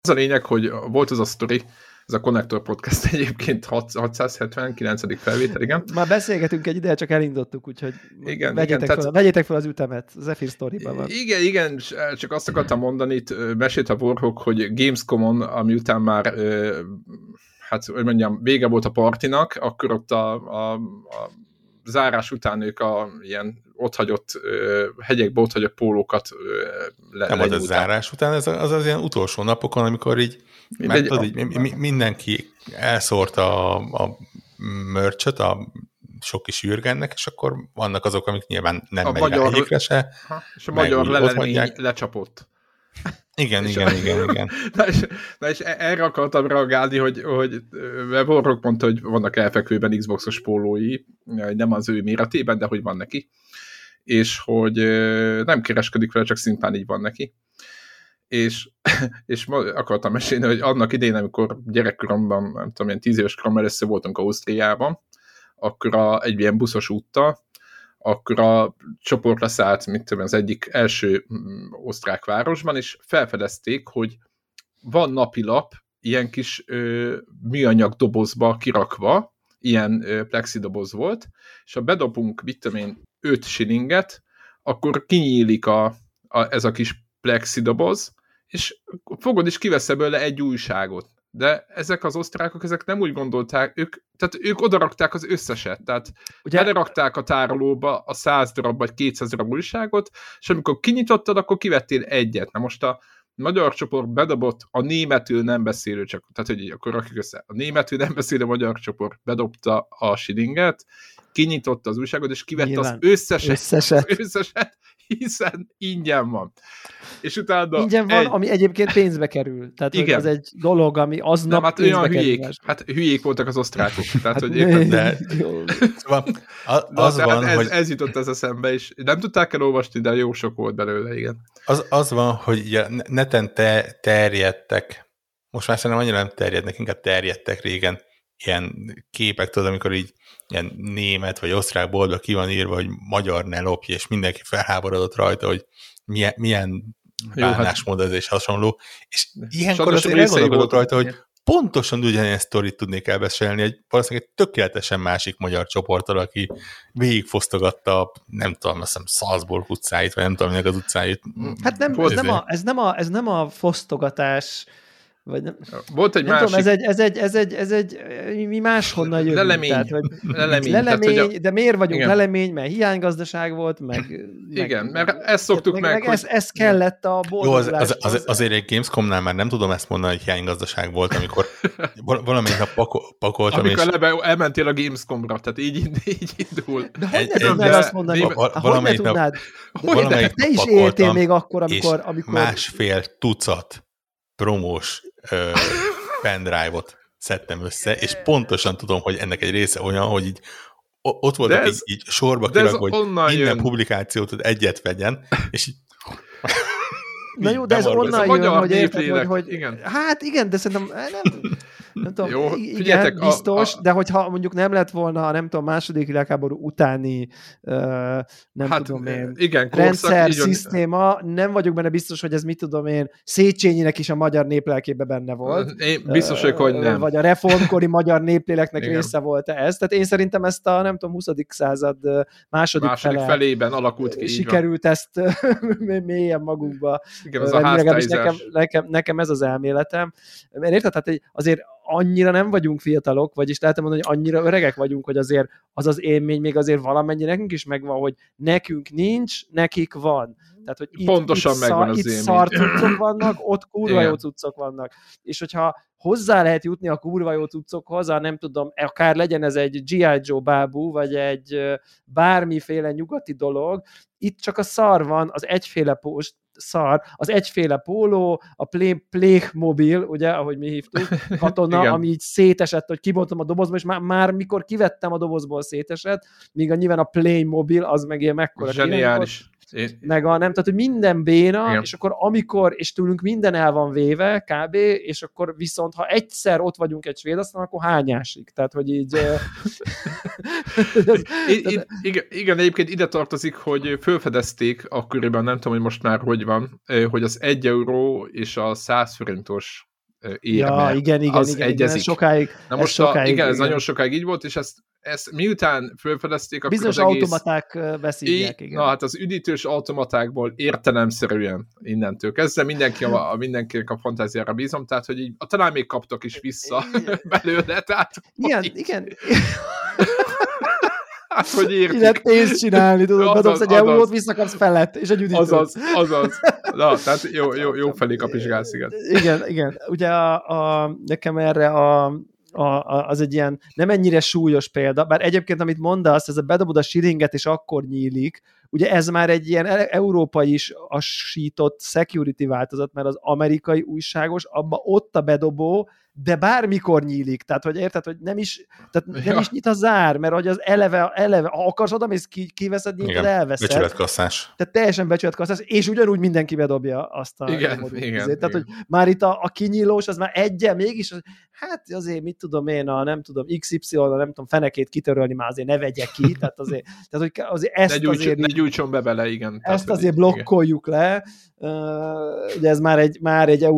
Az a lényeg, hogy volt az a sztori, ez a Connector Podcast egyébként 679. felvétel, igen. Már beszélgetünk egy ideje, csak elindítottuk, úgyhogy vegyétek fel az ütemet, az Zephyr Story-ban van. Igen, csak azt akartam mondani, itt mesélt a Warhawk, hogy Gamescom-on, ami után már hát, hogy mondjam, vége volt a partinak, akkor ott a zárás után ők ilyen otthagyott hegyekbe otthagyott pólókat nem volt a zárás után, az ilyen utolsó napokon, amikor így, mindenki elszórta a merch-öt, a sok kis ürgennek, és akkor vannak azok, amik nyilván nem megy a hegyikre se. És a magyar lelemény lecsapott. Igen. Na és erre akartam reagálni, hogy Warhawk mondta, hogy vannak elfekvőben Xboxos pólói, nem az ő méretében, de hogy van neki. És hogy nem kereskedik vele, csak szintán így van neki. És akartam mesélni, hogy annak idején, amikor gyerekkoromban, nem tudom, ilyen 10 éves koromban először voltunk Ausztriában, akkor egy ilyen buszos úttal, akkor a csoport leszállt, mint tudom, az egyik első osztrák városban, és felfedezték, hogy van napilap, ilyen kis műanyag dobozba kirakva, ilyen plexidoboz volt, és ha bedobunk, mit tudom én, 5 shillinget, akkor kinyílik ez a kis plexidoboz, és fogod és kivesz belőle egy újságot. De ezek az osztrákok, ezek nem úgy gondolták, ők odarakták az összeset, tehát belerakták a tárolóba a 100 darab vagy 200 darab újságot, és amikor kinyitottad, akkor kivettél egyet. Na most a magyar csoport bedobott a németül nem beszélő, tehát hogy akkor rakjuk össze, a németül nem beszélő magyar csoport bedobta a shillinget, kinyitotta az újságot, és kivette az összeset, hiszen ingyen van. És utána ingyen van, ami egyébként pénzbe kerül. Tehát az egy dolog, ami aznap hát pénzbe kerül. Hát hülyék voltak az osztrákok. Tehát, hogy ez jutott ez eszembe, és nem tudták elolvasni, de jó sok volt belőle, igen. Az van, hogy neten terjedtek, most már szerintem annyira nem terjednek, inkább terjedtek régen ilyen képek, tudod, amikor így ilyen német vagy osztrák boltba ki van írva, hogy magyar ne lopj, és mindenki felháborodott rajta, hogy milyen bánásmód ez és hasonló. És ilyenkor azért elgondolkodott rajta, hogy pontosan ugyanilyen sztorit tudnék elbeszélni, hogy valószínűleg egy tökéletesen másik magyar csoporttal, aki végigfosztogatta, nem tudom, azt hiszem Salzburg utcáit, vagy nem tudom, minek az utcáit. Hát ez nem a fosztogatás, vagy nem, volt egy nem másik... tudom, ez egy mi máshonnan jövünk. Lelemény, de miért vagyunk lelemény, mert hiánygazdaság volt, igen, mert ezt szoktuk meg ez kellett a boldogulás. Azért egy Gamescomnál már nem tudom ezt mondani, hogy hiánygazdaság volt, amikor valamelyik nap pakoltam, amikor elmentél a Gamescomra, tehát így indul. De hogy ne tudnád azt mondani? Hogy ne tudnád? Te is éltél még akkor, amikor... Másfél tucat promós pendrive-ot szedtem össze, és pontosan tudom, hogy ennek egy része olyan, hogy így ott voltak így sorba kirakva, hogy minden publikációt egyet vegyen, és így... Na jó, de ez onnan jön, hogy érted, hogy... Igen. Hát igen, de szerintem nem tudom, jó, igen, biztos, de hogyha mondjuk nem lett volna, nem tudom, második világháború utáni tudom én, igen, rendszer, szisztéma, nem vagyok benne biztos, hogy ez mit tudom én, Széchenyinek is a magyar néplelkében benne volt. Én biztos, hogy nem. Vagy a reformkori magyar népléleknek része volt ez. Tehát én szerintem ezt a, nem tudom, 20. század második felében alakult ki. Sikerült ezt mélyen magunkba. Igen, az a háztályzás. Nekem ez az elméletem. Mert érted, tehát azért annyira nem vagyunk fiatalok, vagyis lehet mondani, hogy annyira öregek vagyunk, hogy azért az az élmény még azért valamennyi nekünk is megvan, hogy nekünk nincs, nekik van. Tehát, hogy pontosan megvan az élmény. Itt szar cuccok vannak, ott kurva jó cuccok vannak. És hogyha hozzá lehet jutni a kurva jó cuccokhoz, nem tudom, akár legyen ez egy G.I. Joe bábú, vagy egy bármiféle nyugati dolog, itt csak a szar van, az egyféle szar, az egyféle póló, a Playmobil, ugye, ahogy mi hívtuk, katona, ami így szétesett, hogy kibontom a dobozból, és már mikor kivettem a dobozból szétesett, míg nyilván a Playmobil, az meg ilyen mekkora zseniális. Meg nem, tehát, hogy minden béna, igen. És akkor és tőlünk minden el van véve, kb., és akkor viszont, ha egyszer ott vagyunk egy svédasztalon, akkor hányásig. Tehát, hogy így... igen, egyébként ide tartozik, hogy felfedezték akkoriban, nem tudom, hogy most már hogy van, hogy az 1 euró és a 100 forintos érme. Igen, egyezik. Sokáig, na most ez nagyon sokáig így volt, és ezt miután felfedezték, akkor bizonyos az egész... automaták veszígyek, igen. Na hát az üdítős automatákból értelemszerűen innentől kezdve mindenkinek a fantáziára bízom, tehát hogy így, talán még kaptak is vissza belőle, tehát... Igen. Hát, hogy értik. Ki lehet pénzt csinálni, tudod, bedobsz egy eurót, visszakapsz felett, és egy üdítőt. Azaz. Na, tehát jó felé kapizsgálsz, igen. Igen. Ugye nekem erre az egy ilyen nem ennyire súlyos példa, bár egyébként, amit mondasz, ez a bedobod a shillinget, és akkor nyílik, ugye ez már egy ilyen európai is asított security változat, mert az amerikai újságos, abba ott a bedobó, de bármikor nyílik. Tehát, hogy érted, hogy nem is nyit a zár, mert hogy az eleve ha akarsz oda, és kiveszed, nyitod, elveszed. Becsületkasszás. Tehát teljesen becsületkasszás, és ugyanúgy mindenki bedobja azt a igen. Tehát, hogy már itt a kinyílós, az már egyen mégis, hát azért mit tudom én, nem tudom, XY, nem tudom, fenekét kitörölni, már azért ne vegye ki, tehát hogy azért ezt ne gyújtson be bele, igen. Ezt azért blokkoljuk le. Ugye ez már egy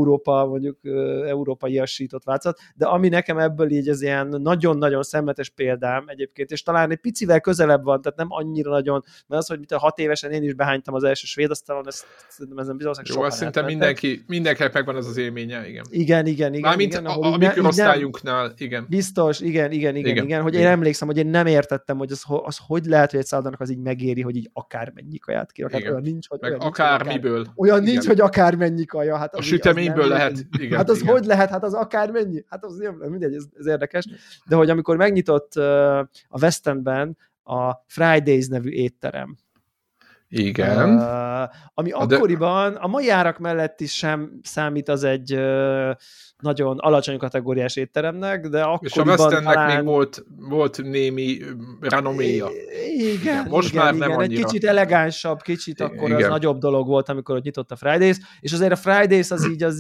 európai asított változat, de ami nekem ebből így ez ilyen nagyon-nagyon szemletes példám egyébként, és talán egy picivel közelebb van, tehát nem annyira nagyon, mert az, hogy 6 évesen én is behánytam az első svéd asztalon, ezen bizonyosan sokan. Jó, szinte mindenkinek megvan az az élménye, igen. Igen. Mármint a mi korosztályunknál, igen. Biztos, igen, hogy én emlékszem, hogy én nem értettem, hogy az hogy lehet, hogy egy szállodának az így megéri, hogy így akármennyi kaját kirakják. Olyan nincs, hogy akármiből. Olyan nincs, hogy akármennyi kaja. Hát a süteményből lehet. Igen, hát az igen. Hogy lehet? Hát az akármennyi? Hát az mindegy, ez érdekes. De hogy amikor megnyitott a West Endben a Fridays nevű étterem. Igen. Ami akkoriban a mai árak mellett is sem számít az egy nagyon alacsony kategóriás étteremnek, de akkoriban és a West Endnek talán... még volt némi renoméja. Igen, most már nem annyira. Egy kicsit elegánsabb, kicsit akkor az nagyobb dolog volt, amikor ott nyitott a Fridays, és azért a Fridays az így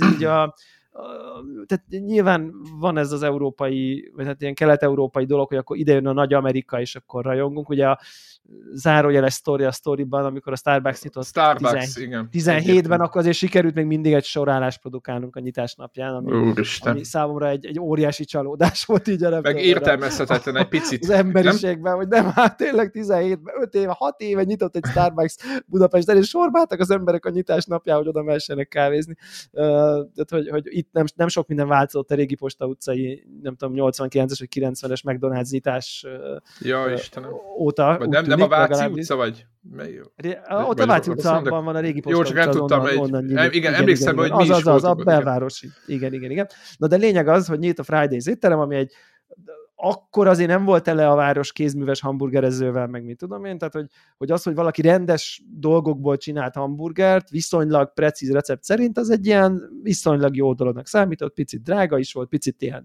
tehát nyilván van ez az európai, vagy hát ilyen kelet-európai dolog, hogy akkor ide jön a nagy Amerika, és akkor rajongunk. Ugye a zárójeles sztori a sztoriban, amikor a Starbucks nyitott 17-ben, akkor azért sikerült még mindig egy sorálást produkálnunk a nyitás napján, ami számomra egy óriási csalódás volt így a meg értelmezhetetlen egy picit. Az emberiségben, hogy nem, hát tényleg 17-ben, 6 éve nyitott egy Starbucks Budapesten, és sorba álltak az emberek a nyitás napján, hogy oda mehessenek kávézni. Tehát, hogy itt nem sok minden változott a régi Posta utcai, nem tudom, 89-es vagy 90-es McDonald's nyitás óta. Nem a Váci utca vagy? Ott a Váci utcában van a régi Posta utca. Jó, csak nem tudtam. Igen, emlékszem, hogy mi is voltunk. Az a belvárosi. Igen. Na de lényeg az, hogy nyílt a Fridays étterem, ami egy akkor azért nem volt tele a város kézműves hamburgerezővel, meg mit tudom én, tehát hogy az, hogy valaki rendes dolgokból csinált hamburgert, viszonylag precíz recept szerint, az egy ilyen viszonylag jó dolognak számított, picit drága is volt, picit ilyen.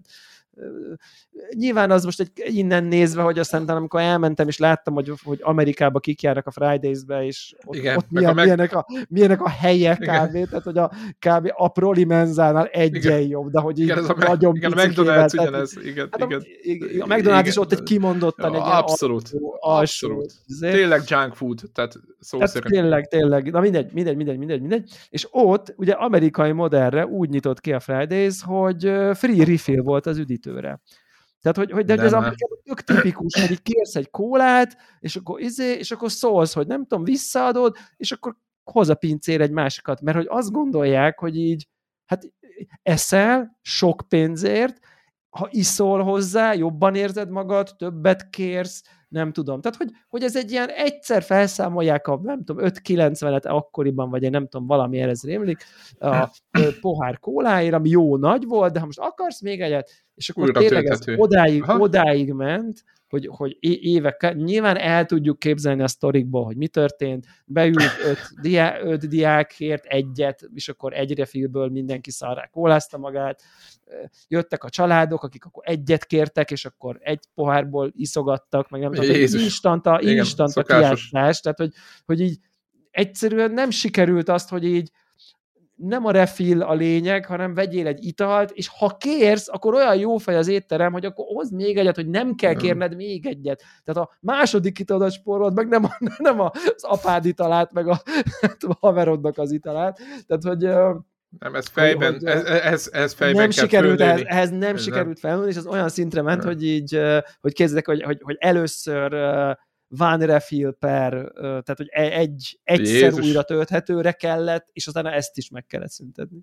Nyilván az most innen nézve, hogy aztán amikor elmentem, és láttam, hogy Amerikába kik járnak a Fridays-be, és ott milyenek a helyek kb. Tehát, hogy a kb. A Proli Menzánál egyen jobb, de hogy így nagyon igen, a McDonald's ugyanez. Igen. A McDonald's is ott egy kimondottan egy abszolút. Tényleg junk food, tehát szó szerint. Tényleg. Na mindegy. És ott ugye amerikai modellre úgy nyitott ki a Fridays, hogy free refill volt az üdítőre. Tehát, hogy de ez Amerikában tök tipikus, hogy így kérsz egy kólát, és akkor szólsz, hogy nem tudom, visszaadod, és akkor hoz a pincér egy másikat, mert hogy azt gondolják, hogy így, hát eszel sok pénzért, ha iszol hozzá, jobban érzed magad, többet kérsz, nem tudom. Tehát, hogy ez egy ilyen egyszer felszámolják a, nem tudom, 5,90-et akkoriban, vagy én nem tudom, valami ez rémlik, a pohár kóláért, ami jó nagy volt, de ha most akarsz még egyet, és akkor újra tényleg ez odáig ment, hogy évek, nyilván el tudjuk képzelni a sztorikból, hogy mi történt, beült 5 diákért egyet, és akkor egy refillből mindenki szarrá kólázta magát, jöttek a családok, akik akkor egyet kértek, és akkor egy pohárból iszogattak, meg nem tudom, instant a kiátszás, tehát hogy így egyszerűen nem sikerült azt, hogy így nem a refill a lényeg, hanem vegyél egy italt, és ha kérsz, akkor olyan jó fej az étterem, hogy akkor hozd még egyet, hogy nem kell kérned még egyet. Tehát a második italodat spórolod, meg nem az apád italát, meg a haverodnak az italát. Tehát, hogy Nem, ez fejben, ez fejben nem kell sikerült, fölnőni. ehhez nem sikerült felnőni, és az olyan szintre ment, hogy így, hogy képzeljék, hogy először van refill per, tehát hogy egyszer újra tölthetőre kellett, és aztán ezt is meg kellett szüntetni.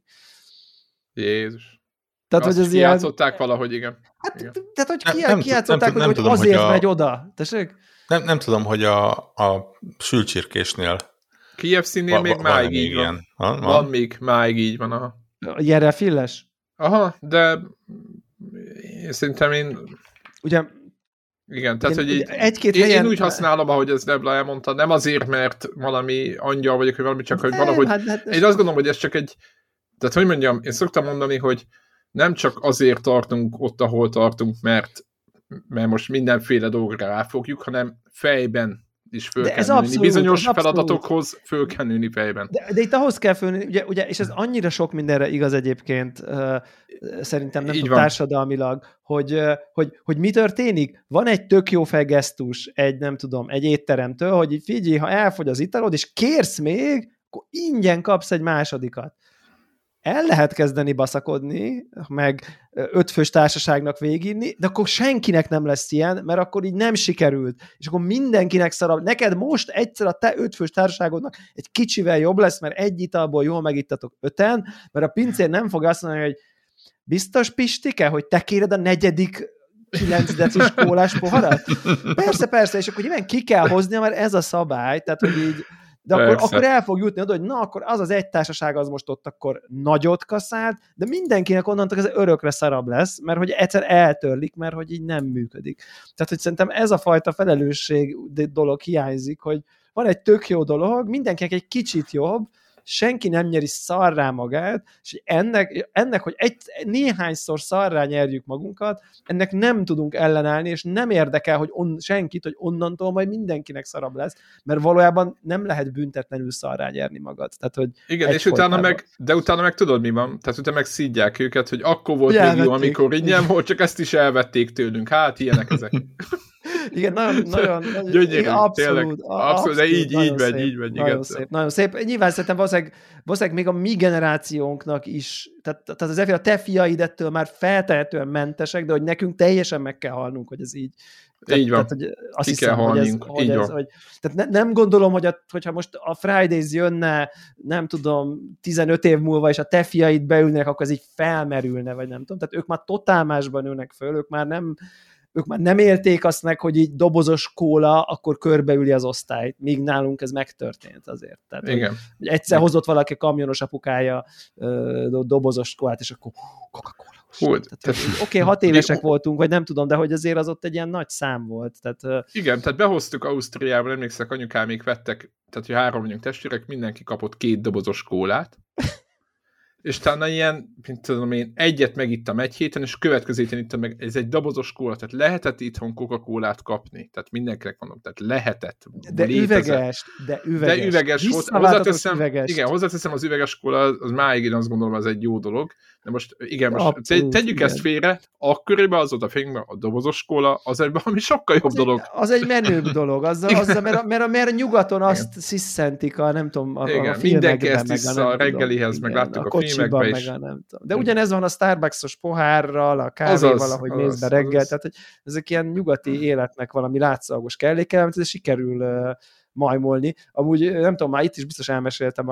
Jézus. Tehát, azt hogy ez kijátszották valahogy, igen. Hát, igen. Tehát, hogy kijátszották, hogy tudom, azért megy oda. Tessék? Nem tudom, hogy a sülcsirkésnél KFC-nél még máig így van. Van még máig így van. Aha. Ilyen refilles? Aha, de szerintem ugye, igen, tehát, hogy így, én úgy használom, ahogy ez Debla elmondta, nem azért, mert valami angyal vagyok, vagy valami, csak hogy valahogy... Én azt gondolom, hogy ez csak egy... Tehát, hogy mondjam, én szoktam mondani, hogy nem csak azért tartunk ott, ahol tartunk, mert most mindenféle dolgra ráfogjuk, hanem fejben is föl kell nőni. Bizonyos feladatokhoz föl kell nőni fejben. De itt ahhoz kell fölnőni, ugye, és ez annyira sok mindenre igaz egyébként, szerintem nem tudom, társadalmilag, hogy mi történik? Van egy tök jó fejgesztus, egy étteremtől, hogy így figyelj, ha elfogy az italod, és kérsz még, akkor ingyen kapsz egy másodikat. El lehet kezdeni baszakodni, meg 5 fős társaságnak végiginni, de akkor senkinek nem lesz ilyen, mert akkor így nem sikerült. És akkor mindenkinek szarabb. Neked most egyszer a te 5 fős társaságodnak egy kicsivel jobb lesz, mert egy italból jól megittatok 5-en, mert a pincér nem fog azt mondani, hogy biztos, Pistike, hogy te kéred a 4. 9 decis kólás poharat? Persze, és akkor nyilván ki kell hoznia, mert ez a szabály, tehát hogy így de akkor el fog jutni oda, hogy na, akkor az egy társaság az most ott akkor nagyot kaszált, de mindenkinek onnantól ez örökre szarabb lesz, mert hogy egyszer eltörlik, mert hogy így nem működik. Tehát, hogy szerintem ez a fajta felelősség dolog hiányzik, hogy van egy tök jó dolog, mindenkinek egy kicsit jobb, senki nem nyeri szarrá magát, és ennek hogy néhányszor szarrá nyerjük magunkat, ennek nem tudunk ellenállni, és nem érdekel, hogy senkit, hogy onnantól majd mindenkinek szarabb lesz, mert valójában nem lehet büntetlenül szarrá nyerni magad. Tehát, hogy igen, és utána meg tudod, mi van? Tehát utána meg szídják őket, hogy akkor volt még jó, amikor ingyen volt, csak ezt is elvették tőlünk. Hát, ilyenek ezek. Igen, nagyon gyönyörű, abszolút, de így megy. Nagyon szép. Nyilván szerintem valószínűleg még a mi generációnknak is, tehát az a te fiaid ettől már feltehetően mentesek, de hogy nekünk teljesen meg kell halnunk, hogy ez így. Így van. Tehát, azt hiszem, tehát nem gondolom, hogyha most a Fridays jönne, nem tudom, 15 év múlva, és a te fiaid beülnek, akkor ez így felmerülne, vagy nem tudom. Tehát ők már totál másban nőnek föl, ők már nem élték azt meg, hogy így dobozos kóla, akkor körbeüli az osztályt, míg nálunk ez megtörtént azért. Tehát, igen. Hogy egyszer hozott valaki kamionos apukája dobozos kólát, és akkor Coca-Cola. Oké, 6 évesek voltunk, vagy nem tudom, de hogy azért az ott egy ilyen nagy szám volt. Tehát, igen, tehát behoztuk Ausztriából, emlékszek, anyukámék vettek, tehát hogy 3 vagyunk testvérek, mindenki kapott 2 dobozos kólát, és talán ilyen, mint tudom én, egyet megittam egy héten, és következő héten ittam meg, ez egy dobozos kóla, tehát lehetett itthon Coca-Colát kapni, tehát mindenkinek mondom, tehát lehetett. De üveges volt. Hozzáteszem, az üveges kóla, az máig én azt gondolom, az egy jó dolog, de most igen, most abszolút, tegyük ezt félre, akkoriban az oda fényben a dobozos kóla, az egy valami sokkal jobb dolog. Az egy menőbb dolog, mert nyugaton azt sziszentik a, nem tudom, a filmekben. Mindenki ezt iszza a reggelihez, meg láttuk a filmekben is. Nem tudom. De ugyanez van a Starbucks-os pohárral, a kávéval, ahogy mész be reggel, tehát hogy ezek ilyen nyugati életnek valami látszalagos kelléke, amit sikerül majmolni. Amúgy nem tudom, már itt is biztos elmeséltem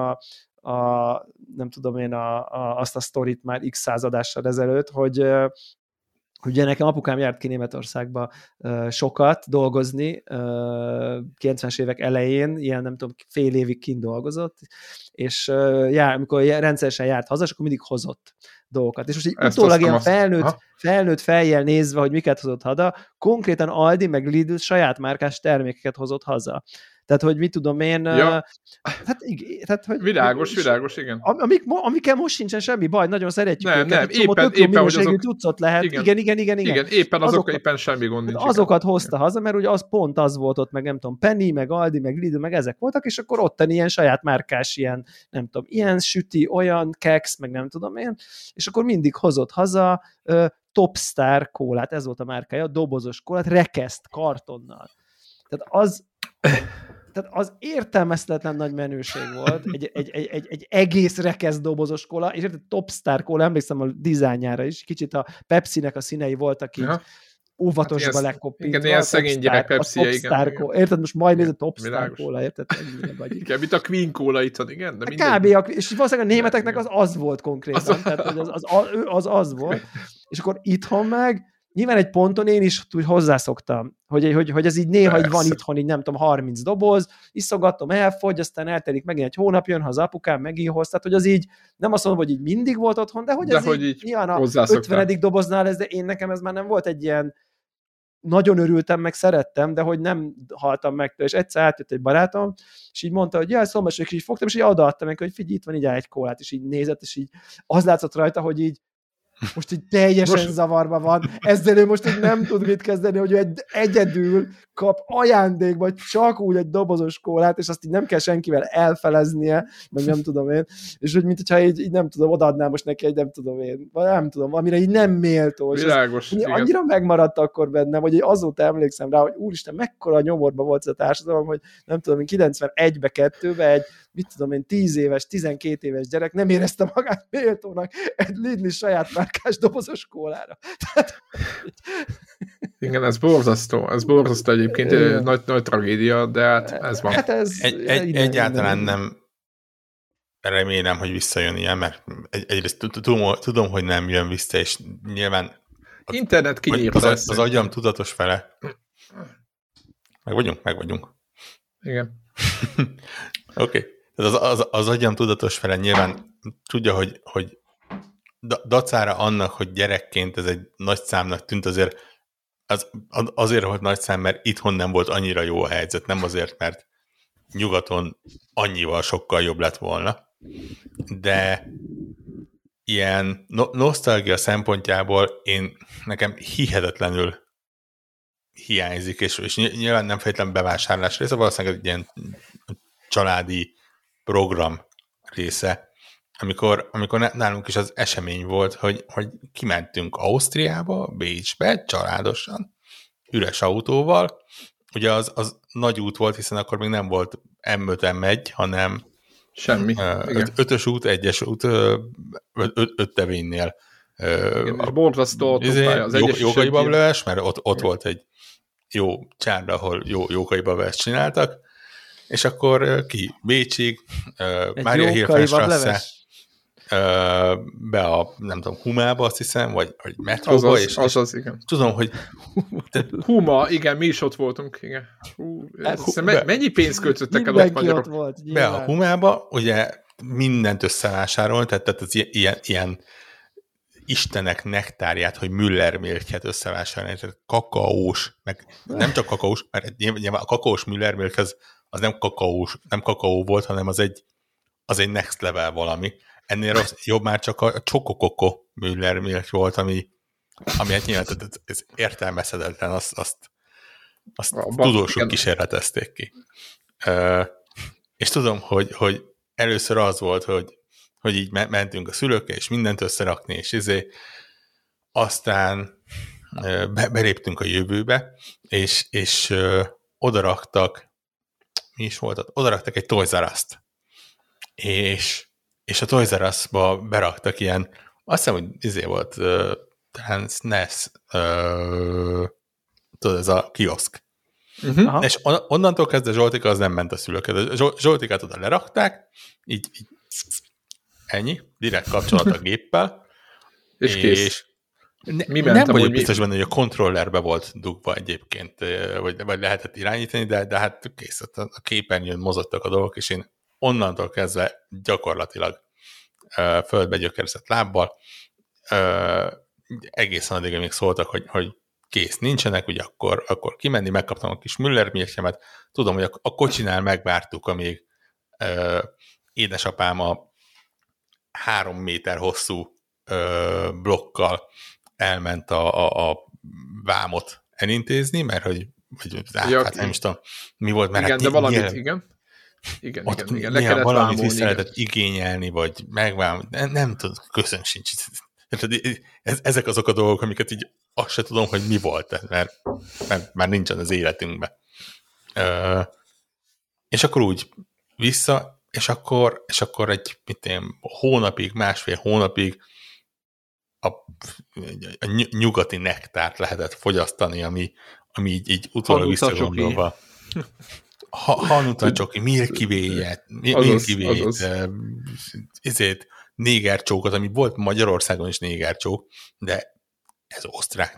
nem tudom én azt a sztorit már x századással ezelőtt, hogy ugye nekem apukám járt ki Németországba sokat dolgozni, 90-es évek elején, ilyen nem tudom, fél évig kint dolgozott, és amikor rendszeresen járt haza, akkor mindig hozott dolgokat. És most így utólag ilyen felnőtt fejjel nézve, hogy miket hozott haza, konkrétan Aldi meg Lidl saját márkás termékeket hozott haza. Tehát, hogy mit tudom én... Ja. Hogy világos, igen. Amikkel most sincsen semmi baj, nagyon szeretjük őket. Nem, éppen hogy azok... cuccot lehet. Igen. Igen, éppen azok éppen semmi gond nincs. Azokat hozta haza, mert ugye az pont az volt ott, meg nem tudom, Penny, meg Aldi, meg Lidl, meg ezek voltak, és akkor ottani ilyen saját márkás, ilyen, nem tudom, ilyen süti, olyan keksz, meg nem tudom én, és akkor mindig hozott haza Topstar kólát, ez volt a márkája, dobozos kólát, rekeszt, kartonnal. Tehát az... tehát az értelmezhetetlen nagy menőség volt, egy egész rekesz dobozos kóla, és érted, Topstar kóla, emlékszem a dizájnjára is, kicsit a Pepsi-nek a színei voltak így óvatosba lekoppintva. Igen, ilyen szegény gyerek Pepsi-je, igen. Érted, most majd nézd a Topstar kóla, érted? Igen, mint a Queen kóla itthon, igen. De kb. És valószínűleg a németeknek az volt konkrétan, tehát az volt. És akkor itthon meg, nyilván egy ponton én is úgy hozzászoktam, hogy ez így néha így van itthon, így nem tudom, 30 doboz, iszogatom, elfogy, aztán eltelik megint egy hónap, jön haza apukám, megint hoz, tehát hogy az így, nem azt mondom, hogy így mindig volt otthon, de hogy ez így nyilván a 50. doboznál ez, de én nekem ez már nem volt egy ilyen, nagyon örültem, meg szerettem, de hogy nem haltam meg tőle, és egyszer átjött egy barátom, és így mondta, hogy jaj, szombaton, és így fogtam, és így odaadtam neki, hogy figyelj, itt van így egy kólát, és így nézett, és így az látszott rajta, hogy így most így teljesen zavarba van. Ezzel ő most így nem tud mit kezdeni, hogy ő egyedül kap ajándékba csak úgy egy dobozos kólát, és azt így nem kell senkivel elfeleznie, meg nem tudom én, és hogy mintha így nem tudom, odaadnám most neki egy nem tudom én, nem tudom, amire így nem méltó. Világos, annyira megmaradt akkor bennem, hogy azóta emlékszem rá, hogy úristen, mekkora nyomorba volt ez a társadalom, hogy nem tudom, 91-be, 2-be egy mit tudom én, 10 éves, 12 éves gyerek nem érezte magát méltónak egy Lidl saját márkás dobozos kólára. Igen, ez borzasztó egyébként, nagy tragédia, de hát ez van. Hát ez egyáltalán nem remélem, hogy visszajön ilyen, mert egyrészt tudom, hogy nem jön vissza, és nyilván internet kinyírta az agyam tudatos fele. Meg vagyunk. Igen. Oké. Az agyam tudatos fele nyilván tudja, hogy dacára annak, hogy gyerekként ez egy nagy számnak tűnt, azért volt nagy szám, mert itthon nem volt annyira jó a helyzet, nem azért, mert nyugaton annyival sokkal jobb lett volna. De ilyen nosztalgia szempontjából nekem hihetetlenül hiányzik, és nyilván nem feltétlenül bevásárlás része, valószínűleg egy ilyen családi program része, amikor nálunk is az esemény volt, hogy kimentünk Ausztriába, Bécsbe, családosan, üres autóval. Ugye az nagy út volt, hiszen akkor még nem volt M5, M1, hanem semmi. 5-ös út, 1-es út, 5 tevénynél. Borzasztó autópálya, az egyes Jókaiba leves, mert ott volt egy jó csárda, ahol jó Jókaiba leves csináltak, és akkor ki Bécsig, Mária Hilfenstrasse, be a, nem tudom, Humába, azt hiszem, vagy metróba, és igen. Tudom, hogy... Huma, igen, mi is ott voltunk, igen. Mennyi pénzt költöttek el ott magyarok? Volt, be a Humába, ugye mindent összevásárolt, tehát az ilyen Istenek nektárját, hogy Müller milket összevásárolni, tehát kakaós, meg nem csak kakaós, mert nyilván a kakaós Müller milk az nem kakaó volt, hanem az egy next level valami. Ennél jobb már csak a Csokokoko Müller milk volt, ami hát nyilván ez értelmezhetetlen, azt tudósok kísérletezték ki. És tudom, hogy először az volt, hogy így mentünk a szülőkkel, és mindent összerakni, és aztán beléptünk a jövőbe, és odaraktak, mi is volt ott? Odaraktak egy Toys R Us-t. És a Toys R Us-ba beraktak ilyen, azt hiszem, hogy volt talán SNES, tudod, ez a kioszk. Uh-huh. És onnantól kezdve Zsoltika az nem ment a szülőket. Zsoltikát oda lerakták, így ennyi, direkt kapcsolat a géppel, és kész. Nem vagyok biztos benne, hogy a kontrollerbe volt dugva egyébként, vagy lehetett irányítani, de hát kész, a képernyőn mozogtak a dolgok, és én onnantól kezdve gyakorlatilag földbe gyökerezett lábbal, egészen addig, amíg szóltak, hogy kész, nincsenek, ugye akkor kimenni, megkaptam a kis Müller milkemet, tudom, hogy a kocsinál megvártuk, amíg édesapám a 3 méter hosszú blokkal elment a vámot elintézni, mert hogy hát nem is tudom, mi volt, mert igen, hát de valamit, igen. Igen, le kellett valamit vissza lehetett igényelni, vagy megvámolni, nem tudom, köszön sincs. Ezek azok a dolgok, amiket így azt se tudom, hogy mi volt, mert már nincsen az életünkben. És akkor úgy vissza, és akkor egy hónapig, másfél hónapig a nyugati nektárt lehetett fogyasztani, ami így utólag visszagondolva. Hanuta csoki, Milky Way-et, négercsókot, ami volt Magyarországon is négercsók, de ez osztrák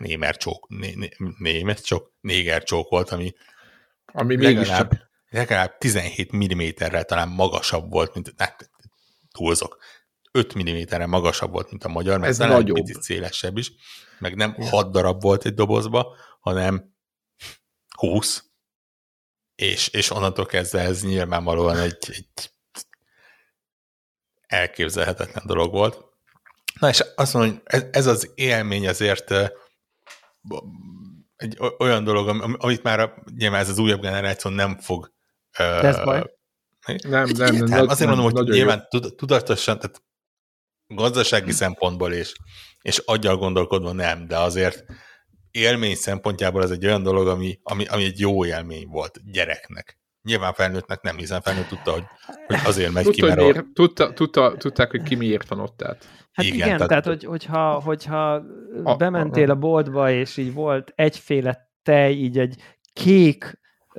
négercsók volt, ami legalább 17 mm-rel talán magasabb volt, mint túlzok. 5 mm-rel magasabb volt, mint a magyar, mert talán egy picit szélesebb is, meg nem 6 darab volt egy dobozba, hanem 20, és onnantól kezdve ez nyilvánvalóan egy elképzelhetetlen dolog volt. Na és azt mondom, hogy ez az élmény azért egy olyan dolog, amit már nyilván ez az újabb generáció nem fog... Ez baj. Nem. Azért mondom, hogy nyilván tudatosan, tehát gazdasági szempontból és aggyal gondolkodva nem, de azért élmény szempontjából ez egy olyan dolog, ami egy jó élmény volt gyereknek. Nyilván felnőttnek nem, hiszen felnőtt tudta, hogy azért megy ki, mert... Tudták, hogy ki miért van ott, tehát. Hát igen, tehát hogyha bementél a boltba, és így volt egyféle tej, így egy kék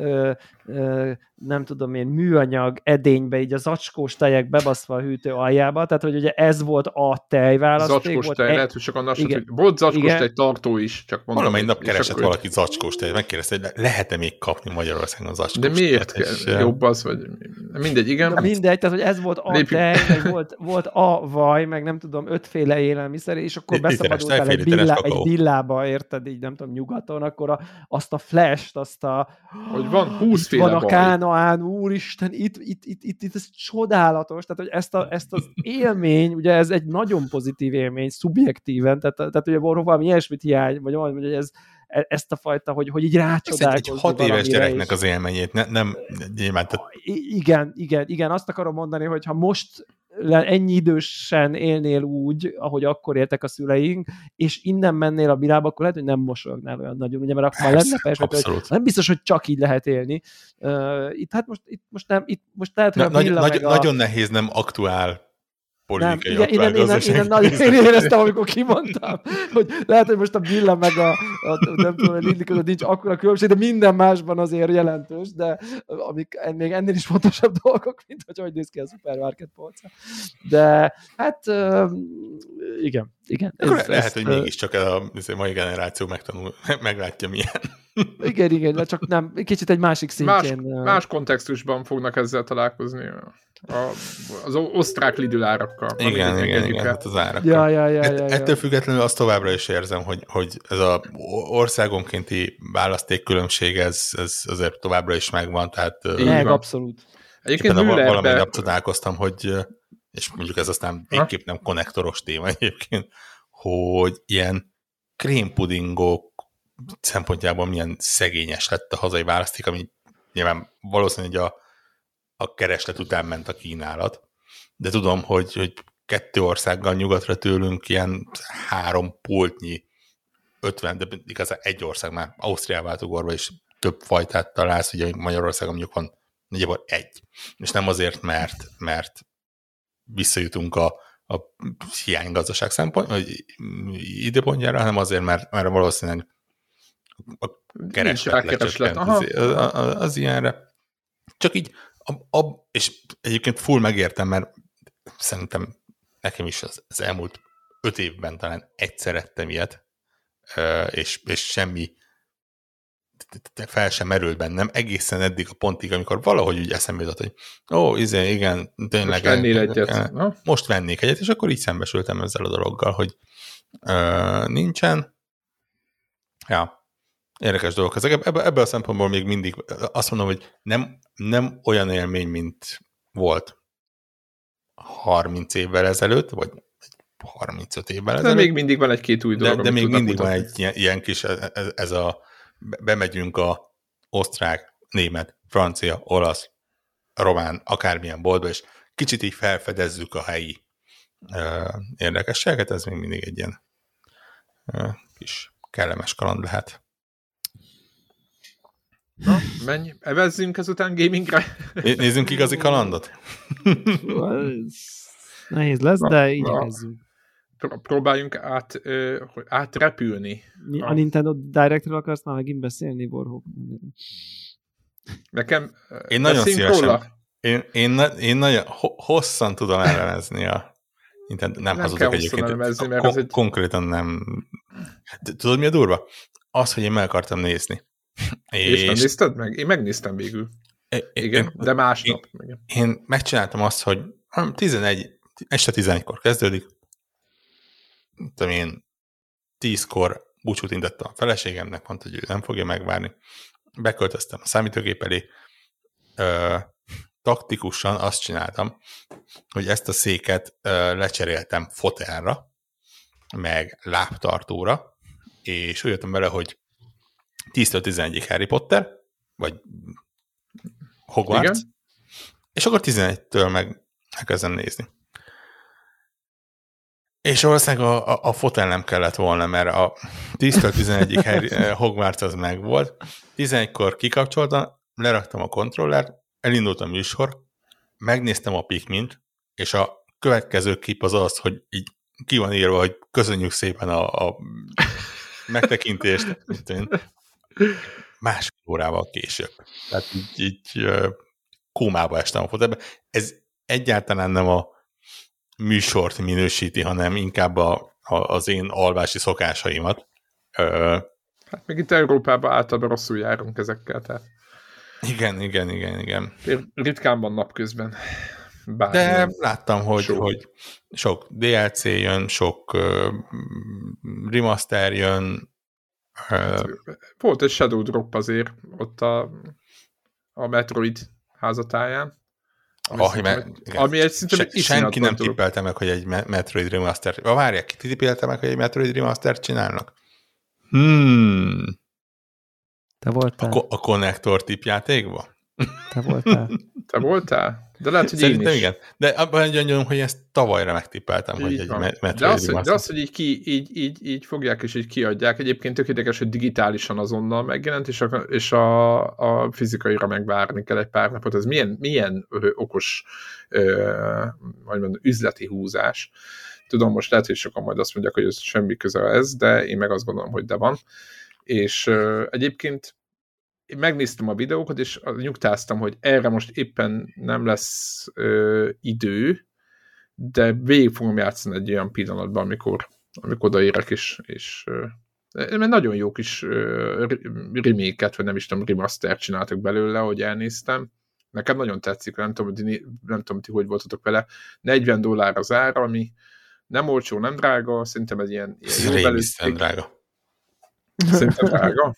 nem tudom én, műanyag edénybe, így a zacskós tejek bebaszva a hűtő aljába, tehát hogy ugye ez volt a tejválaszték. Zacskós tej, lehet, hogy csak annak, hogy volt zacskós tej tartó is, csak mondom. Valamelyik nap keresett valaki zacskós tej, megkérdezte, hogy lehet-e még kapni Magyarországon zacskós tej. De miért jobb az, vagy mindegy, igen. Mindegy, tehát hogy ez volt a tej, meg volt a vaj, meg nem tudom, 5 féle élelmiszer, és akkor beszabadultál egy villába, érted, így nem tudom, nyugaton, akkor azt a flash-t, azt a... Hogy van 20 féle van a Kánaán, úristen, itt ez csodálatos, tehát hogy ezt az élmény, ugye ez egy nagyon pozitív élmény, szubjektíven, tehát ugye valami ilyesmit hiány, vagy hogy ezt a fajta, hogy így rácsodálkozni. Egy 6 éves gyereknek az élményét, nem nyilván. Igen, azt akarom mondani, hogy ha most ennyi idősen élnél úgy, ahogy akkor éltek a szüleink, és innen mennél a világba, akkor lehet, hogy nem mosolyognál olyan nagyon, ugye, mert akkor már lenne persze, nem biztos, hogy csak így lehet élni. Most lehet, hogy nagyon nehéz nem aktuál politikai aktuálgazdaság. Én éreztem, amikor kimondtam, hogy lehet, hogy most a Billa meg a nem tudom, hogy Lidl között nincs akkora különbség, de minden másban azért jelentős, de amik még ennél is fontosabb dolgok, mint hogy néz ki a szupermarket polca. De hát igen. Lehet, hogy mégiscsak a mai generáció meglátja milyen. Igen, de csak nem, kicsit egy másik szintjén. Más kontextusban fognak ezzel találkozni. Az osztrák Lidl árakkal. Igen, hát az árakkal. Ja. Ettől függetlenül azt továbbra is érzem, hogy ez az országonkénti választékkülönbség, ez azért továbbra is megvan. Tehát, abszolút. Egyébként valamely nap csodálkoztam, hogy, és mondjuk ez aztán végképp nem konnektoros téma egyébként, hogy ilyen krémpudingok szempontjából milyen szegényes lett a hazai választék, ami nyilván valószínűleg a kereslet után ment a kínálat. De tudom, hogy 2 országgal nyugatra tőlünk ilyen 3 pultnyi 50, de igazán egy ország már Ausztriával ugorva is több fajtát találsz, ugye Magyarországon mondjuk van nagyjából 1. És nem azért, mert visszajutunk a hiánygazdaság időpontjára, hanem azért, mert valószínűleg a kereslet az ilyenre. Csak így, és egyébként full megértem, mert szerintem nekem is az elmúlt 5 évben talán egyszer ettem ilyet, és semmi fel sem merült bennem, egészen eddig a pontig, amikor valahogy úgy eszembe jutott, hogy igen, tényleg most vennék egyet, és akkor így szembesültem ezzel a dologgal, hogy nincsen. Ja, érdekes dolgok ezek. Ebből a szempontból még mindig azt mondom, hogy nem olyan élmény, mint volt 30 évvel ezelőtt, vagy 35 évvel ezelőtt. De még mindig van egy-két új dolog. De még mindig van egy ilyen kis, ez a bemegyünk a osztrák, német, francia, olasz, román, akármilyen boltba, és kicsit így felfedezzük a helyi érdekességet, ez még mindig egy ilyen kis kellemes kaland lehet. Na, menj, evezzünk ezután gamingre. Nézzünk igazi kalandot? Nehéz lesz, de igyekezzünk. Próbáljunk átrepülni. A Nintendo Direct-ről akarsz már megint beszélni, Borhók? Nekem... Én nagyon szívesen. Én nagyon hosszan tudom elemezni a Nintendo. Nem hazudok egyébként. Konkrétan nem. Tudod, mi a durva? Az, hogy én meg akartam nézni. És nem nézted meg? Én megnéztem végül. Igen, de másnap. Én megcsináltam azt, hogy 11-kor kezdődik. Tudom én 10-kor búcsút intettem a feleségemnek, mondta, hogy ő nem fogja megvárni. Beköltöztem a számítógép elé. Taktikusan azt csináltam, hogy ezt a széket lecseréltem fotelra, meg lábtartóra, és úgy jöttem vele, hogy 10-től 11-ig Harry Potter, vagy Hogwarts, igen. És akkor 11-től megkezdem nézni. És valószínűleg a fotel nem kellett volna, mert a 10-től 11-ig Hogwarts az meg volt. 11-kor kikapcsoltam, leraktam a kontrollert, elindult a műsor, megnéztem a Pikmint, és a következő kép az, hogy így ki van írva, hogy köszönjük szépen a megtekintést másfél órával később. Tehát így kómába estem a fotelbe. Ez egyáltalán nem a műsort minősíti, hanem inkább az én alvási szokásaimat. Hát meg itt Európában általában rosszul járunk ezekkel, tehát. Igen. Ritkán van napközben. De láttam, hogy sok DLC jön, sok remaster jön. Volt egy Shadow Drop azért ott a Metroid házatáján. Ami egy szinte senki nem tippelte meg, hogy egy Metroid remaster. Várják, ki tippelte meg, hogy egy Metroid remaster csinálnak? Te voltál? A konnektor tipjátékban? Te voltál? De lehet, hogy szerintem én is. Igen. De abban gyanúm, hogy ezt tavalyra megtippeltem, hogy egy Metroid remaster. De az, hogy így fogják és így kiadják, egyébként tök érdekes, hogy digitálisan azonnal megjelent, és a fizikaira megvárni kell egy pár napot. Ez milyen okos üzleti húzás. Tudom, most lehet, hogy sokan majd azt mondják, hogy ez semmi köze ez, de én meg azt gondolom, hogy de van. És egyébként én megnéztem a videókat, és nyugtáztam, hogy erre most éppen nem lesz idő, de végig fogom játszani egy olyan pillanatban, amikor odaérek, és mert nagyon jó kis remake-et, vagy nem is tudom, remaster csináltak belőle, ahogy elnéztem. Nekem nagyon tetszik, nem tudom, ti hogy voltatok vele. $40 az ára, ami nem olcsó, nem drága, szerintem ez ilyen jó belőszik. Drága. Szerintem drága.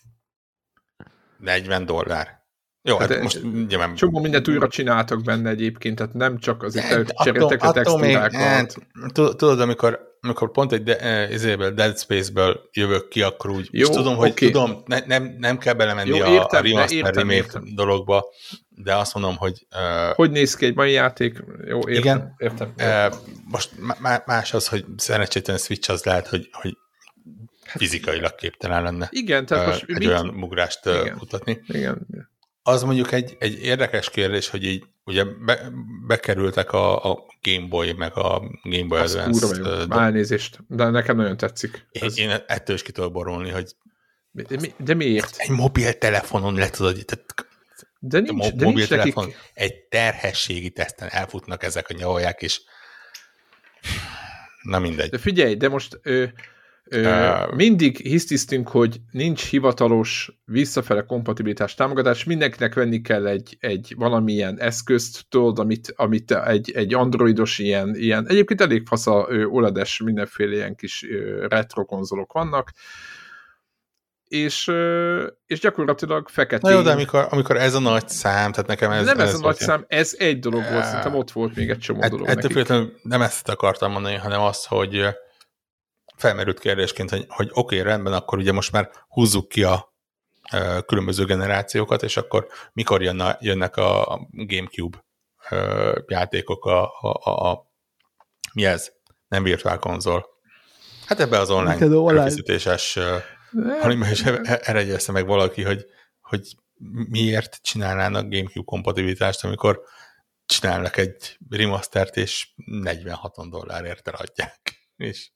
$40. Jó, hát most ugye már... Csomó mindent újra csináltak benne egyébként, tehát nem csak az itt cseréltek a textúrákat. Tudod, amikor pont egy Dead Space-ből jövök ki, akkor úgy jó, tudom, hogy tudom, nem kell belemenni a remaster remake dologba, de azt mondom, hogy... hogy néz ki egy mai játék? Jó, értem. Most más az, hogy szerencsétlen Switch az lehet, hogy fizikailag képtelen lenne. Igen, tehát most egy olyan mugrást mutatni. Igen. Az mondjuk egy érdekes kérdés, hogy így ugye bekerültek a Game Boy, meg a Game Boy Advance. Elnézést, de nekem nagyon tetszik. Én ettől is ki tudok borulni, hogy de miért? Egy mobiltelefonon le tudod, de nincs mobiltelefon, egy terhességi teszten elfutnak ezek a nyavaják, és na mindegy. De figyelj, de most mindig hisztisztünk, hogy nincs hivatalos visszafele kompatibilitás támogatás, mindenkinek venni kell egy valamilyen eszközt, tudod, amit egy androidos ilyen, egyébként elég fasz a OLED-es mindenféle ilyen kis retro konzolok vannak, és gyakorlatilag feketén. Na jó, de amikor ez a nagy szám, tehát nekem ez... Nem ez a nagy szám, ez egy dolog volt, szerintem ott volt még egy csomó dolog ettől nem ezt akartam mondani, hanem azt, hogy felmerült kérdésként, hogy oké, rendben, akkor ugye most már húzzuk ki a különböző generációkat, és akkor mikor jönnek a GameCube játékok, mi ez? Nem virtuál konzol. Hát ebbe az online előkészítéses, és erre jegyezte meg valaki, hogy miért csinálnának GameCube kompatibilitást, amikor csinálnak egy remastert, és $46 eladják. És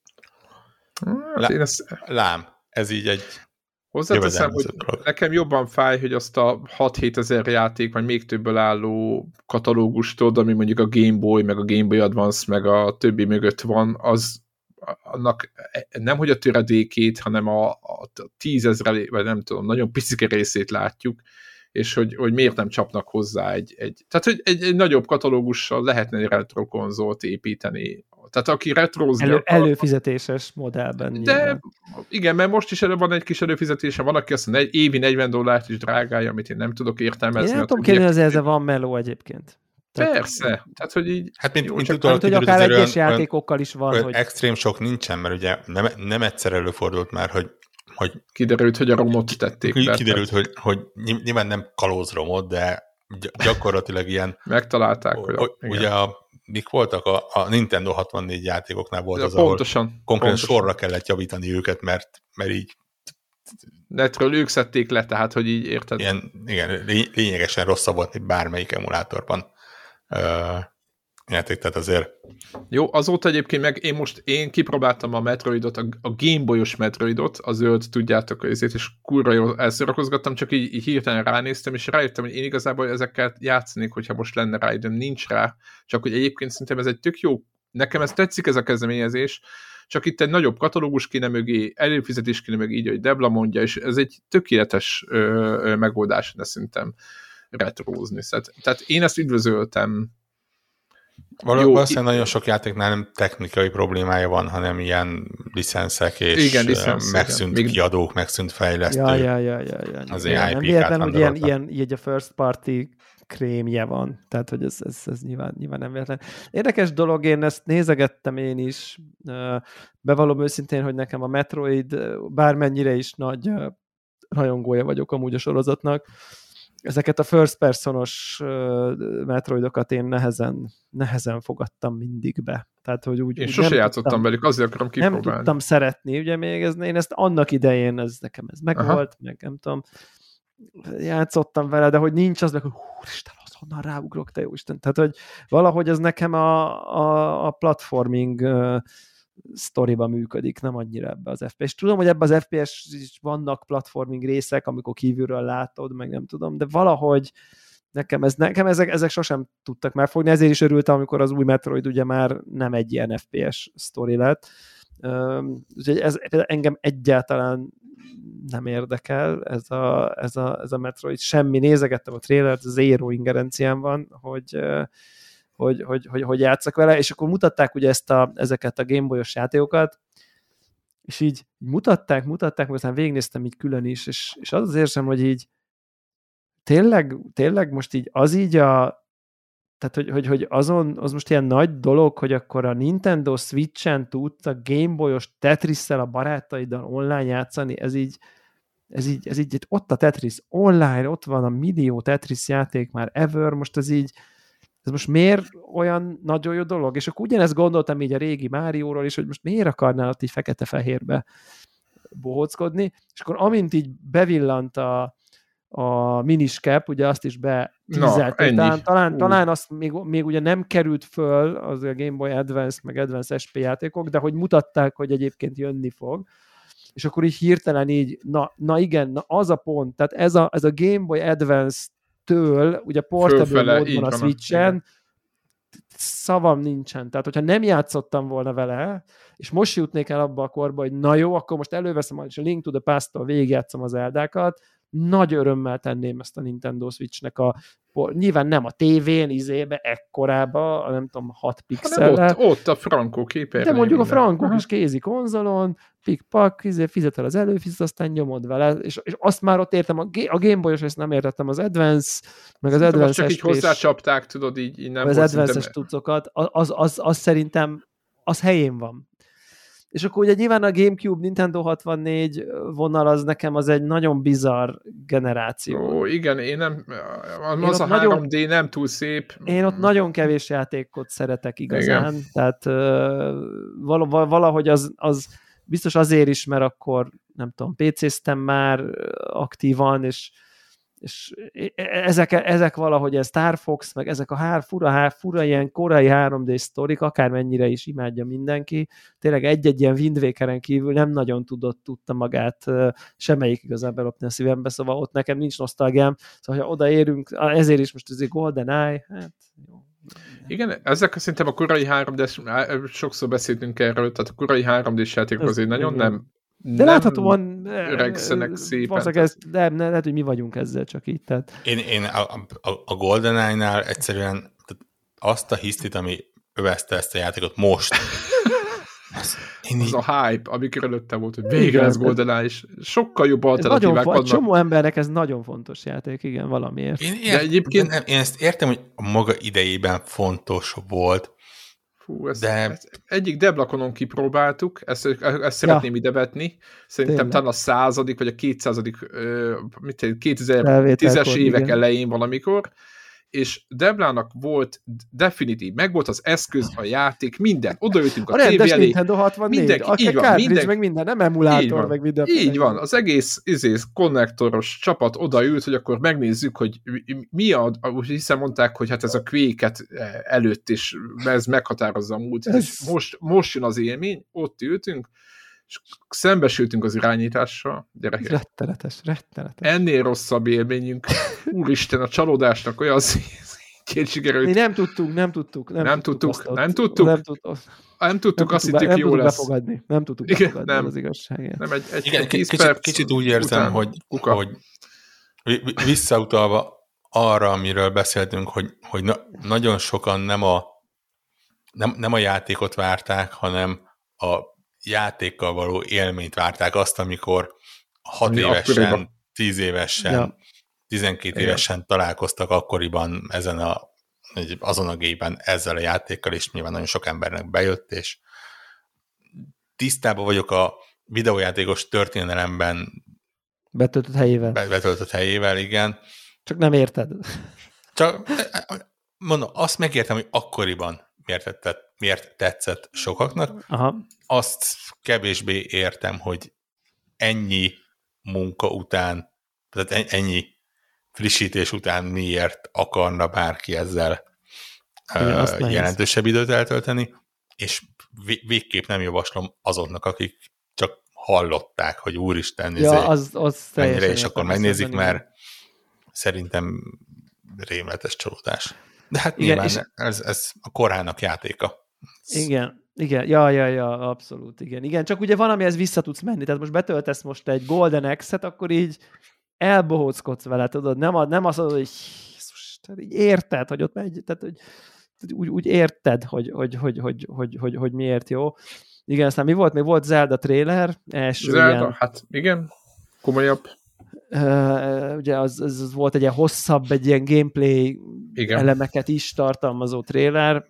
lám, ez így egy hozzáteszem, hogy nekem jobban fáj, hogy azt a 6-7 ezer játék, vagy még többből álló katalógust, ami mondjuk a Game Boy, meg a Game Boy Advance, meg a többi mögött van, az annak nem hogy a töredékét, hanem a 10 000, vagy nem tudom, nagyon picike részét látjuk, és hogy miért nem csapnak hozzá tehát, hogy egy nagyobb katalógussal lehetne egy retro konzolt építeni. Tehát aki retrózja... Előfizetéses modellben. De nyilván. Igen, mert most is van egy kis előfizetése, van, aki azt mondja, egy évi $40 is drágálja, amit én nem tudok értelmezni. Én nem tudom kérni, hogy ezzel van meló egyébként. Persze. Tehát, hogy így... Hát mint hogy akár egyes játékokkal is van. Hogy extrém sok nincsen, mert ugye nem egyszer előfordult már, hogy kiderült, hogy a romot tették be. Kiderült, hogy nyilván nem kalózromot, de gyakorlatilag ilyen... Megtalálták, hogy... Ugye mik voltak? A Nintendo 64 játékoknál volt az, pontosan, ahol konkrétan sorra kellett javítani őket, mert így... Netről ők szedték le, tehát, hogy így érted? Igen, lényegesen rosszabb volt, mint bármelyik emulátorban játék, tehát azért... Jó, azóta egyébként meg én kipróbáltam a Metroidot, a Game Boy-os Metroidot, a zöld, tudjátok, ezért, és kurva jól elszórakozgattam, csak így hirtelen ránéztem, és rájöttem, hogy én igazából ezekkel játszanék, hogyha most lenne rá időm, nincs rá, csak hogy egyébként szerintem ez egy tök jó, nekem ez tetszik ez a kezdeményezés, csak itt egy nagyobb katalógus kéne mögé, előfizetés kéne mögé, így, hogy Debla mondja, és ez egy tökéletes megoldás, de szerintem retrózni. Tehát én ezt üdvözöltem. Valószínűleg nagyon sok játéknál nem technikai problémája van, hanem ilyen licenszek és megszűnt kiadók, megszűnt fejlesztők. Az nem véletlen, hogy ilyen a first party krémje van. Tehát, hogy ez nyilván nem véletlen. Érdekes dolog, én ezt nézegettem én is. Bevallom őszintén, hogy nekem a Metroid bármennyire is nagy rajongója vagyok amúgy a sorozatnak. Ezeket a first personos Metroidokat én nehezen fogadtam mindig be. Tehát, hogy úgy sose játszottam velük, azért akarom kipróbálni. Nem tudtam szeretni, ugye még én ezt annak idején, nekem ez megvolt, meg nem tudom, játszottam vele, de hogy nincs az meg, hogy úristen, azonnal ráugrok, te jó Isten. Tehát, hogy valahogy ez nekem a platforming sztoriba működik, nem annyira ebbe az FPS. Tudom, hogy ebbe az FPS is vannak platforming részek, amikor kívülről látod, meg nem tudom, de valahogy nekem ezek sosem tudtak megfogni, ezért is örültem, amikor az új Metroid ugye már nem egy ilyen FPS sztori lett. Úgyhogy ez engem egyáltalán nem érdekel, ez a Metroid. Semmi, nézegettem a trailert, zero ingerenciám van, hogy játszak vele, és akkor mutatták ugye ezeket a Game Boy-os játékokat, és így mutatták, meg aztán végignéztem így külön is, és az érzem, hogy így tényleg most így az így tehát, hogy az most ilyen nagy dolog, hogy akkor a Nintendo Switch-en tudsz a Game Boy-os Tetris-szel a barátaiddal online játszani, ez így ott a Tetris online, ott van a millió Tetris játék már ever, most ez most miért olyan nagyon jó dolog? És akkor ugyanezt gondoltam így a régi Márióról is, hogy most miért akarnál ott így fekete-fehérbe bohóckodni, és akkor amint így bevillant a miniscap, ugye azt is betízelték, talán azt még ugye nem került föl az a Game Boy Advance, meg Advance SP játékok, de hogy mutatták, hogy egyébként jönni fog, és akkor így hirtelen így, na igen, az a pont, tehát ez a Game Boy Advance től, ugye portable módban a Switchen, szavam nincsen. Tehát, hogyha nem játszottam volna vele, és most jutnék el abba a korba, hogy na jó, akkor most előveszem, és a Link to the Past-tól végigjátszom az Eldákat, nagy örömmel tenném ezt a Nintendo Switch-nek nyilván nem a tévén, ekkorába, nem tudom, 6 pixellel. Ott a frankó képernyőn. De mondjuk a frankó kis kézi konzolon, pikpak, fizetel az előfizet, aztán nyomod vele, és azt már ott értem, a Game Boy-os ezt nem értettem, az Advance, meg az Advance-es csak így hozzácsapták, tudod, így nem az Advance-es tucokat, az szerintem az helyén van. És akkor ugye nyilván a GameCube, Nintendo 64 vonal az nekem az egy nagyon bizarr generáció. Ó, igen, én nem, az a 3D nem túl szép. Én ott nagyon kevés játékot szeretek igazán, igen. Tehát valahogy az biztos azért is, mert akkor nem tudom, PC-ztem már aktívan, és És ezek valahogy ez Star Fox, meg ezek a fura ilyen korai 3D sztorik, akármennyire is imádja mindenki, tényleg egy-egy ilyen Wind Wakeren kívül nem nagyon tudta magát semmelyik igazán belopni a szívembe, szóval ott nekem nincs nosztalgiám, szóval ha odaérünk, ezért is most ez egy GoldenEye, hát jó. Igen, ezek szerintem a korai 3D-s, sokszor beszéltünk erről, tehát a korai 3D-s játékok azért nagyon nem de láthatóan öregszenek szépen. De lehet, hogy mi vagyunk ezzel csak így. Tehát. Én a GoldenEye-nál egyszerűen azt a hisztit, ami övezte ezt a játékot most. Az a hype, ami körülötte volt, hogy végre lesz GoldenEye, és sokkal jobb alternatívák vannak. Egy csomó embernek ez nagyon fontos játék, igen, valamiért. Én ezt értem, hogy a maga idejében fontos volt. Ezt egyik Deblaconon kipróbáltuk, ezt szeretném idevetni. Szerintem talán a 100. vagy a 200. 2010-es évek elején valamikor, és Deblának volt definitív, meg volt az eszköz, a játék, minden. Odaültünk a tévé elé. Nintendo 64, mindenki, így van, mindenki, meg minden, nem emulátor, meg minden. Így van, az egész konnektoros csapat odaült, hogy akkor megnézzük, hogy mi hiszen mondták, hogy hát ez a Quake-et előtt, és ez meghatározza a múlt. Most jön az élmény, ott ültünk, és szembesültünk az irányítással, gyerekek. Rettenetes. Ennél rosszabb élményünk. Úristen, a csalódásnak olyan szintjén sikerült. Mi nem tudtuk. Nem tudtuk, azt hittük, jó lesz. Nem tudtuk befogadni az igazságát. Nem egy 10 perc kicsit úgy érzem, hogy visszautalva arra, amiről beszéltünk, hogy nagyon sokan nem a játékot várták, hanem a játékkal való élményt várták, azt, amikor 6 évesen, 10 évesen, 12 évesen találkoztak akkoriban azon a gépen ezzel a játékkal, és nyilván nagyon sok embernek bejött, és tisztában vagyok a videójátékos történelemben betöltött helyével, igen. Csak nem érted. Mondom, azt megértem, hogy akkoriban miért tetszett sokaknak. Aha. Azt kevésbé értem, hogy ennyi munka után, tehát ennyi frissítés után miért akarna bárki ezzel jelentősebb időt eltölteni, és végképp nem javaslom azoknak, akik csak hallották, hogy úristen, mennyire, és akkor megnézik, mert szerintem rémletes csalódás. De hát igen, nyilván ez a korának játéka. Igen. Ja, abszolút, igen. Csak ugye van, amihez vissza tudsz menni, tehát most betöltesz most egy Golden Axe-et, akkor így elbohóckodsz vele, tudod, nem azt mondod, hogy Jézus, tehát így érted, hogy ott megy, tehát hogy úgy érted, hogy miért jó. Igen, aztán mi volt? Még volt Zelda trailer. Zelda, hát igen, komolyabb. Ugye az volt egy ilyen hosszabb, egy ilyen gameplay elemeket is tartalmazó trailer.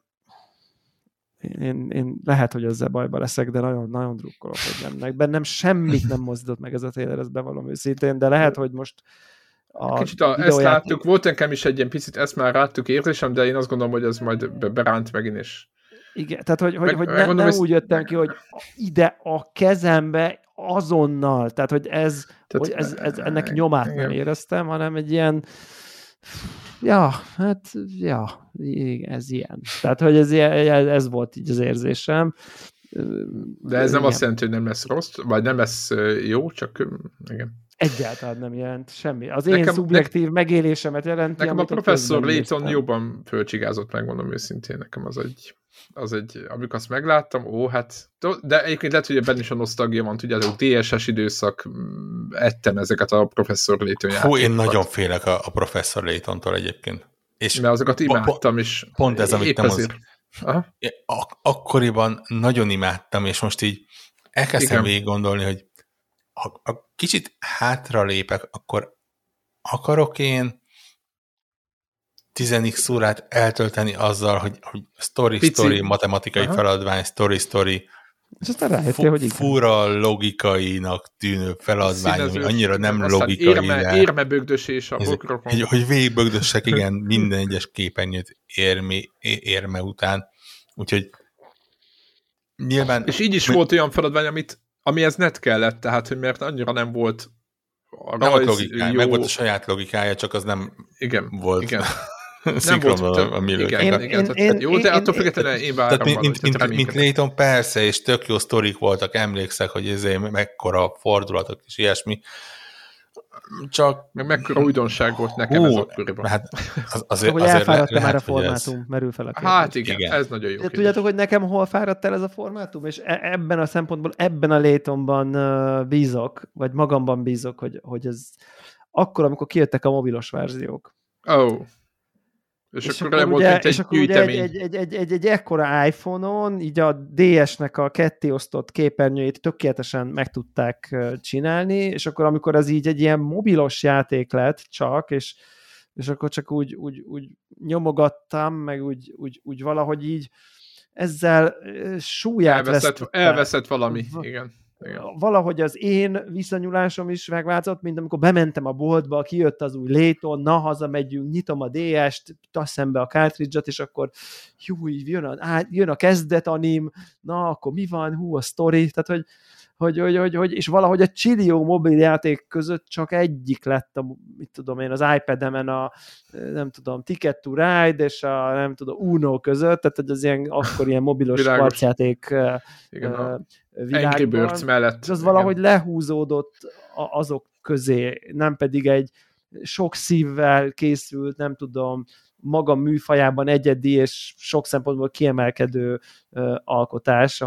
Én lehet, hogy ezzel bajba leszek, de nagyon drukkolok, hogy nem. Bennem semmit nem mozdított meg ez a trailer, ezt bevallom őszintén, de lehet, hogy most kicsit ezt láttuk, volt nekem is egy ilyen picit, ezt már láttuk érzésem, de én azt gondolom, hogy ez majd beránt megint is. Igen, tehát hogy nem úgy jöttem ki, hogy ide a kezembe azonnal, tehát hogy ennek nyomát nem éreztem, hanem egy ilyen ez ilyen. Tehát, hogy ez volt így az érzésem. De ez nem azt jelenti, hogy nem lesz rossz, vagy nem lesz jó, csak igen. Egyáltalán nem jelent semmi. Az én szubjektív megélésemet jelenti. Nekem a professzor Layton jobban fölcsigázott, megmondom őszintén. Nekem az egy, amikor azt megláttam, de egyébként lehet, hogy ebben is a nosztalgia van, tudjátok, DSS időszak, ettem ezeket a professzor Layton játékokat. Én nagyon félek a professzor Laytontól egyébként. És mert azokat imádtam is. Pont ez, amit nem akkoriban nagyon imádtam, és most így elkezdtem végig gondolni, hogy ha kicsit hátra lépek, akkor akarok én 10x órát eltölteni azzal, hogy story, matematikai feladvány, story, és aztán rájöttél, hogy fura logikainak tűnő feladvány, ami annyira nem logikai. Érmebögdösés a bokrokon. Hogy végigbögdössek, igen, minden egyes képernyőt érme után. Úgyhogy nyilván... És így is volt olyan feladvány, amihez net kellett, tehát, hogy mert annyira nem volt nem volt logikája, meg volt a saját logikája, csak az nem volt. Igen. Nem volt a mi igen. Jó, de attól függetlenül én várom valahogy. Mint Layton persze, és tök jó sztorik voltak, emlékszek, hogy ezért mekkora fordulatok és ilyesmi. Csak... Meg mekkora újdonság volt nekem ez akkoriban. Hát azért hogy elfáradt már a formátum, merül fel a kérdés. Hát igen, ez nagyon jó. Tudjátok, hogy nekem hol fáradt el ez a formátum? És ebben a szempontból, ebben a Laytonban bízok, vagy magamban bízok, hogy ez akkor, amikor kijöttek a mobilos verziók. És akkor nem volt egy gyűjtemény. Egy ekkora iPhone-on, így a DS-nek a kettéosztott képernyőjét tökéletesen meg tudták csinálni, és akkor amikor ez így egy ilyen mobilos játék lett csak, és akkor csak úgy nyomogattam, meg úgy valahogy így ezzel súlyát elveszett valami, igen. Valahogy az én viszonyulásom is megváltozott, mint amikor bementem a boltba, kijött az új Layton, na, hazamegyünk, nyitom a DS-t, taszem be a cartridge-ot, és akkor jön a kezdet anim, na, akkor mi van, a sztori, tehát, hogy és valahogy a csillió mobiljáték között csak egyik lett mit tudom én, az iPad-emen a nem tudom, Ticket to Ride és a nem tudom, Uno között, tehát hogy az akkor ilyen mobilos kartjáték Angry Birds mellett. És az valahogy lehúzódott azok közé, nem pedig egy sok szívvel készült, nem tudom, maga műfajában egyedi és sok szempontból kiemelkedő alkotás,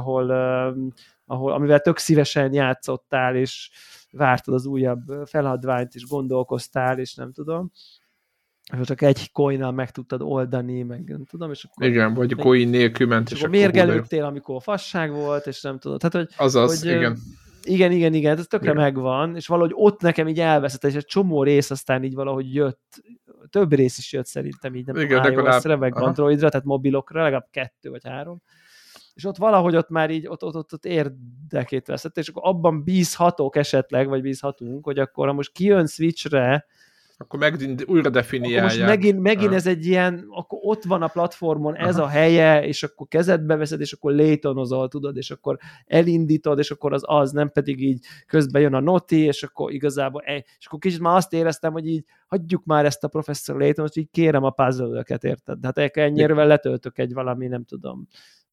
amivel tök szívesen játszottál, és vártad az újabb feladványt, és gondolkoztál, és nem tudom. És csak egy coinnal meg tudtad oldani, meg nem tudom, és akkor... Igen, vagy coin nélkül ment, és akkor mérgelődtél, amikor fasság volt, és nem tudom. Tehát, igen. Igen, ez tökre megvan, és valahogy ott nekem így elveszett, és egy csomó rész aztán így valahogy jött, több rész is jött szerintem így, nem tudom, iOS-re, meg Androidra, tehát mobilokra, legalább 2 vagy 3. És ott valahogy ott már így ott érdekét veszett, és akkor abban bízhatok esetleg, vagy bízhatunk, hogy akkor ha most kijön Switchre, akkor újra definiálják. Akkor most megint ez egy ilyen, akkor ott van a platformon ez a helye, és akkor kezedbe veszed, és akkor Laytonozol, tudod, és akkor elindítod, és akkor az nem pedig így közben jön a noti, és akkor igazából, és akkor kicsit már azt éreztem, hogy így hagyjuk már ezt a Professor Layton, és így kérem a puzzle-öket, érted? De hát ennyire letöltök egy valami, nem tudom,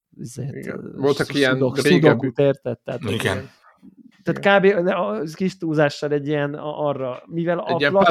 voltak ilyen régebbi. Érted? Tehát, igen. Tehát kb. A kis túlzással egy ilyen arra, mivel egy a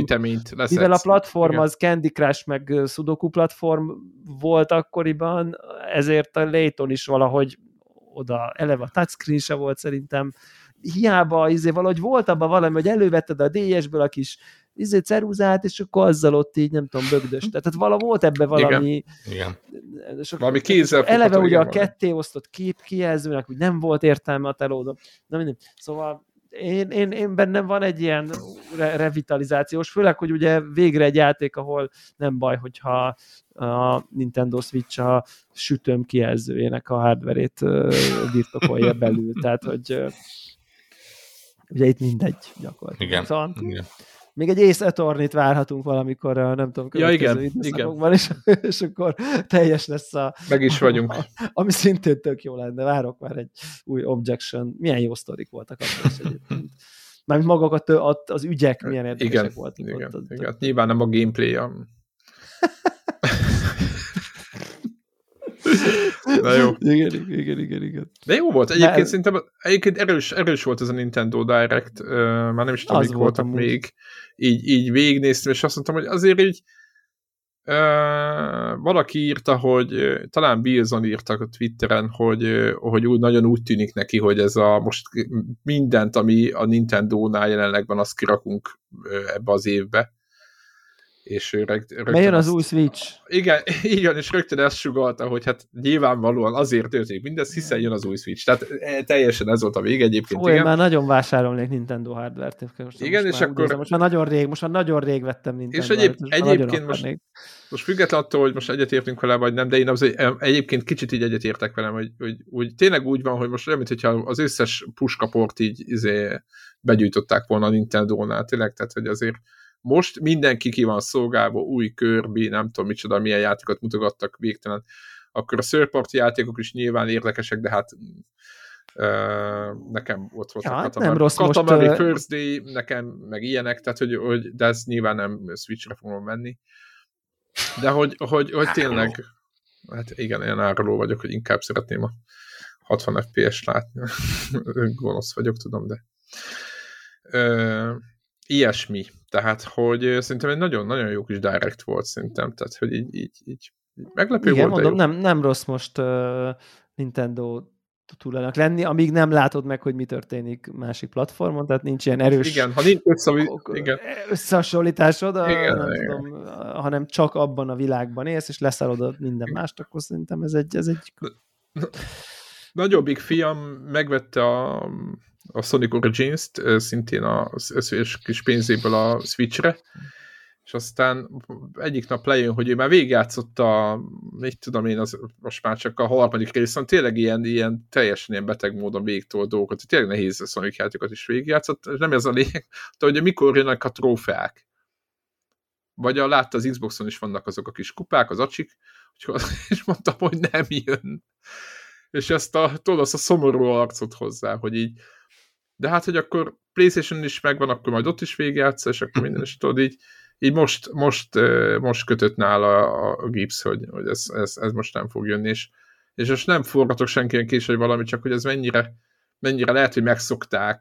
platform az Candy Crush meg Sudoku platform volt akkoriban, ezért a Layton is valahogy oda, eleve a touchscreen se volt szerintem, hiába valahogy volt abban valami, hogy elővetted a DS-ből a kis ceruzát, és akkor azzal ott így, nem tudom, bögdös. Tehát volt ebben valami... Igen. Valami kézzel eleve ugye a kettéosztott képkijelzőnek, hogy nem volt értelme a telódon. Na mindegy. Szóval én bennem van egy ilyen revitalizációs, főleg, hogy ugye végre egy játék, ahol nem baj, hogyha a Nintendo Switch a sütőm kijelzőjének a hardverét birtokolja belül. Tehát, hogy ugye itt mindegy gyakorlatilag. Igen. Szóval, igen. Még egy Ace Attorney-t várhatunk valamikor, nem tudom, következő időszakokban, és akkor teljes lesz meg is vagyunk. Ami szintén tök jó lenne. Várok már egy új Objection. Milyen jó sztorik voltak abban is egyébként. Mármint maguk az ügyek milyen érdekesek voltak. Igen. Nyilván nem a gameplay. Na jó. Igen. De jó volt. Egyébként szerintem erős volt ez a Nintendo Direct. Már nem is tudom, mik voltak még. Így végignéztem, és azt mondtam, hogy azért így valaki írta, hogy talán Bilzon írtak a Twitteren, hogy nagyon úgy tűnik neki, hogy ez most mindent, ami a Nintendo-nál jelenleg van, azt kirakunk ebbe az évbe. És bejön az új Switch. Igen, és rögtön ezt sugallta, hogy hát nyilvánvalóan azért történik mindez, hiszen jön az új Switch. Tehát teljesen ez volt a vége egyébként. Én már nagyon vásárolnék Nintendo hardware-t. Igen, és akkor... Most már nagyon rég vettem Nintendo. És egyébként most független attól, hogy most egyetértünk vele, vagy nem, de én egyébként kicsit így egyetértek velem, hogy tényleg úgy van, hogy most olyan, mintha az összes puskaport így begyűjtották volna a Nintendo-nál, tényleg, tehát hogy azért most mindenki ki van szolgálva, új Kirby, nem tudom micsoda, milyen játékot mutogattak végtelen. Akkor a third party játékok is nyilván érdekesek, de hát Nekem ott volt a Katamari First Day, nekem meg ilyenek, tehát de ezt nyilván nem Switchre fogom venni. De hogy tényleg, hát igen, olyan áruló vagyok, hogy inkább szeretném a 60 FPS látni. Gonosz vagyok, tudom, de ilyesmi. Tehát, hogy szerintem egy nagyon-nagyon jó kis direct volt szerintem, tehát, hogy így meglepő igen, volt. Mondom, nem rossz most Nintendo túlának lenni, amíg nem látod meg, hogy mi történik másik platformon, tehát nincs ilyen erős igen, ha nincs összehasonlításod, tudom, hanem csak abban a világban élsz, és leszállod minden mást, akkor szerintem ez egy... Nagyobbik fiam megvette a Sonic Origins-t, szintén az összes kis pénzéből a Switchre, és aztán egyik nap lejön, hogy ő már végigjátszott mit tudom én, most már csak a harmadik részen, tényleg ilyen teljesen ilyen beteg módon végigtól dolgokat, tényleg nehéz Sonic játékokat is végigjátszott, és nem ez a lényeg, hogy mikor jönnek a trófeák. Vagy látta az Xboxon is vannak azok a kis kupák, az acsik, és mondtam, hogy nem jön. És ezt tudod, azt a szomorú arcot hozzá, hogy így, de hát, hogy akkor PlayStation is megvan, akkor majd ott is végigjátsza, és akkor minden is tudod, így most kötött nála a Gibbs, hogy ez most nem fog jönni, és most nem forgatok senkinek később valami, csak hogy ez mennyire lehet, hogy megszokták,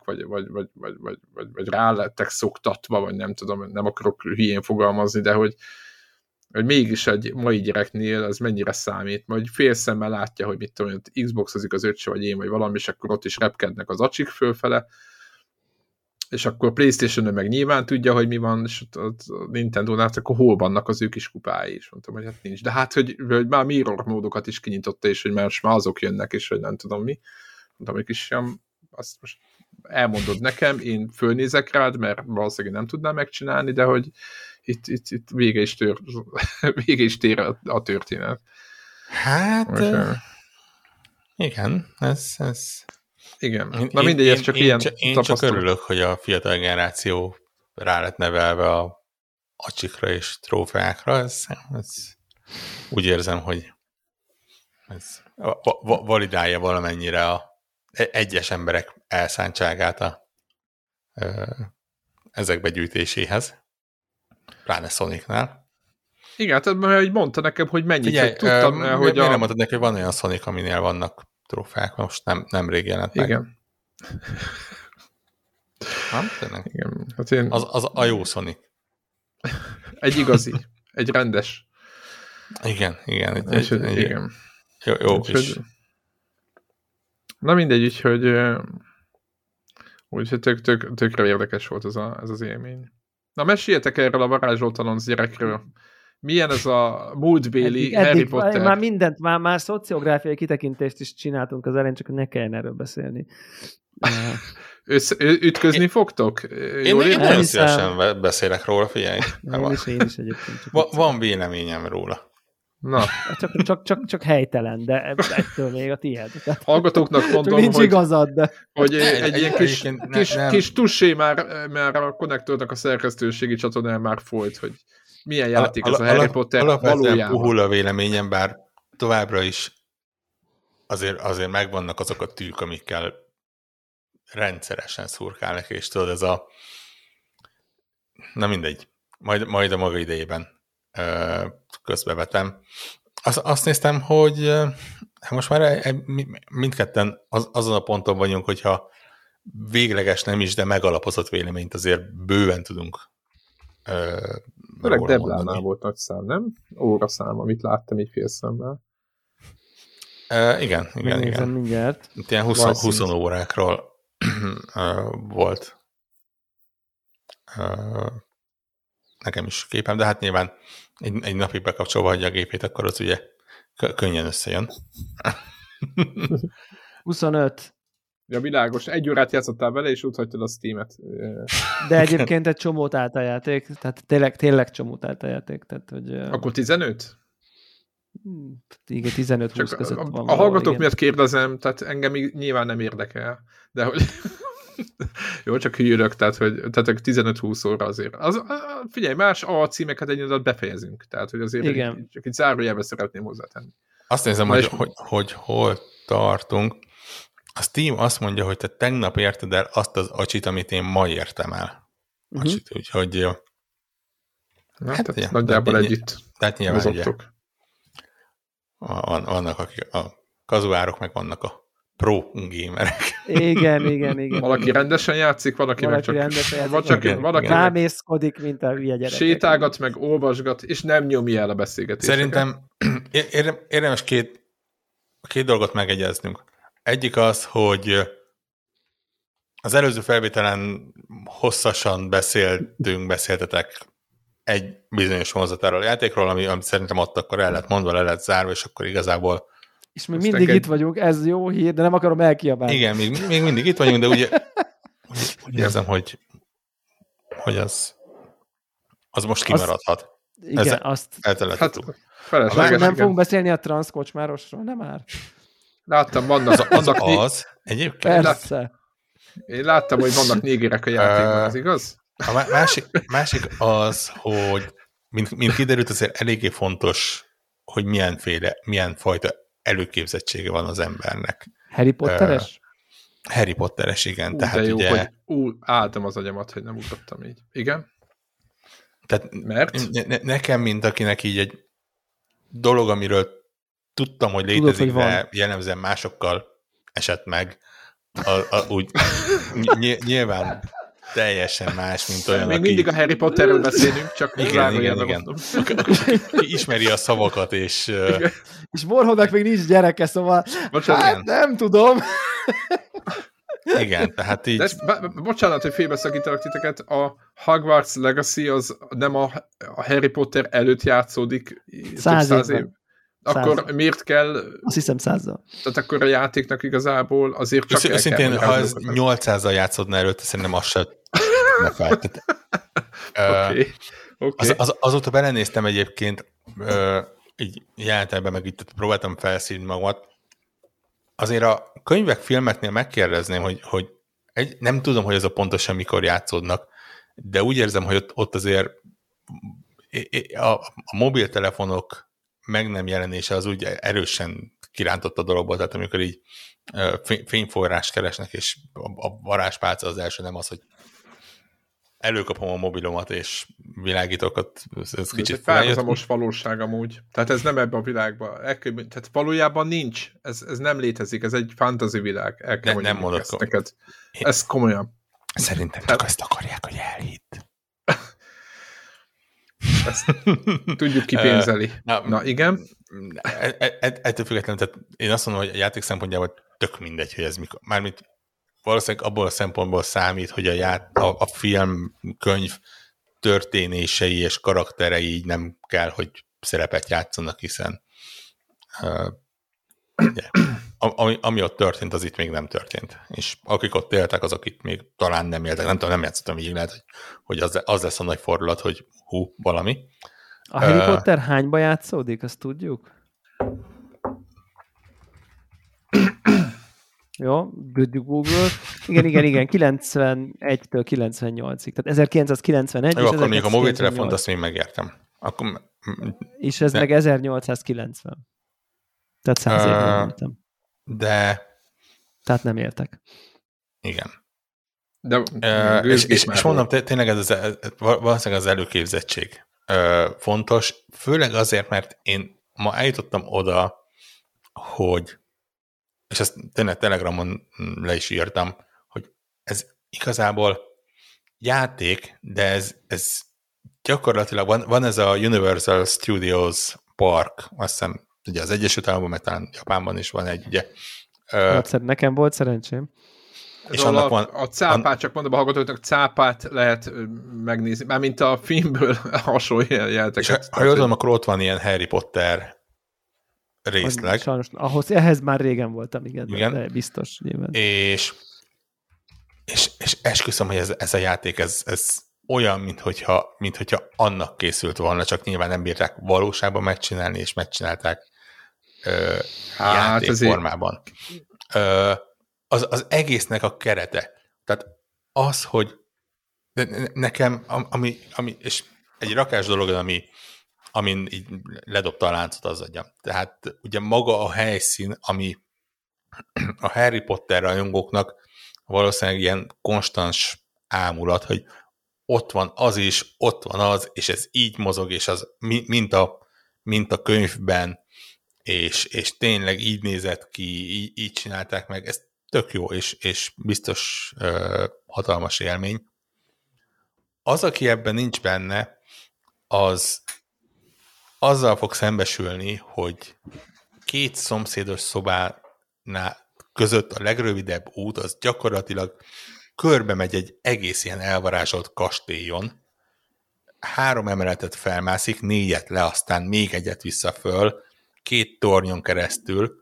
vagy rá lettek szoktatva, vagy nem tudom, nem akarok hülyén fogalmazni, de hogy mégis egy mai gyereknél ez mennyire számít, majd félszemmel látja, hogy mit tudom, hogy Xboxozik az öccse, vagy én, vagy valami, és akkor ott is repkednek az acsik fölfele, és akkor PlayStation-ön meg nyilván tudja, hogy mi van, és a Nintendo-nál, akkor hol vannak az ő kis kupái, és mondtam, hogy hát nincs. De hát, hogy már mirror módokat is kinyitotta, és hogy már azok jönnek, és hogy nem tudom mi. Mondtam, hogy kisfiam, azt most elmondod nekem, én fölnézek rád, mert valószínűleg nem tudnám megcsinálni, de hogy itt vége is tér a történet. Hát, igen, ez... Igen. Na mindegy, ez csak ilyen Én csak örülök, hogy a fiatal generáció rá lett nevelve a acsikra és trófeákra. Ez úgy érzem, hogy ez validálja valamennyire a egyes emberek elszántságát ezek begyűjtéséhez. Pláne Sonicnál. Igen, tehát mert mondta nekem, hogy mennyit. Figyelj, tudtam, hogy nem mondtad neki, hogy van olyan Sonic, aminél vannak trófeák, most nemrég jelent meg. Igen. Nem? Igen. Hát én... Az a jó Sonic. Egy igazi. Egy rendes. Igen. Igen. Jó kis. Na mindegy, úgyhogy tökre érdekes volt ez az élmény. Na meséljetek erről a varázsoltalanc gyerekről. Milyen ez a múltbéli Harry Potter? Már mindent, már szociográfiai kitekintést is csináltunk az elején, csak ne kelljen erről beszélni. Ütközni fogtok? Én nagyon szívesen beszélek róla, figyelj. Én is egyébként. Van véleményem róla. Na. Csak helytelen, de ettől még a tiéd. Hallgatóknak mondom, nincs igazad, de... hogy egy ilyen kis tussé már a konnektornak a szerkesztőségi csatornán már folyt, hogy milyen játék ez a Harry Potter valójában. Alapvetően puhul a véleményem, bár továbbra is azért megvannak azok a tűk, amikkel rendszeresen szurkálnak, és tudod, ez a... Na mindegy, majd a maga idejében közbevetem. Azt néztem, hogy most már mindketten azon a ponton vagyunk, hogyha végleges nem is, de megalapozott véleményt azért bőven tudunk Főleg Deblánál volt nagy szám, nem? Óraszám, amit láttam így félszemmel. Igen. Mindjárt. Itt ilyen 20 órákról volt nekem is képem, de hát nyilván egy napig bekapcsolva hagyja a gépét, akkor az ugye könnyen összejön. 25. Ja, világos. 1 órát játszottál vele, és úgy hagytad a Steam-et. De egyébként egy csomó táltajáték, tehát tényleg csomó táltajáték. Tehát, hogy, akkor 15? Igen, 15-20 között van. A hallgatók miatt kérdezem, tehát engem nyilván nem érdekel, de hogy... Jó, csak hűrök, tehát 15-20 óra azért. Figyelj, más alcímeket egy adat befejezünk, tehát hogy azért csak egy zárójelbe szeretném hozzátenni. Azt nézem, hogy hol tartunk. A Steam azt mondja, hogy te tegnap érted el azt az acsit, amit én ma értem el. Acsit, úgyhogy... Hát nagyjából együtt mozogtok. Vannak a kazuárok, meg vannak a pro gamerek. Igen. Valaki rendesen játszik, valaki meg csak... Valaki rámészkodik, mint a hülye gyerekek. Sétálgat, meg olvasgat, és nem nyomja el a beszélgetéseket. Szerintem érdemes két dolgot megegyeznünk. Egyik az, hogy az előző felvételen hosszasan beszéltetek egy bizonyos vonzatáról a játékról, ami szerintem ott akkor el lett mondva, le lett zárva, és akkor igazából... És még mindig itt vagyunk, ez jó hír, de nem akarom elkiabálni. Igen, még mindig itt vagyunk, de ugye úgy érzem, hogy az most kimaradhat. Igen, azt... Nem fogunk beszélni a transzkocsmárosról, nem már? Láttam, vannak... Az egyébként... Persze. Én láttam, hogy vannak négérek a játékban, ez igaz? A másik az, hogy mint kiderült, azért eléggé fontos, hogy milyen fajta előképzettsége van az embernek. Harry Potteres? Harry Potteres, igen. Tehát jó, ugye... hogy álltam az agyamat, hogy nem ugrottam így. Igen? Tehát mert? Nekem, mint akinek így egy dolog, amiről tudtam, hogy létezik, de jellemzően másokkal esett meg, úgy nyilván teljesen más, mint olyan, még mindig a Harry Potterről beszélünk, csak igen. Ismeri a szavakat, és... És Morhónak még nincs gyereke, szóval hát nem tudom. Igen, tehát így... Bocsánat, hogy félbeszakítalak titeket, a Hogwarts Legacy az nem a Harry Potter előtt játszódik 100 év. Akkor miért kell... Azt hiszem 100-zal. Tehát akkor a játéknak igazából azért csak el szintén, kell, ha ez 800-zal játszódna előtte, szerintem azt se ne feltett. Okay. Azóta belenéztem egyébként, így jelenetben meg itt próbáltam felszínni magamat. Azért a könyvek, filmeknél megkérdezném, hogy nem tudom, hogy ez a pontosan mikor játszódnak, de úgy érzem, hogy ott azért a mobiltelefonok meg nem jelenése az úgy erősen kirántott a dologból, tehát amikor így fényforrást keresnek, és a varázspálca az első, nem az, hogy előkapom a mobilomat, és világítókat, ez kicsit párhuzamos valóság amúgy. Tehát ez nem ebben a világban. Tehát valójában nincs. Ez nem létezik, ez egy fantasy világ. Nem mondok neked. Ez komolyan. Szerintem csak azt akarják, hogy elhidd. Ezt tudjuk kipénzeli. Na igen. Ettől függetlenül, tehát én azt mondom, hogy a játék szempontjából tök mindegy, hogy ez mikor. Mármint valószínűleg abból a szempontból számít, hogy a film, könyv történései és karakterei így nem kell, hogy szerepet játszanak, hiszen ami ott történt, az itt még nem történt. És akik ott éltek, azok itt még talán nem éltek. Nem tudom, nem játszottam így, lehet, hogy az lesz a nagy fordulat, hogy valami. A Harry Potter hányba játszódik, azt tudjuk? Jó, Google. Igen, 91-től 98-ig. Tehát 1991 jó, és akkor még a mobiltelefont azt még megértem. Akkor... És ez meg 1890. Tehát 100 évvel mondtam. De... Tehát nem éltek. Igen. De, és mondom, tényleg ez valószínűleg az előképzettség fontos, főleg azért, mert én ma eljutottam oda, hogy, és ezt tényleg Telegramon le is írtam, hogy ez igazából játék, de ez gyakorlatilag van ez a Universal Studios Park, azt hiszem, ugye az Egyesült Államokban, meg talán Japánban is van egy, ugye. Nekem volt szerencsém. És annak van, a cápát, csak mondom a hallgatóknak, cápát lehet megnézni, mármint a filmből hasonló jelenteket. És ha jól tudom, akkor ott van ilyen Harry Potter részleg. Sajnos, ehhez már régen voltam, igen. De biztos nyilván. És esküszöm, hogy ez a játék, ez olyan, minthogyha annak készült volna, csak nyilván nem bírták valóságban megcsinálni, és megcsinálták játékformában. Az egésznek a kerete. Tehát az, hogy nekem, és egy rakás dolog, amin így ledobta a láncot az agyam. Tehát ugye maga a helyszín, ami a Harry Potter rajongóknak valószínűleg ilyen konstans ámulat, hogy ott van az is, ott van az, és ez így mozog, és az mint a könyvben, és tényleg így nézett ki, így csinálták meg, ez tök jó, és biztos hatalmas élmény. Az, aki ebben nincs benne, az azzal fog szembesülni, hogy két szomszédos szobánál között a legrövidebb út, az gyakorlatilag körbe megy egy egész ilyen elvarázsolt kastélyon, 3 emeletet felmászik, 4 le, aztán még egyet vissza föl, 2 tornyon keresztül,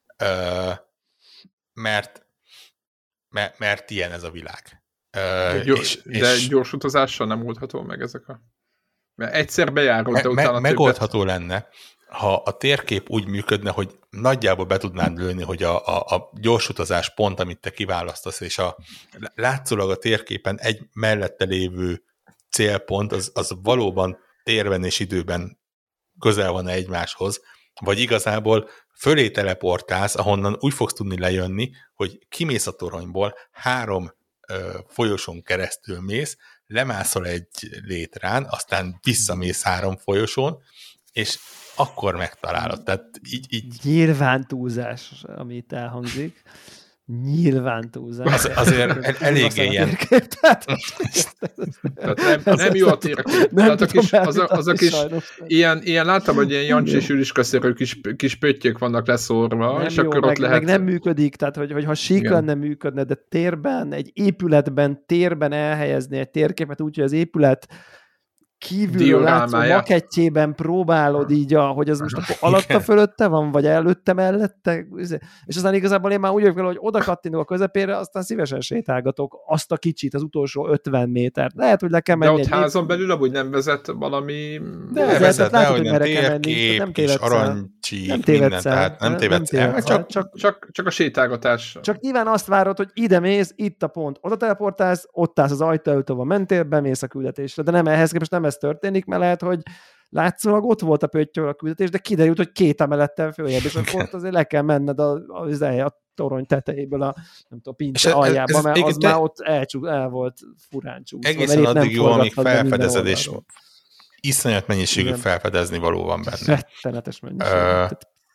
mert ilyen ez a világ. De gyors utazással nem oldható meg ezek a... Mert egyszer bejárult, de utána megoldható lenne, ha a térkép úgy működne, hogy nagyjából be tudnád lőni, hogy a gyorsutazás pont, amit te kiválasztasz, és látszólag a térképen egy mellette lévő célpont, az valóban térben és időben közel van egymáshoz, vagy igazából fölé teleportálsz, ahonnan úgy fogsz tudni lejönni, hogy kimész a toronyból, 3 folyosón keresztül mész, lemászol egy létrán, aztán visszamész 3 folyosón, és akkor megtalálod. Tehát így... Nyilván túlzás, amit elhangzik. Nyilván túlzás. Azért eléggé ilyen. Nem jó a térkép. Tehát az a kis ilyen láttam, hogy ilyen Jancsi és üliskaszörő kis pöttyök vannak leszórva, nem és jó, akkor ott lehet... Meg nem működik, tehát hogy ha sík lenne működne, de térben, egy épületben, térben elhelyezni egy térképet úgy, hogy az épület kívülről látszó makettjében próbálod így, hogy az most akkor alatta fölötte van, vagy előtte mellette, és aztán igazából én már úgy vagyok vele, hogy oda kattinok a közepére, aztán szívesen sétálgatok azt a kicsit, az utolsó 50 métert. Lehet, hogy le kell menni. De ott házon belül amúgy nem vezet valami... De vezet, látod, hogy merre kell menni. Nem tévedsz el. Nem tévedsz el. Csak a sétálgatás. Csak nyilván azt várod, hogy ide mész, itt a pont. Oda teleportálsz, ott állsz az ajtó előtt, ahol mentél, bemész a küldetésre. De nem ehhez képest nem ez történik, mert lehet, hogy látszólag ott volt a pöttyől a küldetés, de kiderült, hogy 2 emelettel följebb, és akkor azért le kell menned a torony tetejéből a pince aljába, mert az már ott el volt furán csúszva. Egészen addig jó, amíg felfedezed, és iszonyat mennyiségű felfedezni való van benne. Rettenetes mennyiség.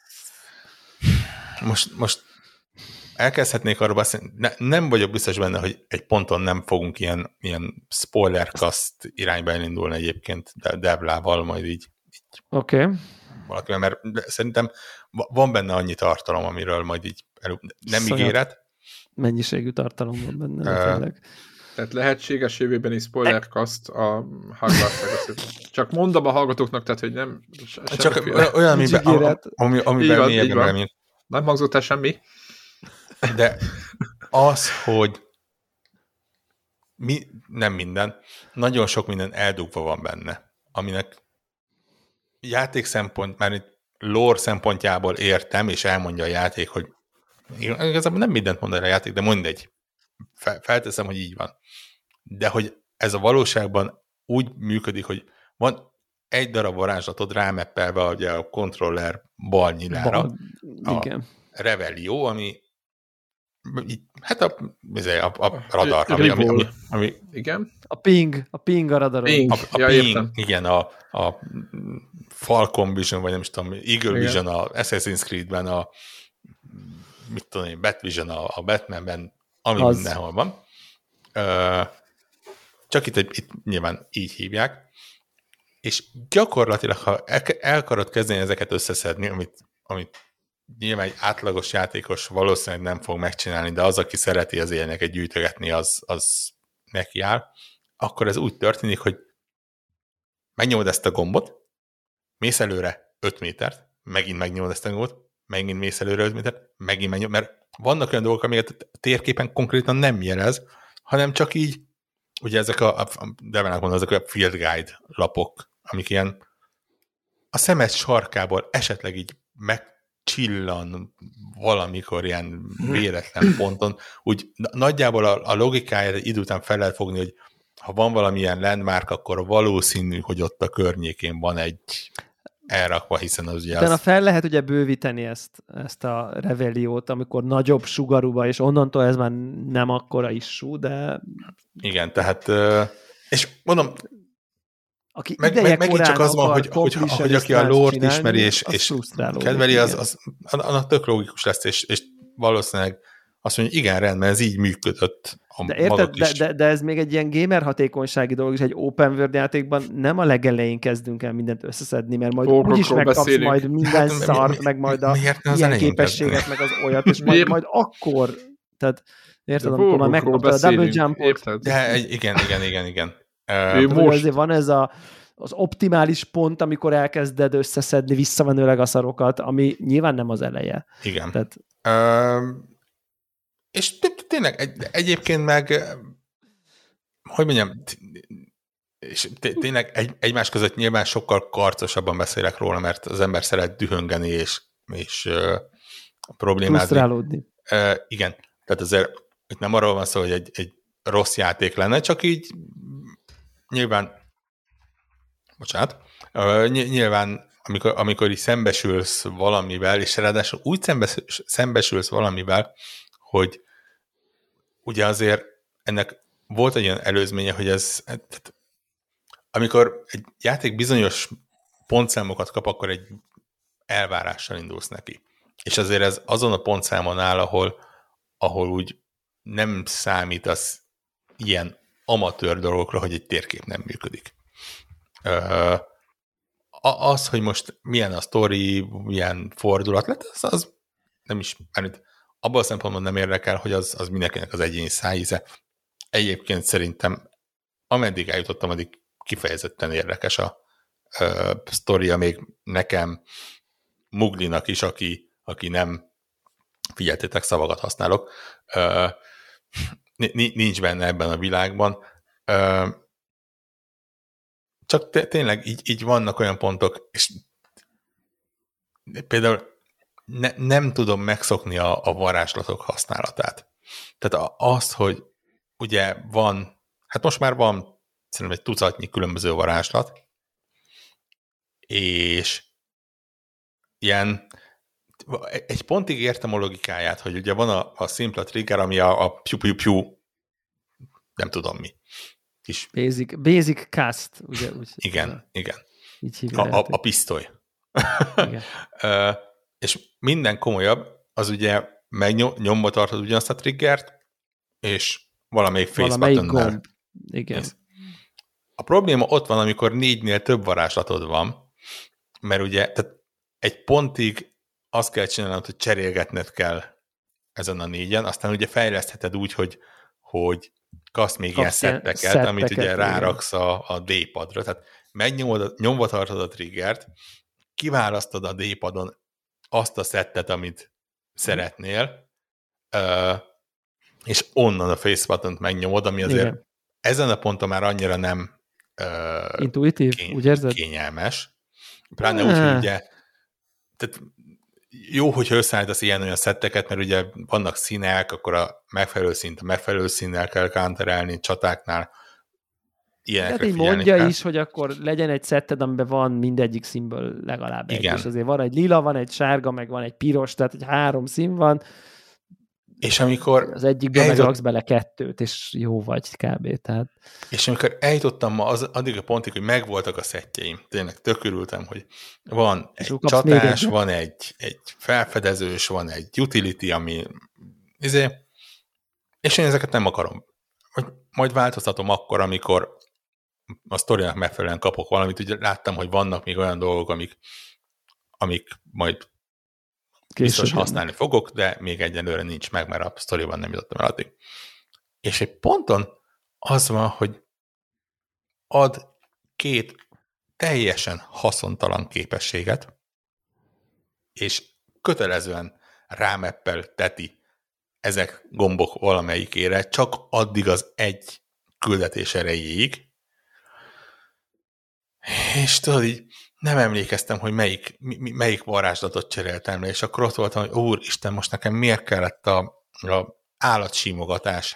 Most elkezdhetnék arra beszélni, nem vagyok biztos benne, hogy egy ponton nem fogunk ilyen spoilercast irányba elindulni egyébként Devlával, majd így Oké. Valakivel, mert szerintem van benne annyi tartalom, amiről majd így nem ígéret. Mennyiségű tartalom van benne. Tehát lehetséges jövőbeni spoilercast a Hogwarts. Csak mondom a hallgatóknak, tehát, hogy nem... Csak olyan, amiben mélyebben nem hangzott el semmi. De az, hogy nem minden, nagyon sok minden eldugva van benne, aminek játék szempont, már itt lore szempontjából értem, és elmondja a játék, hogy igazából nem mindent mond el a játék, de mindegy. Felteszem, hogy így van. De hogy ez a valóságban úgy működik, hogy van egy darab varázslatod rámeppelve ugye a kontroller bal nyilára. Igen. A Revelio, ami hát a radar, ami igen. A ping a radaron. A ping, igen, a Falcon Vision, vagy nem is tudom, Eagle Vision a Assassin's Creed-ben, a mit tudom én, Batvision a Batmanben, ami az mindenhol van. Csak itt nyilván így hívják. És gyakorlatilag, ha el akarod kezdeni ezeket összeszedni, amit nyilván egy átlagos játékos valószínűleg nem fog megcsinálni, de az, aki szereti az ilyeneket gyűjtögetni, az neki áll, akkor ez úgy történik, hogy megnyomod ezt a gombot, mész előre 5 métert, megint megnyomod ezt a gombot, megint mész előre 5 métert, megint megnyomod, mert vannak olyan dolgok, amiket a térképen konkrétan nem jelez, hanem csak így, ugye ezek Develnek mondom, ezek a field guide lapok, amik ilyen a szemed sarkából esetleg így megcsillan valamikor ilyen véletlen ponton, úgy nagyjából a logikáját egy idő után fel lehet fogni, hogy ha van valamilyen landmark, akkor valószínű, hogy ott a környékén van egy elrakva, hiszen az ugye utána fel lehet ugye bővíteni ezt a Reveliót, amikor nagyobb sugarúba, és onnantól ez már nem akkora issú, de... Igen, tehát, és mondom, aki megint csak az van, hogy aki a lore-t ismeri, és kedveli, az annak tök logikus lesz, és valószínűleg azt mondja, igen, rendben, ez így működött de érted, de ez még egy ilyen gamer hatékonysági dolog, és egy open world játékban nem a legelején kezdünk el mindent összeszedni, mert majd úgyis megkapsz majd minden szart, meg majd a ilyen képességet, meg az olyat, és majd akkor, tehát érted, amikor már megkaptad a double jumpot. De igen. Azért van ez az optimális pont, amikor elkezded összeszedni visszamenőleg a szarokat, ami nyilván nem az eleje. Igen. Tehát... és tényleg egyébként meg, hogy mondjam, és tényleg egymás között nyilván sokkal karcosabban beszélek róla, mert az ember szeret dühöngeni és problémázni. Frusztrálódni. Igen, tehát azért itt nem arról van szó, hogy egy rossz játék lenne, csak így nyilván nyilván amikor így szembesülsz valamivel, és ráadásul úgy szembesülsz valamivel, hogy ugye azért ennek volt egy olyan előzménye, hogy amikor egy játék bizonyos pontszámokat kap, akkor egy elvárással indulsz neki. És azért ez azon a pontszámon áll, ahol úgy nem számítasz ilyen amatőr dolgokra, hogy egy térkép nem működik. Az, hogy most milyen a sztori, milyen fordulat lett, az nem is, abban a szempontból nem érdekel, hogy az mindenkinek az egyéni szájíze. Egyébként szerintem ameddig eljutottam, addig kifejezetten érdekes a sztoria, még nekem Muglinak is, aki nem, figyeltétek, szavakat használok, nincs benne ebben a világban. Csak tényleg így vannak olyan pontok, és például nem tudom megszokni a varázslatok használatát. Tehát az, hogy ugye van, hát most már van szerintem egy tucatnyi különböző varázslat, és ilyen egy pontig értem a logikáját, hogy ugye van a szimpla trigger, ami a piu-piu-piu, nem tudom mi. Kis... Basic cast, ugye? Igen. A pisztoly. Igen. És minden komolyabb, az ugye nyomba tartod ugyanazt a triggert, és valamelyik face buttonnál. Igen. A probléma ott van, amikor 4-nél több varázslatod van, mert ugye tehát egy pontig azt kell csinálnod, hogy cserélgetned kell ezen a 4-en, aztán ugye fejlesztheted úgy, hogy kapsz még ilyen szetteket, amit ugye ráraksz a D-padra. Tehát nyomva tartod a triggert, kiválasztod a D-padon azt a szettet, amit szeretnél, és onnan a face buttont megnyomod, ami azért ezen a ponton már annyira nem intuitív, úgy érzed? Kényelmes. Pláne úgy, hogy ugye tehát jó, hogyha összeállítasz ilyen-olyan szetteket, mert ugye vannak színek, akkor a megfelelő színt a megfelelő színnel kell counterelni, csatáknál ilyenekre figyelni kell. Tehát így mondja is, hogy akkor legyen egy szetted, amiben van mindegyik színből legalább egy. És azért van egy lila, van egy sárga, meg van egy piros, tehát egy 3 szín van. És amikor az egyikből megraksz bele 2, és jó vagy kb. Tehát... És amikor eljutottam ma addig a pontig, hogy megvoltak a szettjeim, tényleg tök örültem, hogy van egy csatás, van egy felfedezős, van egy utility, ami és én ezeket nem akarom. Majd változtatom akkor, amikor a sztoriának megfelelően kapok valamit. Ugye láttam, hogy vannak még olyan dolgok, amik majd biztos használni fogok, de még egyenlőre nincs meg, mert a sztoriban nem jutottam el addig. És egy ponton az van, hogy ad 2 teljesen haszontalan képességet, és kötelezően rámeppelteti ezek gombok valamelyikére, csak addig az egy küldetés erejéig. És tudod, így nem emlékeztem, hogy melyik varázslatot cseréltem le, és akkor ott voltam, hogy úristen, most nekem miért kellett a állatsímogatás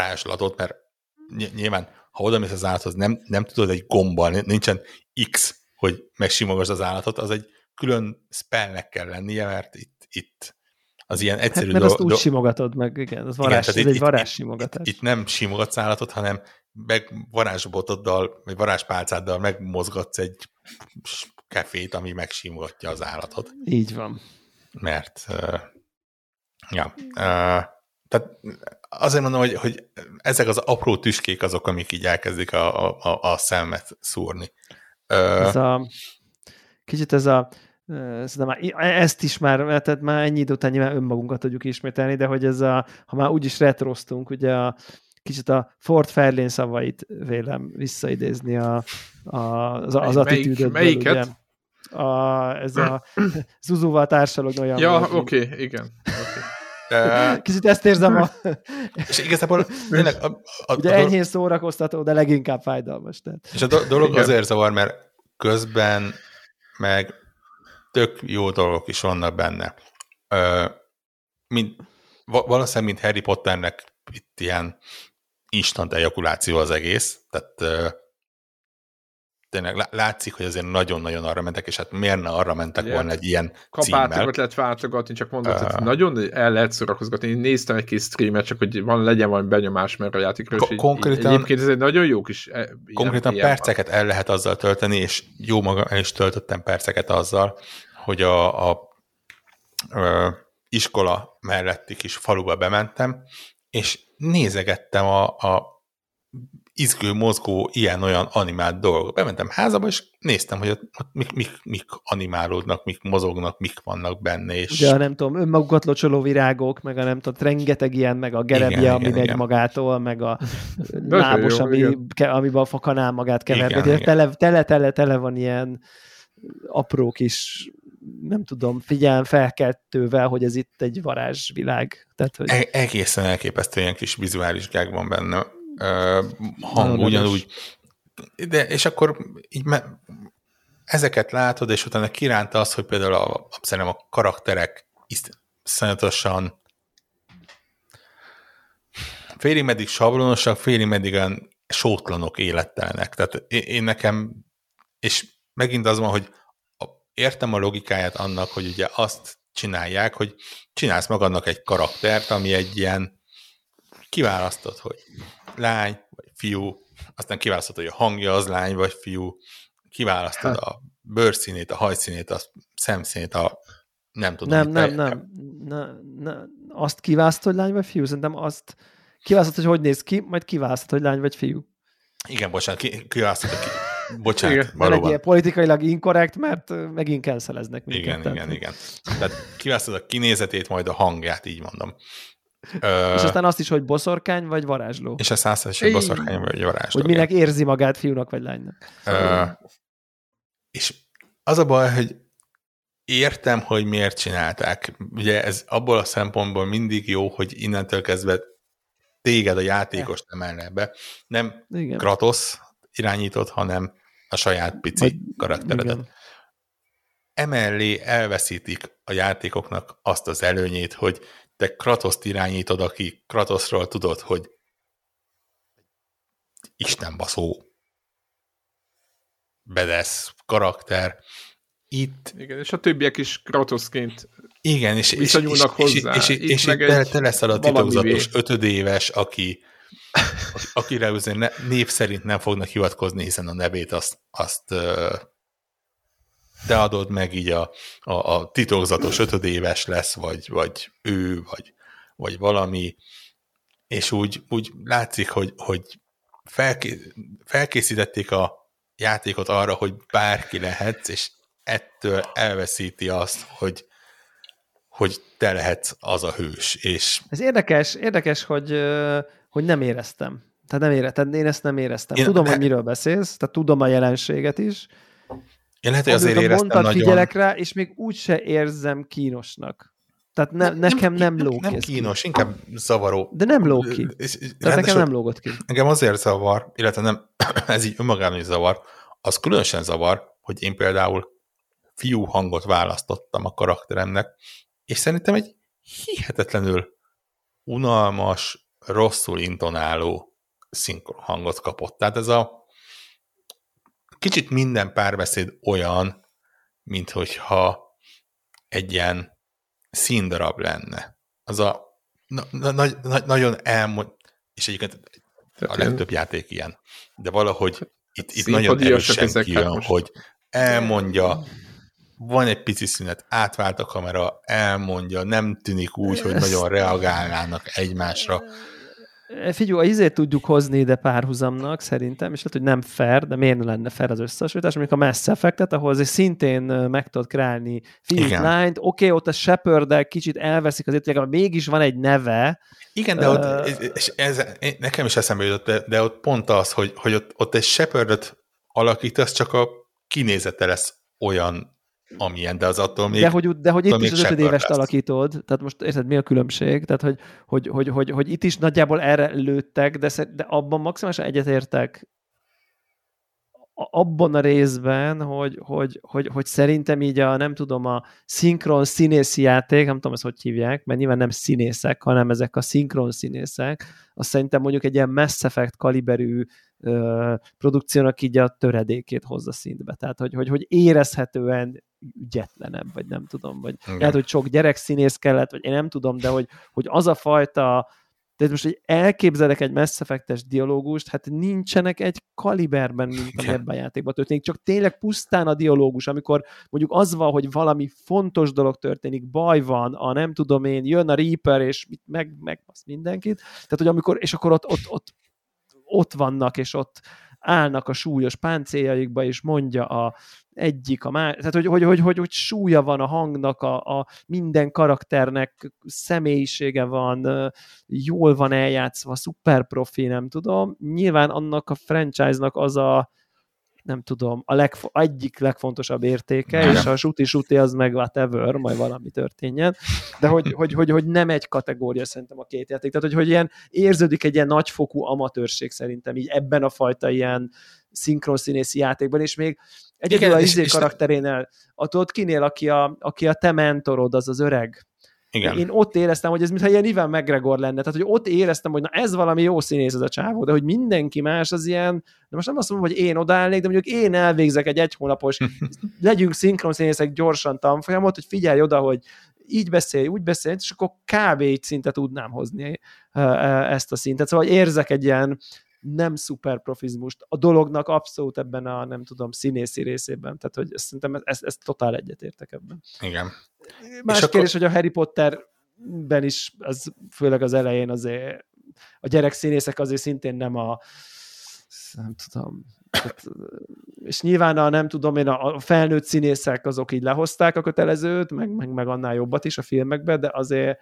varázslatot, mert nyilván, ha odamész az állathoz, nem tudod egy gombbal, nincsen X hogy megsimogasd az állatot, az egy külön spellnek kell lennie, mert itt az ilyen egyszerű mert azt úgy simogatod meg, igen, ez egy varázssimogatás. Itt nem simogatsz állatot, hanem varázsbotoddal, vagy varázspálcáddal megmozgatsz egy kefét, ami megsimogatja az állatot. Így van. Mert tehát azért mondom, hogy ezek az apró tüskék azok, amik így elkezdik a szemet szúrni. Ezt is tehát már ennyi idő után nyilván önmagunkat tudjuk ismételni, de hogy ha már úgyis retroztunk, ugye kicsit a Ford Fairlane szavait vélem visszaidézni az attitűdödből. Melyiket? Ez a Zuzúval társalogni olyan. Ja, oké, igen. Kicsit ezt érzem és igazából ugye enyhén szórakoztató, de leginkább fájdalmas. Tehát. És a dolog igen. Azért zavar, mert közben meg tök jó dolgok is vannak benne. Valószínűleg, mint Harry Potternek itt ilyen instant ejakuláció az egész, tehát tényleg látszik, hogy azért nagyon-nagyon arra mentek, és hát miért ne arra mentek volna egy ilyen címmel. Kapátokat lehet váltogatni, csak mondod, hogy nagyon el lehet szórakozgatni. Én néztem egy kis streamet, csak hogy legyen valami benyomás, mert a játékról is egyébként ez egy nagyon jó kis konkrétan perceket el lehet azzal tölteni, és jó magam el is töltöttem perceket azzal, hogy a iskola melletti kis faluba bementem, és nézegettem a izgő, mozgó, ilyen-olyan animált dolgok. Bementem házaba, és néztem, hogy ott mik animálódnak, mik mozognak, mik vannak benne. És... Ugye, nem tudom, önmagukat locsoló virágok, meg a nem tudom, rengeteg ilyen, meg a gerebje, ami megy magától, meg a lábos, amiben a fakanál magát kevergeti. Tele van ilyen apró kis, nem tudom, felkeltővel, hogy ez itt egy varázsvilág. Tehát, hogy... Egészen elképesztő ilyen kis vizuális gág van benne. Hang ugyanúgy. És akkor így ezeket látod, és utána kiránta az, hogy például szerintem a karakterek iszonyatosan félig meddig sablonosak, félig meddig olyan sótlanok, élettelenek. Tehát én nekem, és megint az van, hogy értem a logikáját annak, hogy ugye azt csinálják, hogy csinálsz magadnak egy karaktert, ami egy ilyen kiválasztod, hogy lány vagy fiú, aztán kiválasztod, hogy a hangja az lány vagy fiú, kiválasztod a bőrszínét, a hajszínét, a szemszínét, a nem tudom. Nem. Azt kiválasztod, hogy lány vagy fiú? Szerintem azt kiválasztod, hogy néz ki, majd kiválasztod, hogy lány vagy fiú. Igen, bocsánat, kiválasztod, bocsánat, igen, valóban. Egy politikailag inkorrekt, mert megint canceleznek minket. Igen. Tehát kiválasztod a kinézetét, majd a hangját, így mondom. És aztán azt is, hogy boszorkány vagy varázsló. És a azt is, hogy boszorkány vagy varázsló. Hogy minek érzi magát fiúnak vagy lánynak. És az a baj, hogy értem, hogy miért csinálták. Ugye ez abból a szempontból mindig jó, hogy innentől kezdve téged a játékost emelne be. Nem igen. Kratos irányított, hanem a saját pici karakteredet. Igen. Emellé elveszítik a játékoknak azt az előnyét, hogy te Kratoszt irányítod, aki Kratosról tudod, hogy istenbaszó bedesz karakter. Itt... Igen, és a többiek is Kratoszként igen, és viszonyulnak hozzá. És te leszel a titokzatos 5 éves, akire név szerint nem fognak hivatkozni, hiszen a nevét azt te adod meg, így a titokzatos 5 éves lesz, vagy ő, vagy valami, és úgy látszik, hogy felkészítették a játékot arra, hogy bárki lehetsz, és ettől elveszíti azt, hogy te lehetsz az a hős. És... Ez érdekes, hogy nem éreztem. Tehát én ezt nem éreztem. Tudom, hogy miről beszélsz, tehát tudom a jelenséget is. Én lehet, hogy azért éreztem nagyon... figyelek rá, és még úgyse érzem kínosnak. Tehát nekem nem lóg nem kínos, inkább zavaró. De nem lóg ki. Tehát nekem nem lógott ki. Engem azért zavar, illetve nem, ez így önmagában is zavar, az különösen zavar, hogy én például fiú hangot választottam a karakteremnek, és szerintem egy hihetetlenül unalmas, rosszul intonáló szinkron hangot kapott. Tehát ez kicsit minden párbeszéd olyan, mint hogyha egy ilyen színdarab lenne. Az a nagyon és egyébként a legtöbb játék ilyen, de valahogy itt nagyon erősen kijön, hogy elmondja, van egy pici szünet, átvált a kamera, elmondja, nem tűnik úgy, hogy nagyon reagálnának egymásra. Figyelj, izét tudjuk hozni ide párhuzamnak szerintem, és lehet, hogy nem fair, de miért lenne fair az összehasonlítás, mondjuk a Mass Effect-et, ahol azért szintén meg tudod kreálni Field Line-t, oké, ott a Shepard-del kicsit elveszik az értéket, mégis van egy neve. Igen, de ott, és nekem is eszembe jutott, de ott pont az, hogy ott egy Shepardot alakítasz, csak a kinézete lesz olyan, amilyen, de az attól még... De hogy itt is az 5 évest alakítod, tehát most érted, mi a különbség? Tehát, hogy itt is nagyjából erre lőttek, de abban maximálisan egyetértek abban a részben, hogy szerintem így nem tudom, a szinkron színészi játék, nem tudom, ezt hogy hívják, mert nyilván nem színészek, hanem ezek a szinkron színészek, azt szerintem mondjuk egy ilyen Mass Effect kaliberű produkciónak így a töredékét hozza szintbe. Tehát, hogy érezhetően ügyetlenebb, vagy nem tudom, vagy lehet, hogy sok gyerekszínész kellett, vagy én nem tudom, de hogy az a fajta, tehát most, hogy elképzelek egy Mass Effect-es dialógust, hát nincsenek egy kaliberben, mint ami ebben a játékban történik, csak tényleg pusztán a dialógus, amikor mondjuk az van, hogy valami fontos dolog történik, baj van, nem tudom én, jön a Reaper, és megbasz mindenkit, tehát, hogy amikor, és akkor ott vannak, és ott állnak a súlyos páncéljaikba, és mondja a egyik, a másik, tehát hogy súlya van a hangnak, a minden karakternek személyisége van, jól van eljátszva, szuper profi, nem tudom. Nyilván annak a franchise-nak az a nem tudom, egyik legfontosabb értéke, és a suti az meg whatever, majd valami történjen, de hogy nem egy kategória szerintem a két játék. Tehát, hogy ilyen érződik egy ilyen nagyfokú amatőrség szerintem így ebben a fajta ilyen szinkron színészi játékban, és még egyedül a izé karakterénél, tudod kinél, aki a te mentorod, az öreg. Igen. Én ott éreztem, hogy ez mintha ilyen Ivan McGregor lenne, tehát hogy ott éreztem, hogy na ez valami jó színész ez a csávó, de hogy mindenki más az ilyen, de most nem azt mondom, hogy én odaállnék, de mondjuk én elvégzek egy hónapos, legyünk szinkron színészek gyorsan tanfolyamot, hogy figyelj oda, hogy így beszélj, úgy beszélj, és akkor kb. Így szinte tudnám hozni ezt a szintet. Szóval érzek egy ilyen nem szuper profizmust a dolognak abszolút ebben a, nem tudom, színészi részében. Tehát, hogy szerintem ezt totál egyetértek ebben. Igen. Más kérdés, hogy a Harry Potterben is, az, főleg az elején azért a gyerekszínészek azért szintén nem tudom, és nyilván nem tudom én, a felnőtt színészek azok így lehozták a kötelezőt, meg annál jobbat is a filmekben, de azért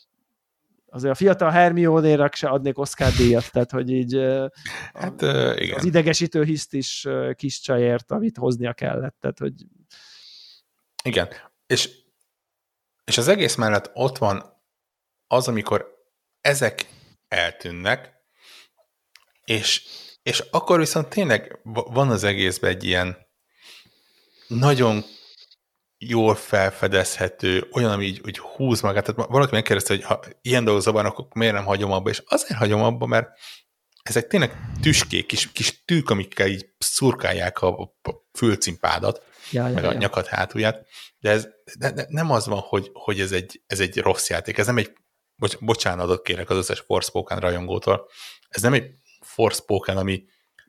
a fiatal Hermione-nek se adnék Oscar-díjat, tehát hogy így igen. Az idegesítő hiszt is kis csajért, amit hoznia kellett. Tehát, hogy... Igen, és az egész mellett ott van az, amikor ezek eltűnnek, és akkor viszont tényleg van az egészben egy ilyen nagyon jól felfedezhető, olyan, ami így húz magát. Tehát valaki megkérdezte, hogy ha ilyen dolgok zavarnak, akkor miért nem hagyom abba, és azért hagyom abba, mert ezek tényleg tüskék, kis tűk, amikkel így szurkálják a fülcimpádat, meg a nyakad hátulját, de ez nem az van, hogy ez egy rossz játék, ez nem egy, bocsánatot kérek az összes Forspoken rajongótól, ez nem egy Forspoken, ami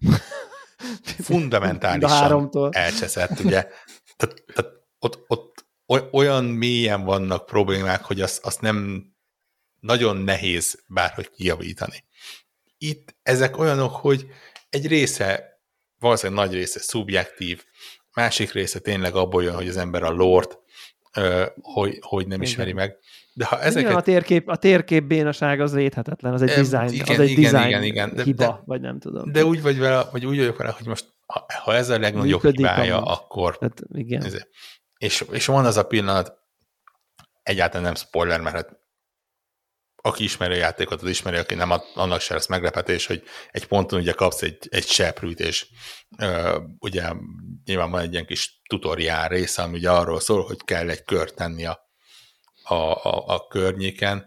fundamentálisan elcseszett, ugye. Tehát ott olyan mélyen vannak problémák, hogy azt nem nagyon nehéz bárhogy kijavítani. Itt ezek olyanok, hogy egy része, valószínűleg nagy része szubjektív, másik része tényleg abból jön, hogy az ember a lore-t, hogy nem ismeri meg. De ha ezeket... A térkép bénaság az védhetetlen, az egy design hiba, vagy nem tudom. De úgy vagy vele, vagy úgy vagyok vele, hogy most ha ez a legnagyobb hibája, akkor... Hát, igen. És van az a pillanat, egyáltalán nem spoiler, mert hát aki ismeri a játékot, az ismeri, aki nem, annak se lesz meglepetés, hogy egy ponton ugye kapsz egy seprűt, és ugye nyilván van egy ilyen kis tutoriál része, ami ugye arról szól, hogy kell egy kört tenni a környéken.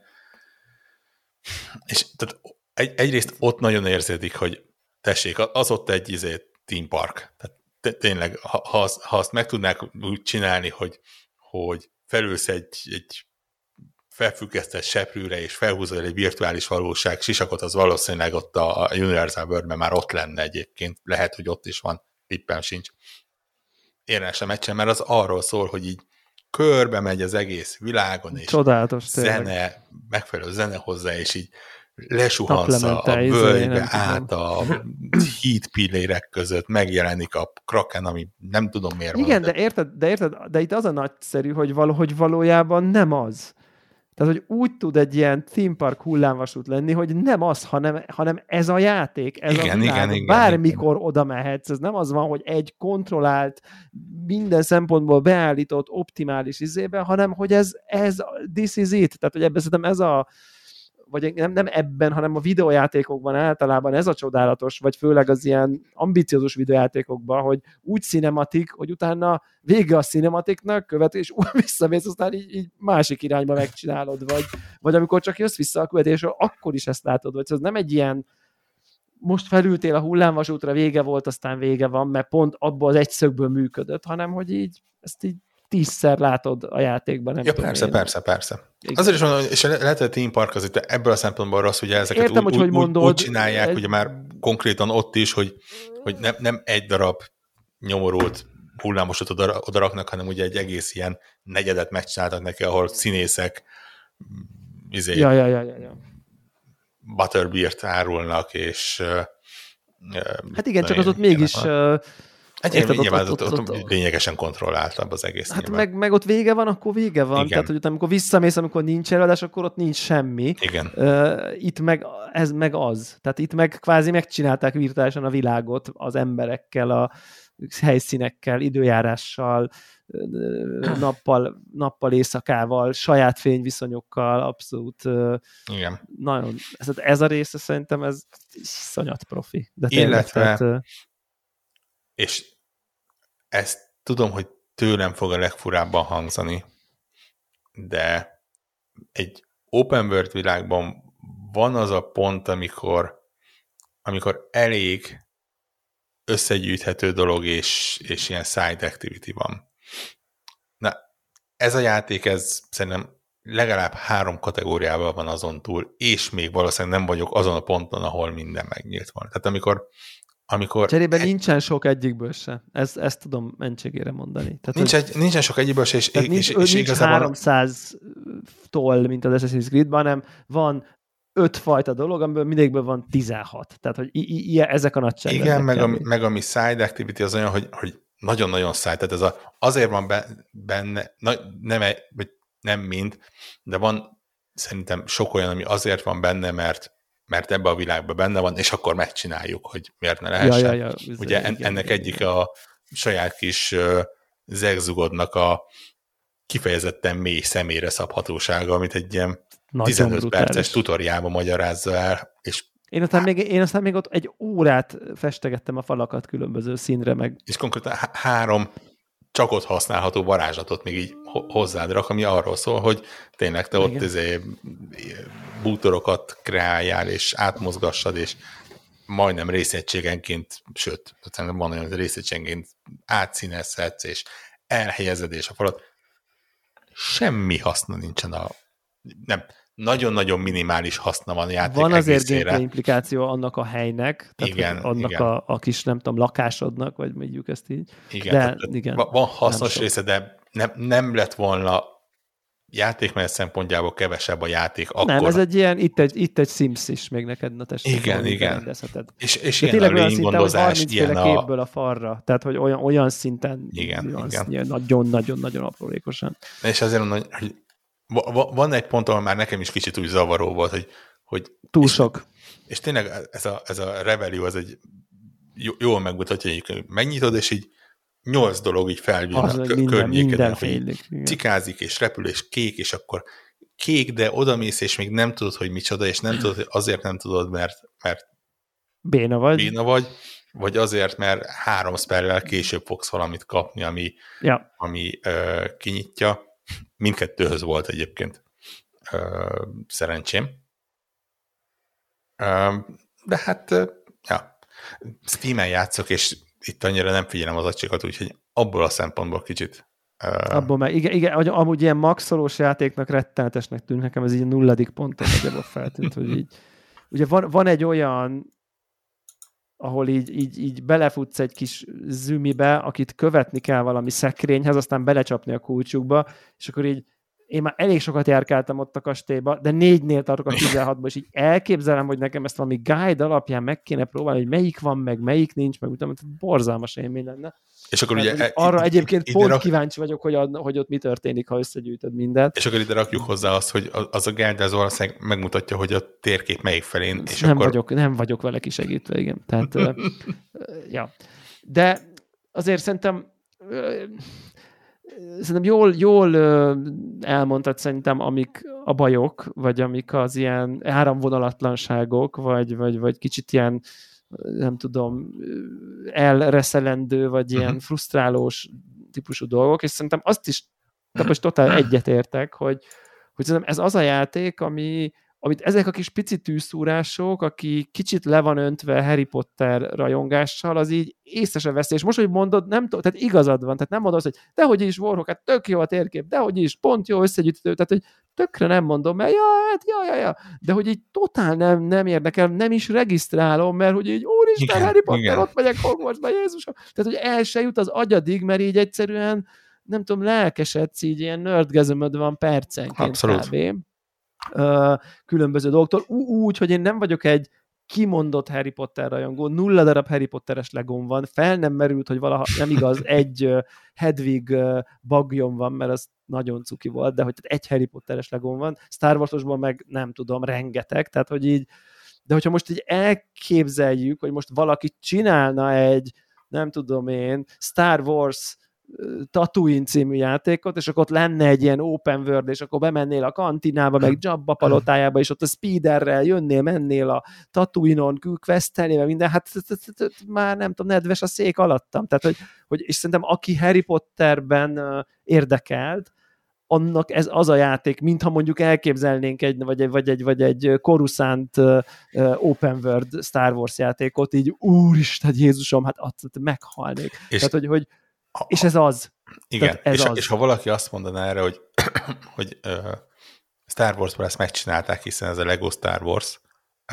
És tehát egyrészt ott nagyon érződik, hogy tessék, az ott egy theme park. Tehát tényleg, ha azt meg tudnák úgy csinálni, hogy felülsz egy felfüggesztett seprűre, és felhúzod egy virtuális valóság sisakot, az valószínűleg ott a Universal World-ben már ott lenne egyébként. Lehet, hogy ott is van, tippem sincs. Érdemes a meccsen, mert az arról szól, hogy így körbe megy az egész világon, és csodálatos, zene, megfelelő zene hozzá, és így lesuhansz a völgybe át a hídpillérek között, megjelenik a Kraken, ami nem tudom miért van. Igen, de érted, de itt az a nagyszerű, hogy valójában nem az. Tehát, hogy úgy tud egy ilyen theme park hullámvasút lenni, hogy nem az, hanem ez a játék, ez igen, a világ. Igen, bármikor oda mehetsz. Ez nem az van, hogy egy kontrollált, minden szempontból beállított, optimális izében, hanem hogy ez this is it. Tehát, hogy ebben szerintem ez a vagy nem ebben, hanem a videójátékokban általában ez a csodálatos, vagy főleg az ilyen ambiciózus videójátékokban, hogy úgy cinematik, hogy utána vége a cinematiknak, követés, és visszamész, aztán így másik irányba megcsinálod, vagy amikor csak jössz vissza a követésről, akkor is ezt látod, vagy ez nem egy ilyen most felültél a hullámvasútra, vége volt, aztán vége van, mert pont abból az egy szögből működött, hanem hogy így ezt így 10-szer látod a játékban. Nem persze. Igen. Azért is mondom, és lehet, hogy a Theme Park az itt ebből a szempontból rossz, ugye ezeket értem, úgy csinálják, ugye már konkrétan ott is, hogy nem egy darab nyomorult hullámosot oda raknak, hanem ugye egy egész ilyen negyedet megcsináltak neki, ahol színészek butterbeert árulnak, és hát igen, csak az ott mégis nyilván ott lényegesen kontrolláltabb az egész. Hát meg ott vége van, akkor vége van. Igen. Tehát, hogy amikor visszamész, amikor nincs előadás, akkor ott nincs semmi. Igen. Itt meg ez meg az. Tehát itt meg kvázi megcsinálták virtuálisan a világot az emberekkel, a helyszínekkel, időjárással, nappal, éjszakával, saját fényviszonyokkal, abszolút. Igen. Nagyon. Ez a része szerintem ez iszonyat profi. De illetve és ezt tudom, hogy tőlem fog a legfurábban hangzani, de egy open world világban van az a pont, amikor elég összegyűjthető dolog és ilyen side activity van. Na, ez a játék, ez szerintem legalább 3 kategóriával van azon túl, és még valószínűleg nem vagyok azon a ponton, ahol minden megnyílt volna. Tehát amikor cserében nincsen sok egyikből se. Ezt tudom mentségére mondani. Tehát nincsen sok egyikből se, és nincs igazából 300-tól, mint az Assassin's Creed-ban, hanem van 5 fajta dolog, amiből mindegyikből van 16. Tehát, hogy ezek a nagyságok. Igen, meg ami side activity az olyan, hogy nagyon-nagyon side. Tehát azért van benne, nem mind, de van szerintem sok olyan, ami azért van benne, mert ebbe a világban benne van, és akkor megcsináljuk, hogy miért ne lehessen. Ugye ennek egyik a saját kis zegzugodnak a kifejezetten mély személyre szabhatósága, amit egy ilyen 15 perces tutoriálban magyarázza el. És én aztán még ott egy órát festegettem a falakat különböző színre meg. És konkrétan 3 csak ott használható varázslatot még így hozzád rak, ami arról szól, hogy tényleg te ott bútorokat kreáljál, és átmozgassad, és majdnem részegységenként, sőt, van olyan részegységenként átszínezhetsz, és elhelyezed, és a falat. Semmi haszna nincsen nem, nagyon-nagyon minimális haszna van a játék van azért egészére. gameplay implikáció annak a helynek, tehát igen, annak igen. A kis, nem tudom, lakásodnak, vagy mondjuk ezt így. Igen, de igen, van hasznos része, de nem lett volna játékmenet szempontjából kevesebb a játék akkor. Nem, ez egy ilyen, itt egy Sims is még neked, na tessék. Igen. És ilyen a lénygondozás, ilyen a... képből a falra, tehát hogy olyan szinten igen. nagyon-nagyon-nagyon aprólékosan. És azért mondom, hogy van egy pont, ahol már nekem is kicsit úgy zavaró volt, hogy túl sok. És tényleg ez a Revelio, ez egy jól megmutatja, hogy megnyitod, és így 8 dolog így felvillan a környékeden, hogy cikázik, és repül, és kék, és akkor kék, de odamész, és még nem tudod, hogy micsoda, és nem tudod, azért nem tudod, mert béna vagy azért, mert 3 spellel később fogsz valamit kapni, ami kinyitja. Mindkettőhöz volt egyébként szerencsém. De hát Steam-en játszok, és itt annyira nem figyelem az acsikat, úgyhogy abból a szempontból kicsit. Abból meg, igen, amúgy ilyen maxolós játéknak rettenetesnek tűnik, nekem ez így a 0. ponton nagyjából feltűnt, hogy így. Ugye van egy olyan, ahol így belefutsz egy kis zümibe, akit követni kell valami szekrényhez, aztán belecsapni a kulcsukba, és akkor így én már elég sokat járkáltam ott a kastélyba, de 4-nél tartok a 16-ba, és így elképzelem, hogy nekem ezt valami guide alapján meg kéne próbálni, hogy melyik van, meg melyik nincs, meg utána borzalmas élmény lenne. És akkor ugye arra egyébként pont kíváncsi vagyok, hogy ott mi történik, ha összegyűjtöd mindent. És akkor ide rakjuk hozzá azt, hogy az a guide az valószínűleg megmutatja, hogy a térkép melyik felén. És nem vagyok vele kisegítve, igen. Tehát, ja. De azért szerintem jól elmondtad szerintem, amik a bajok, vagy amik az ilyen áramvonalatlanságok, vagy kicsit ilyen, nem tudom, elreszelendő, vagy ilyen frusztrálós típusú dolgok, és szerintem azt is most totál egyetértek, hogy szerintem ez az a játék, amit ezek a kis pici tűzszúrások, aki kicsit le van öntve Harry Potter rajongással, az így észre se veszi. És most, hogy mondod, nem tudom, tehát igazad van, tehát nem mondod, hogy dehogy is Warhawk, hát tök jó a térkép, dehogy is, pont jó összegyűjtő, tehát hogy tökre nem mondom, mert ja, de hogy így totál nem érdekel, nem is regisztrálom, mert hogy így úristen, igen, Harry Potter, igen. Ott megyek Hogwartsba, Jézusom. Tehát, hogy el se jut az agyadig, mert így egyszerűen, nem tudom, lelkesedsz, így ilyen nerdgezömöd van percenként. Abszolút. Kb. Különböző dolgoktól. Úgy, hogy én nem vagyok egy kimondott Harry Potter rajongó, 0 darab Harry Potteres legóm van, fel nem merült, hogy valaha nem igaz, egy Hedwig bagyom van, mert az nagyon cuki volt, de hogy egy Harry Potteres legóm van, Star Wars-osban meg nem tudom, rengeteg, tehát hogy így, de hogyha most így elképzeljük, hogy most valaki csinálna egy, nem tudom én, Star Wars Tatooine című játékot, és akkor ott lenne egy ilyen open world, és akkor bemennél a kantinába, meg Jabba palotájába, és ott a speederrel jönnél, mennél a Tatooine-on questelni, meg minden, hát már nem tudom, nedves a szék alattam. Tehát, hogy és szerintem aki Harry Potterben érdekelt, annak ez az a játék, mintha mondjuk elképzelnénk vagy egy Coruscant open world Star Wars játékot, így úristen, Jézusom, hát meghalnék. Tehát, hogy és ez az. Igen, és ha valaki azt mondaná erre, hogy Star Wars-ban ezt megcsinálták, hiszen ez a Lego Star Wars,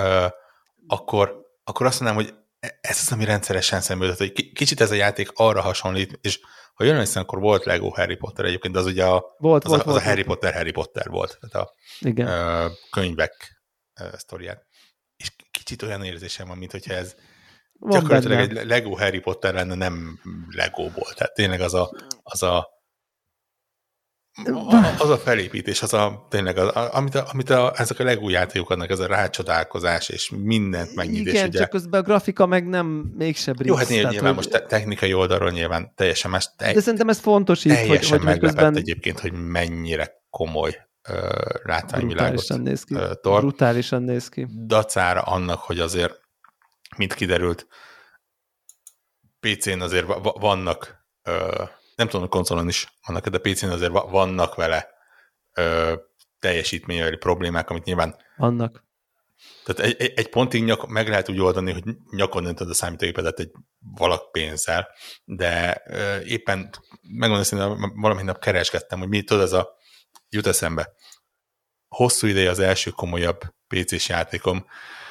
akkor azt mondanám, hogy ez az, ami rendszeresen szemléltet, hogy kicsit ez a játék arra hasonlít, és ha jön össze, akkor volt Lego Harry Potter egyébként, de az ugye volt a Harry Potter volt, tehát a könyvek sztoriát. És kicsit olyan érzésem van, mint hogyha ez gyakorlatilag egy Lego Harry Potter lenne, nem Legóból. Tehát tényleg az a felépítés, tényleg amit ezek a Lego játékok adnak, ez a rácsodálkozás, és mindent megnyit. Igen, és ugye, csak közben a grafika meg nem mégse britz. Jó, hát nyilván most technikai oldalról nyilván teljesen más. De szerintem ez fontos itt, teljesen meglepett közben egyébként, hogy mennyire komoly látványvilágot tart. Brutálisan néz ki. Dacára annak, hogy azért mint kiderült, PC-n azért vannak, nem tudom, hogy konzolon is vannak, de PC-n azért vannak vele teljesítménybeli problémák, amit nyilván vannak. Tehát egy pontig meg lehet úgy oldani, hogy nyakon öntöd a számítógépedet egy valak pénzzel, de éppen megmondom, hogy valami nap keresgettem, hogy mi tudod, ez a jut eszembe. Hosszú ideje az első komolyabb PC-s játékom,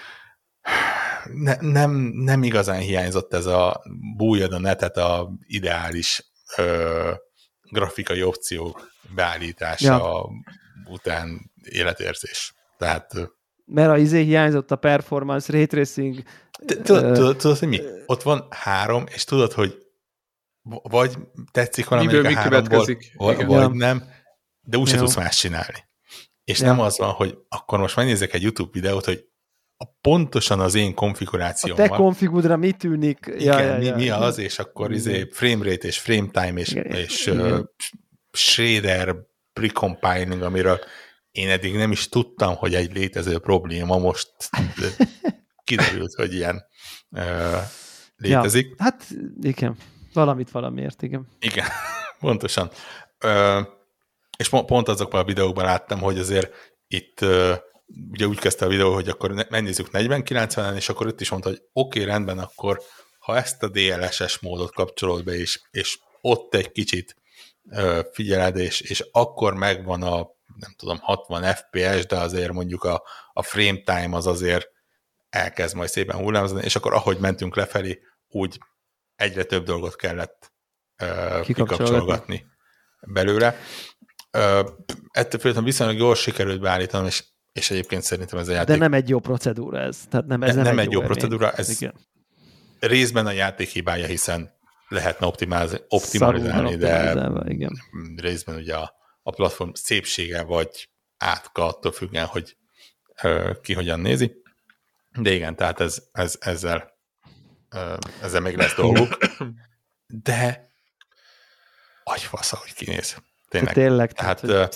nem igazán hiányzott ez a bújjad a netet a ideális grafikai opciók beállítása után életérzés. Tehát mert hiányzott a performance, ray tracing. Tudod, hogy mi? Ott van 3, és tudod, hogy vagy tetszik valamelyik a 3-ból, vagy nem, de úgyse tudsz más csinálni. És nem az van, hogy akkor most megnézzek egy YouTube videót, hogy pontosan az én konfigurációmmal. A te konfigudra mi tűnik? Igen, mi az, és akkor framerate és frame time és shader precompiling, amiről én eddig nem is tudtam, hogy egy létező probléma, most kiderült, hogy ilyen létezik. Ja, hát igen, valamiért, igen. Igen, pontosan. És pont azokban a videókban láttam, hogy azért itt ugye úgy kezdte a videó, hogy akkor megnézzük 40-90-en, és akkor itt is mondta, hogy oké, rendben, akkor ha ezt a DLSS módot kapcsolod be, és ott egy kicsit figyeled, és akkor megvan a, nem tudom, 60 FPS, de azért mondjuk a frame time az azért elkezd majd szépen hullámzni, és akkor ahogy mentünk lefelé, úgy egyre több dolgot kellett kikapcsolgatni belőle. Ettől féltem viszonylag jól sikerült beállítanom, és egyébként szerintem ez a játék... De nem egy jó procedúra ez. Tehát ez nem egy jó procedúra, ez igen. Részben a játék hibája, hiszen lehetne optimalizálni, de igen. részben ugye a platform szépsége vagy átka attól függően, hogy ki hogyan nézi. De igen, tehát ezzel még lesz dolguk. De agyfasz, ahogy kinéz. Tényleg. Tehát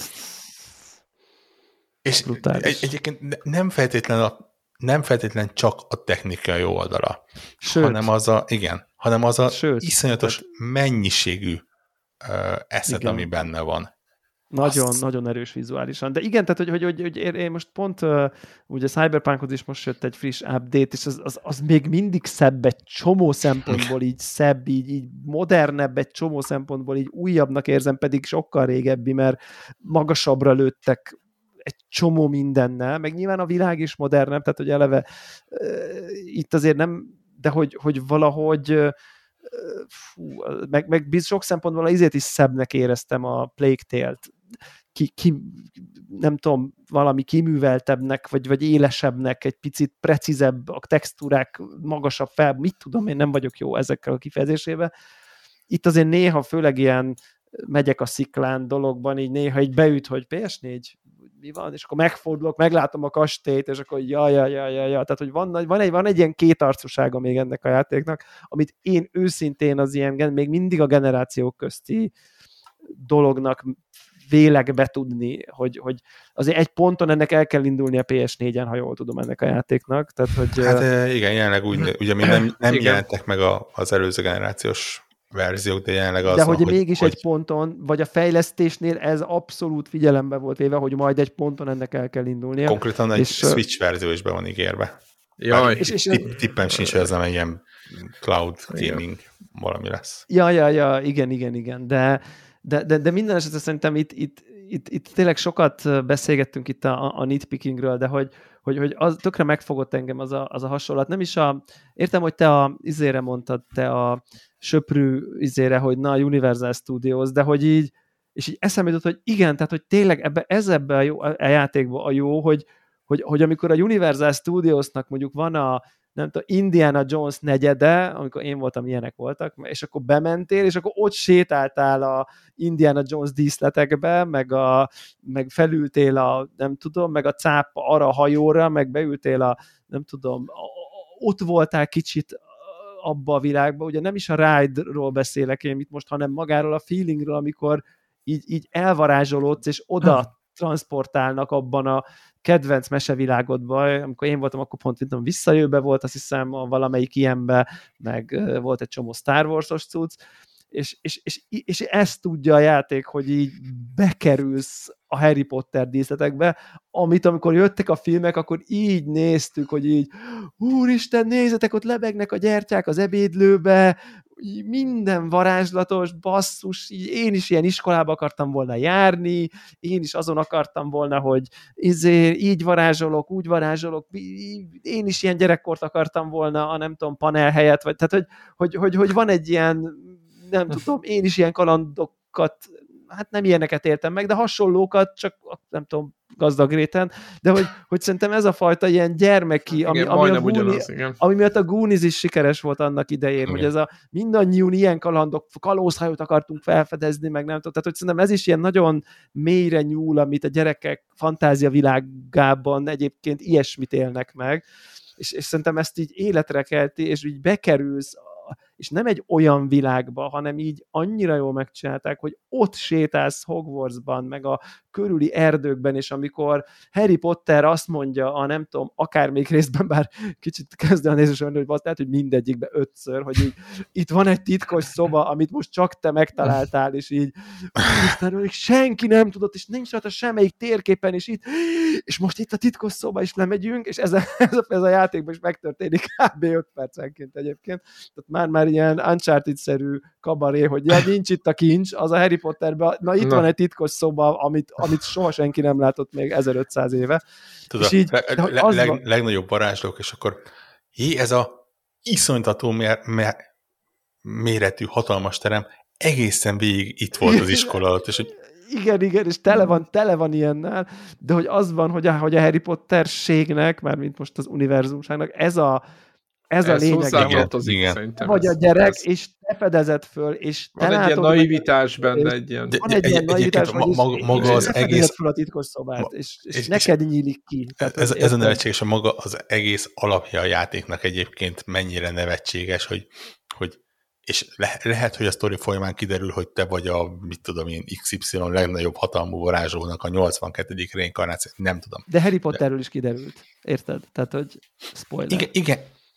és egyébként nem feltétlen csak a technikai oldala, hanem az a iszonyatos mennyiségű eszet, ami benne van. Nagyon erős vizuálisan. De igen, tehát, hogy én most pont ugye Cyberpunkhoz is most jött egy friss update, és az még mindig szebb egy csomó szempontból, így szebb, így modernebb egy csomó szempontból, így újabbnak érzem, pedig sokkal régebbi, mert magasabbra lőttek egy csomó mindennel, meg nyilván a világ is modernebb, tehát hogy eleve itt azért nem, de hogy valahogy meg sok szempontból azért is szebbnek éreztem a Plague Tale-t. Nem tudom, valami kiműveltebbnek, vagy élesebbnek, egy picit precízebb, a textúrák magasabb fel, mit tudom, én nem vagyok jó ezekkel a kifejezésével. Itt azért néha, főleg ilyen megyek a sziklán dologban, így néha így beüt, hogy PS4, mi van, és akkor megfordulok, meglátom a kastélyt, és akkor ja. Tehát, hogy van egy ilyen kétarcúsága még ennek a játéknak, amit én őszintén az ilyen, még mindig a generációk közti dolognak vélek betudni, hogy azért egy ponton ennek el kell indulni a PS4-en, ha jól tudom, ennek a játéknak. Tehát, hogy, hát igen, jelenleg úgy, ugye mi nem jelentek meg az előző generációs verziók, de jelenleg az de van, hogy mégis egy ponton, vagy a fejlesztésnél ez abszolút figyelembe volt véve, hogy majd egy ponton ennek el kell indulnia. Konkrétan egy Switch verzió is be van ígérve. Jaj. Tippem sincs, hogy ez nem egy ilyen cloud gaming valami lesz. Ja, igen. De minden esetre szerintem itt tényleg sokat beszélgettünk itt a nitpickingről, de hogy az tökre megfogott engem az a hasonlat. Nem is értem, hogy te izére mondtad, te a söprű izére, hogy na, Universal Studios, de hogy így, és így eszembe jutott, hogy igen, tehát hogy tényleg ebbe a játékban a jó, hogy amikor a Universal Studiosnak mondjuk van nem tudom, Indiana Jones negyede, amikor én voltam, ilyenek voltak, és akkor bementél, és akkor ott sétáltál a Indiana Jones díszletekbe, meg felültél nem tudom, meg a cápa arra a hajóra, meg beültél nem tudom, ott voltál kicsit abba a világba, ugye nem is a ride-ról beszélek én itt most, hanem magáról a feelingről, amikor így elvarázsolódsz, és oda transportálnak abban a kedvenc mesevilágodban, amikor én voltam, akkor pont Visszajövőbe volt, azt hiszem, valamelyik ilyenbe, meg volt egy csomó Star Wars-os cucc, és ezt tudja a játék, hogy így bekerülsz a Harry Potter díszletekbe, amit amikor jöttek a filmek, akkor így néztük, hogy így úristen, nézzetek, ott lebegnek a gyertyák az ebédlőbe, minden varázslatos, basszus, én is ilyen iskolába akartam volna járni, én is azon akartam volna, hogy így varázsolok, úgy varázsolok, én is ilyen gyerekkort akartam volna a nem tudom, panel helyett, vagy, tehát hogy van egy ilyen, nem tudom, én is ilyen kalandokat, hát nem ilyeneket értem meg, de hasonlókat, csak nem tudom, gazdag réten, de hogy szerintem ez a fajta ilyen gyermeki, ami miatt a Goonies is sikeres volt annak idején, igen. Hogy ez mindannyian ilyen kalózhajót akartunk felfedezni, meg nem tudom, tehát hogy szerintem ez is ilyen nagyon mélyre nyúl, amit a gyerekek fantázia világában egyébként ilyesmit élnek meg, és szerintem ezt így életre kelti, és így bekerülsz, és nem egy olyan világba, hanem így annyira jól megcsinálták, hogy ott sétálsz Hogwartsban, meg a körüli erdőkben, és amikor Harry Potter azt mondja, a nem tudom, akármelyik részben, bár kicsit kezd a nézős hogy lehet, hogy mindegyikben 5-ször, hogy így, itt van egy titkos szoba, amit most csak te megtaláltál, és így Istenről, senki nem tudott, és nincs rajta semmelyik térképen, és most itt a titkos szoba, és lemegyünk, és ez a játékban is megtörténik kb. 5 percenként egyébként. Tehát már ilyen Uncharted-szerű kabaré, hogy ja, nincs itt a kincs, az a Harry Potterben, na itt van egy titkos szoba, amit soha senki nem látott még 1500 éve. Tudod, és így, legnagyobb varázslók, és akkor ez a iszonytató méretű hatalmas terem egészen végig itt volt az iskola alatt, és hogy igen, és tele van ilyennel, de hogy az van, hogy a Harry Potter-ségnek, mármint most az univerzumságnak, ez a lényeg. Igen. Vagy a gyerek, és te fedezed föl, és te van egy ilyen naivitás benne, egy ilyen... Van egy ilyen naivitás, hogy maga az egész... föl a titkos szobát, és neked nyílik ki. Tehát, ez a nevetséges, a maga az egész alapja a játéknak egyébként mennyire nevetséges, hogy és lehet, hogy a sztori folyamán kiderül, hogy te vagy a, mit tudom én, XY legnagyobb hatalmú varázslónak a 82. reinkarnáció, nem tudom. De Harry Potterről is kiderült, érted? Tehát, hogy spoiler. Igen.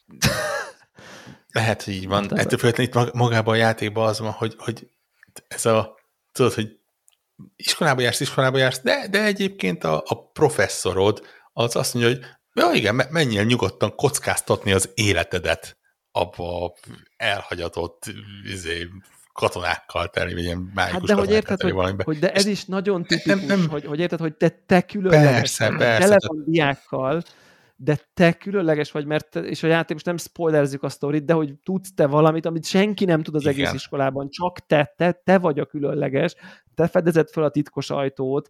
Lehet, hogy így van. Ettől függetlenül itt magában a játékban az van, hogy ez a, tudod, hogy iskolába jársz, de egyébként a professzorod az azt mondja, hogy ja, igen, menjél nyugodtan kockáztatni az életedet abba elhagyatott katonákkal teli, vagy ilyen mágikus de hogy érted, hogy de ez is nagyon tipikus, hogy érted, hogy te különleges, tele van diákkal, de te különleges vagy, mert és a játék most nem spoilerezzük a sztorit, de hogy tudsz te valamit, amit senki nem tud az egész iskolában, csak te vagy a különleges, te fedezed fel a titkos ajtót,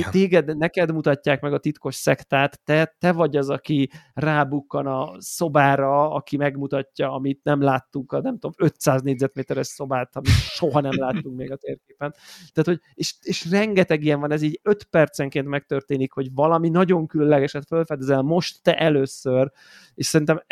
neked mutatják meg a titkos szektát, te vagy az, aki rábukkan a szobára, aki megmutatja, amit nem láttunk, a nem tudom, 500 négyzetméteres szobát, amit soha nem láttunk még a térképen. Tehát, hogy, és rengeteg ilyen van, ez így 5 percenként megtörténik, hogy valami nagyon különlegeset felfedezel most te először, és szerintem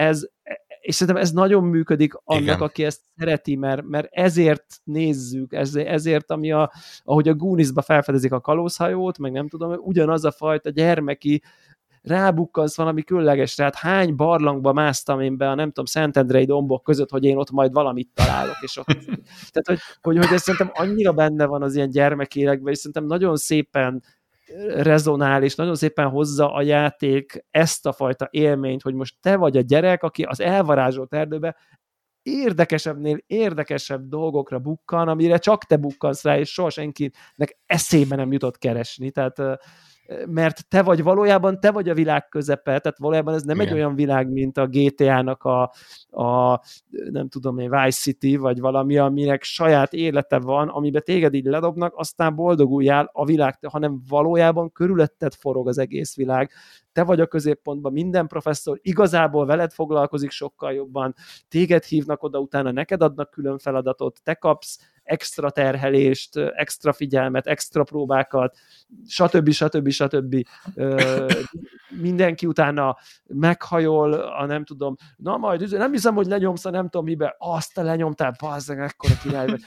ez nagyon működik annak, igen, aki ezt szereti, mert ezért nézzük, ezért, ahogy a Gooniesba felfedezik a kalózhajót, meg nem tudom, ugyanaz a fajta gyermeki rábukkansz valami különlegesre, hát hány barlangba másztam én be a nem tudom, Szentendrei dombok között, hogy én ott majd valamit találok, és ott. Tehát, hogy ez szerintem annyira benne van az ilyen gyermekélekben, és szerintem nagyon szépen rezonál, és nagyon szépen hozza a játék ezt a fajta élményt, hogy most te vagy a gyerek, aki az elvarázsolt erdőbe érdekesebbnél érdekesebb dolgokra bukkan, amire csak te bukkansz rá, és soha senkinek eszébe nem jutott keresni. Tehát mert te vagy valójában, te vagy a világ közepe, tehát valójában ez nem egy olyan világ, mint a GTA-nak a nem tudom én, Vice City, vagy valami, aminek saját élete van, amiben téged így ledobnak, aztán boldoguljál a világ, hanem valójában körülötted forog az egész világ. Te vagy a középpontban, minden professzor igazából veled foglalkozik sokkal jobban, téged hívnak oda, utána neked adnak külön feladatot, te kapsz extra terhelést, extra figyelmet, extra próbákat, stb. Mindenki utána meghajol, nem tudom, na majd, nem hiszem, hogy lenyomsz a nem tudom mibe, azt te lenyomtál, bazzeg, ekkora király vagy.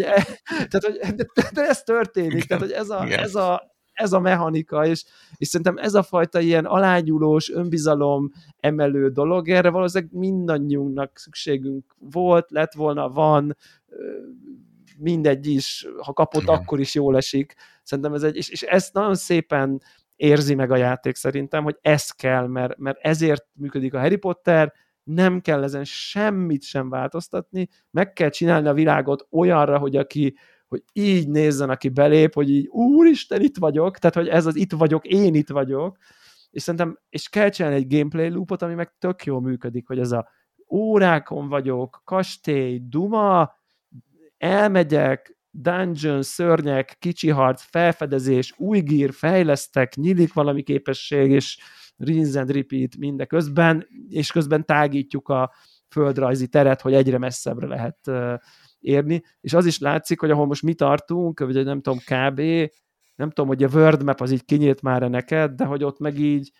De ez történik, tehát hogy ez a mechanika, és szerintem ez a fajta ilyen alányulós, önbizalom emelő dolog, erre valószínűleg mindannyiunknak szükségünk volt, lett volna, van, mindegy is, ha kapott, akkor is jól esik. Szerintem ez és ezt nagyon szépen érzi meg a játék szerintem, hogy ez kell, mert ezért működik a Harry Potter, nem kell ezen semmit sem változtatni, meg kell csinálni a világot olyanra, hogy így nézzen, aki belép, hogy így, úristen, itt vagyok, tehát, hogy ez az itt vagyok, én itt vagyok, és szerintem, és kell csinálni egy gameplay loopot, ami meg tök jól működik, hogy ez a órákon vagyok, kastély, duma, elmegyek, dungeon, szörnyek, kicsi harc, felfedezés, új gír, fejlesztek, nyílik valami képesség, és rinse and repeat mindeközben, és közben tágítjuk a földrajzi teret, hogy egyre messzebbre lehet érni, és az is látszik, hogy ahol most mi tartunk, vagy nem tudom, kb. Nem tudom, hogy a world map az így kinyílt már neked, de hogy ott meg így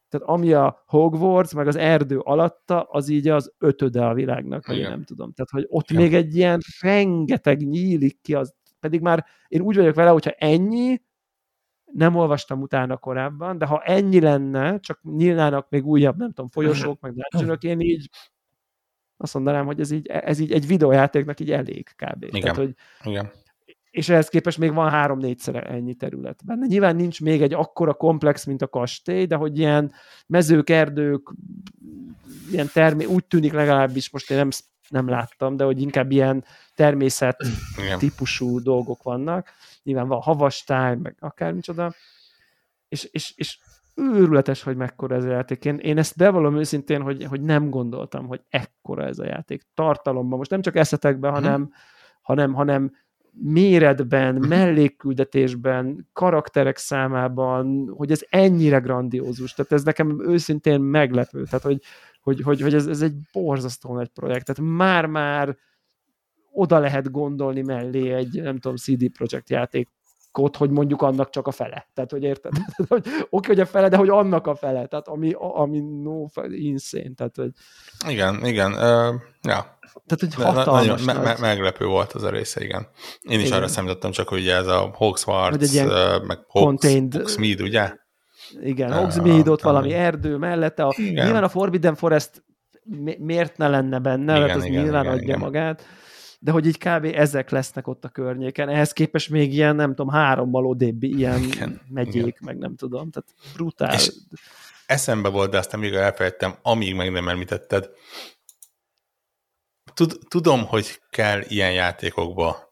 Tehát ami a Hogwarts, meg az erdő alatta, az így az 5. a világnak, vagy én nem tudom. Tehát, hogy ott még egy ilyen rengeteg nyílik ki, az, pedig már én úgy vagyok vele, hogyha ennyi, nem olvastam utána korábban, de ha ennyi lenne, csak nyílnának még újabb, nem tudom, folyosók, meg dungeonok, én így azt mondanám, hogy ez így egy videójátéknak így elég kb. Igen. Tehát, hogy Igen. és ehhez képest még van 3-4-szer ennyi terület benne. Nyilván nincs még egy akkora komplex, mint a kastély, de hogy ilyen mezők, erdők, ilyen úgy tűnik legalábbis, most én nem láttam, de hogy inkább ilyen természet típusú dolgok vannak. Nyilván van havastály, meg akármicsoda. És őrületes, hogy mekkora ez a játék. Én ezt bevallom őszintén, hogy nem gondoltam, hogy ekkora ez a játék. Tartalomban, most nem csak eszetekben, hanem méretben, mellékküldetésben, karakterek számában, hogy ez ennyire grandiózus. Tehát ez nekem őszintén meglepő. Tehát, hogy ez egy borzasztó nagy projekt. Tehát már oda lehet gondolni mellé egy, nem tudom, CD Projekt játékot, hogy mondjuk annak csak a fele. Tehát, hogy érted? Oké, hogy a fele, de hogy annak a fele. Tehát, ami no, insane. Tehát, hogy... Igen. Ja. Tehát, hogy hatalmas meglepő volt az a része, igen. Én is arra számítottam, csak hogy ez a Hogwarts, meg Hogsmeade, ugye? Igen, Hogsmeade, ott valami erdő mellette. Nyilván a Forbidden Forest miért ne lenne benne, mert az nyilván adja magát, de hogy így kb. Ezek lesznek ott a környéken. Ehhez képest még ilyen, nem tudom, 3-mal odébbi ilyen megyék, meg nem tudom. Tehát brutál. És eszembe volt, de aztán még elfelejtettem, amíg meg nem említetted. Tudom, hogy kell ilyen játékokba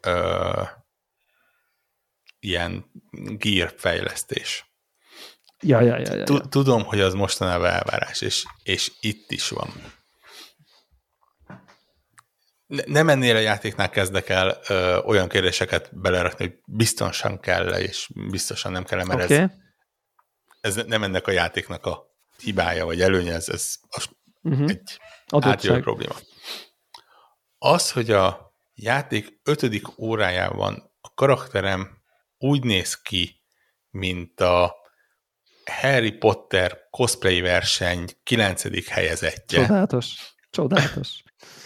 ilyen gear fejlesztés. Ja. Tudom, hogy az mostanában elvárás, és itt is van. Nem ennél a játéknál kezdek el olyan kérdéseket belerakni, hogy biztosan kell, és biztosan nem kell, mert ez nem ennek a játéknak a hibája, vagy előnye, ez egy átjövő probléma. Az, hogy a játék 5. órájában a karakterem úgy néz ki, mint a Harry Potter cosplay verseny 9. helyezettje. Csodálatos.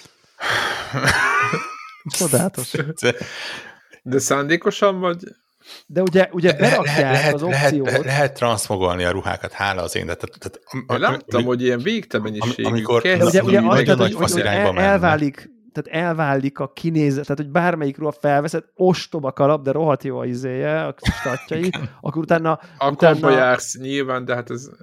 De szándékosan vagy? De ugye berakják az opciót. Lehet transzmogolni a ruhákat, hála az én. Láttam, hogy ilyen végtelen mennyiségű. Amikor elválik a kinézet, tehát hogy bármelyik ruha felveszed, ostoba kalap, de rohadt jó a izéje, a statjai, akkor utána jársz nyilván, de hát ez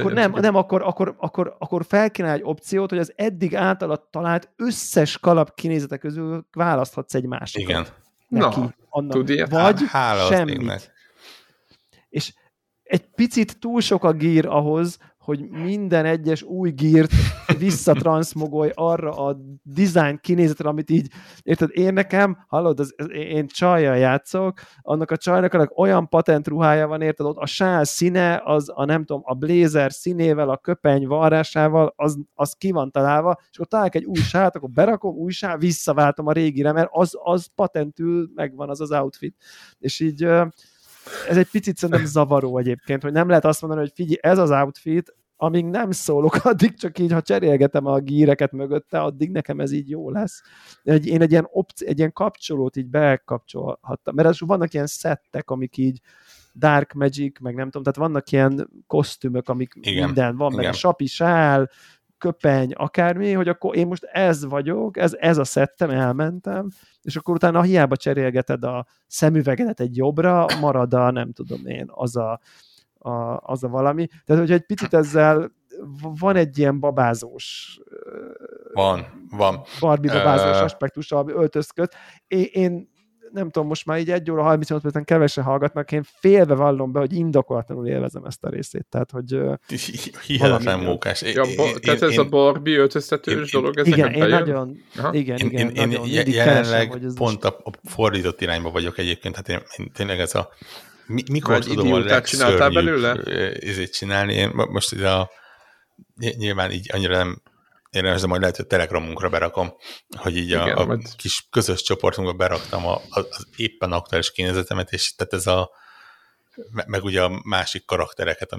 akkor felkínál egy opciót, hogy az eddig általad talált összes kalap kinézete közül választhatsz egy másikat. Igen. Neki, vagy semmit. És egy picit túl sok a gear ahhoz, hogy minden egyes új gírt visszatranszmogolj arra a design kinézetre, amit így, érted, én nekem, hallod, én csajjal játszok, annak a csajnak olyan patent ruhája van, érted, ott a sál színe, az a nem tudom, a blazer színével, a köpeny varrásával, az ki van találva, és akkor találok egy új sált, akkor berakom, új sál, visszaváltom a régire, mert az patentül megvan az outfit. És így ez egy picit szerintem zavaró egyébként, hogy nem lehet azt mondani, hogy figyelj, ez az outfit, amíg nem szólok, addig csak így, ha cserélgetem a gíreket mögötte, addig nekem ez így jó lesz. Én egy ilyen kapcsolót így bekapcsolhattam, mert vannak ilyen szettek, amik így Dark Magic, meg nem tudom, tehát vannak ilyen kosztümök, amik minden van, meg a sapi sál, köpeny, akármi, hogy akkor én most ez vagyok, ez a szettem, elmentem, és akkor utána hiába cserélgeted a szemüvegedet egy jobbra, marad a, nem tudom én, az a valami. Tehát, hogyha egy picit ezzel van egy ilyen babázós van. Barbie babázós aspektus, ami öltözköd. Én nem tudom, most már így 1 óra 38 percen kevesen hallgatnak, én félve vallom be, hogy indokolatlanul élvezem ezt a részét. Tehát, hogy hihetetlen mókás. Tehát ez a Barbie öltöztetős dolog, ez igen, én nagyon jelenleg pont a fordított irányba vagyok egyébként, hát én tényleg ez a mikor tudom a legszörnyűbb csinálni. Én most nyilván így annyira nem érdemes, de majd lehet, hogy a Telegramunkra berakom, hogy így a kis közös csoportunkba beraktam az éppen aktuális kinézetemet, és tehát ez meg ugye a másik karaktereket, amik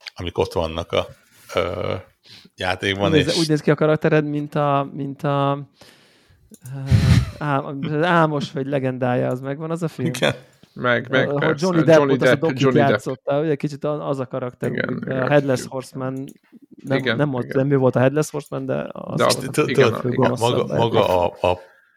amik ott vannak a játékban. Úgy néz ki a karaktered, mint Álmos vagy legendája, az megvan az a film? Igen. Meg Johnny Depp az a Dokit játszotta, ugye kicsit az a karakter. Igen, a Headless Horseman, nem ő volt a Headless Horseman, de maga a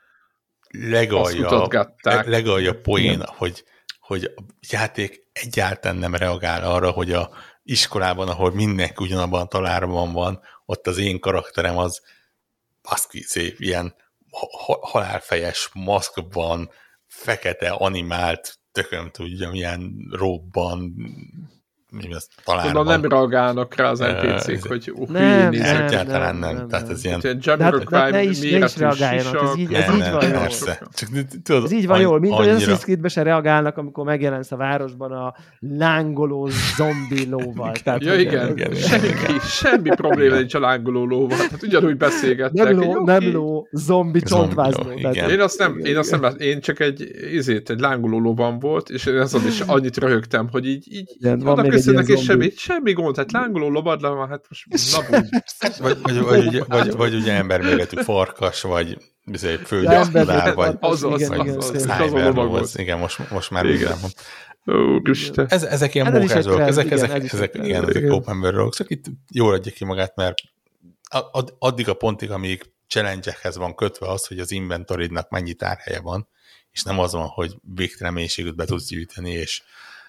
legalja poén, hogy a játék egyáltalán nem reagál arra, hogy a iskolában, ahol mindenki ugyanabban a talárban van, ott az én karakterem az szép, ilyen halálfejes maszkban, fekete, animált, tököm tudja, milyen robban, talán nem reagálnak rá az NPC-k, hogy nem. Tehát ez ilyen... Ne is reagáljanak, ez így van jól. Ez így van jól, mint hogy az Assassin's Creed-be se reagálnak, amikor megjelensz a városban a lángoló zombi lóval. Ja, igen. Semmi probléma nincs a lángoló lóval, tehát ugyanúgy beszélgettek. Nem ló, zombi csontváznó. Én csak egy lángoló lóban volt, és én azon is annyit röhögtem, hogy így köszönnek, és semmi gond, hát lángoló lobadla van, hát most vagy ugye emberméretű farkas, vagy fölgyasztudál, vagy igen, most már igen. Ezek ilyen mókázolók, ezek open world-ok, csak itt jól adja ki magát, mert addig a pontig, amíg challenge-ekhez van kötve az, hogy az inventoridnak mennyi tárhelye van, és nem az van, hogy végtelen mennyiségűt be tudsz gyűjteni, és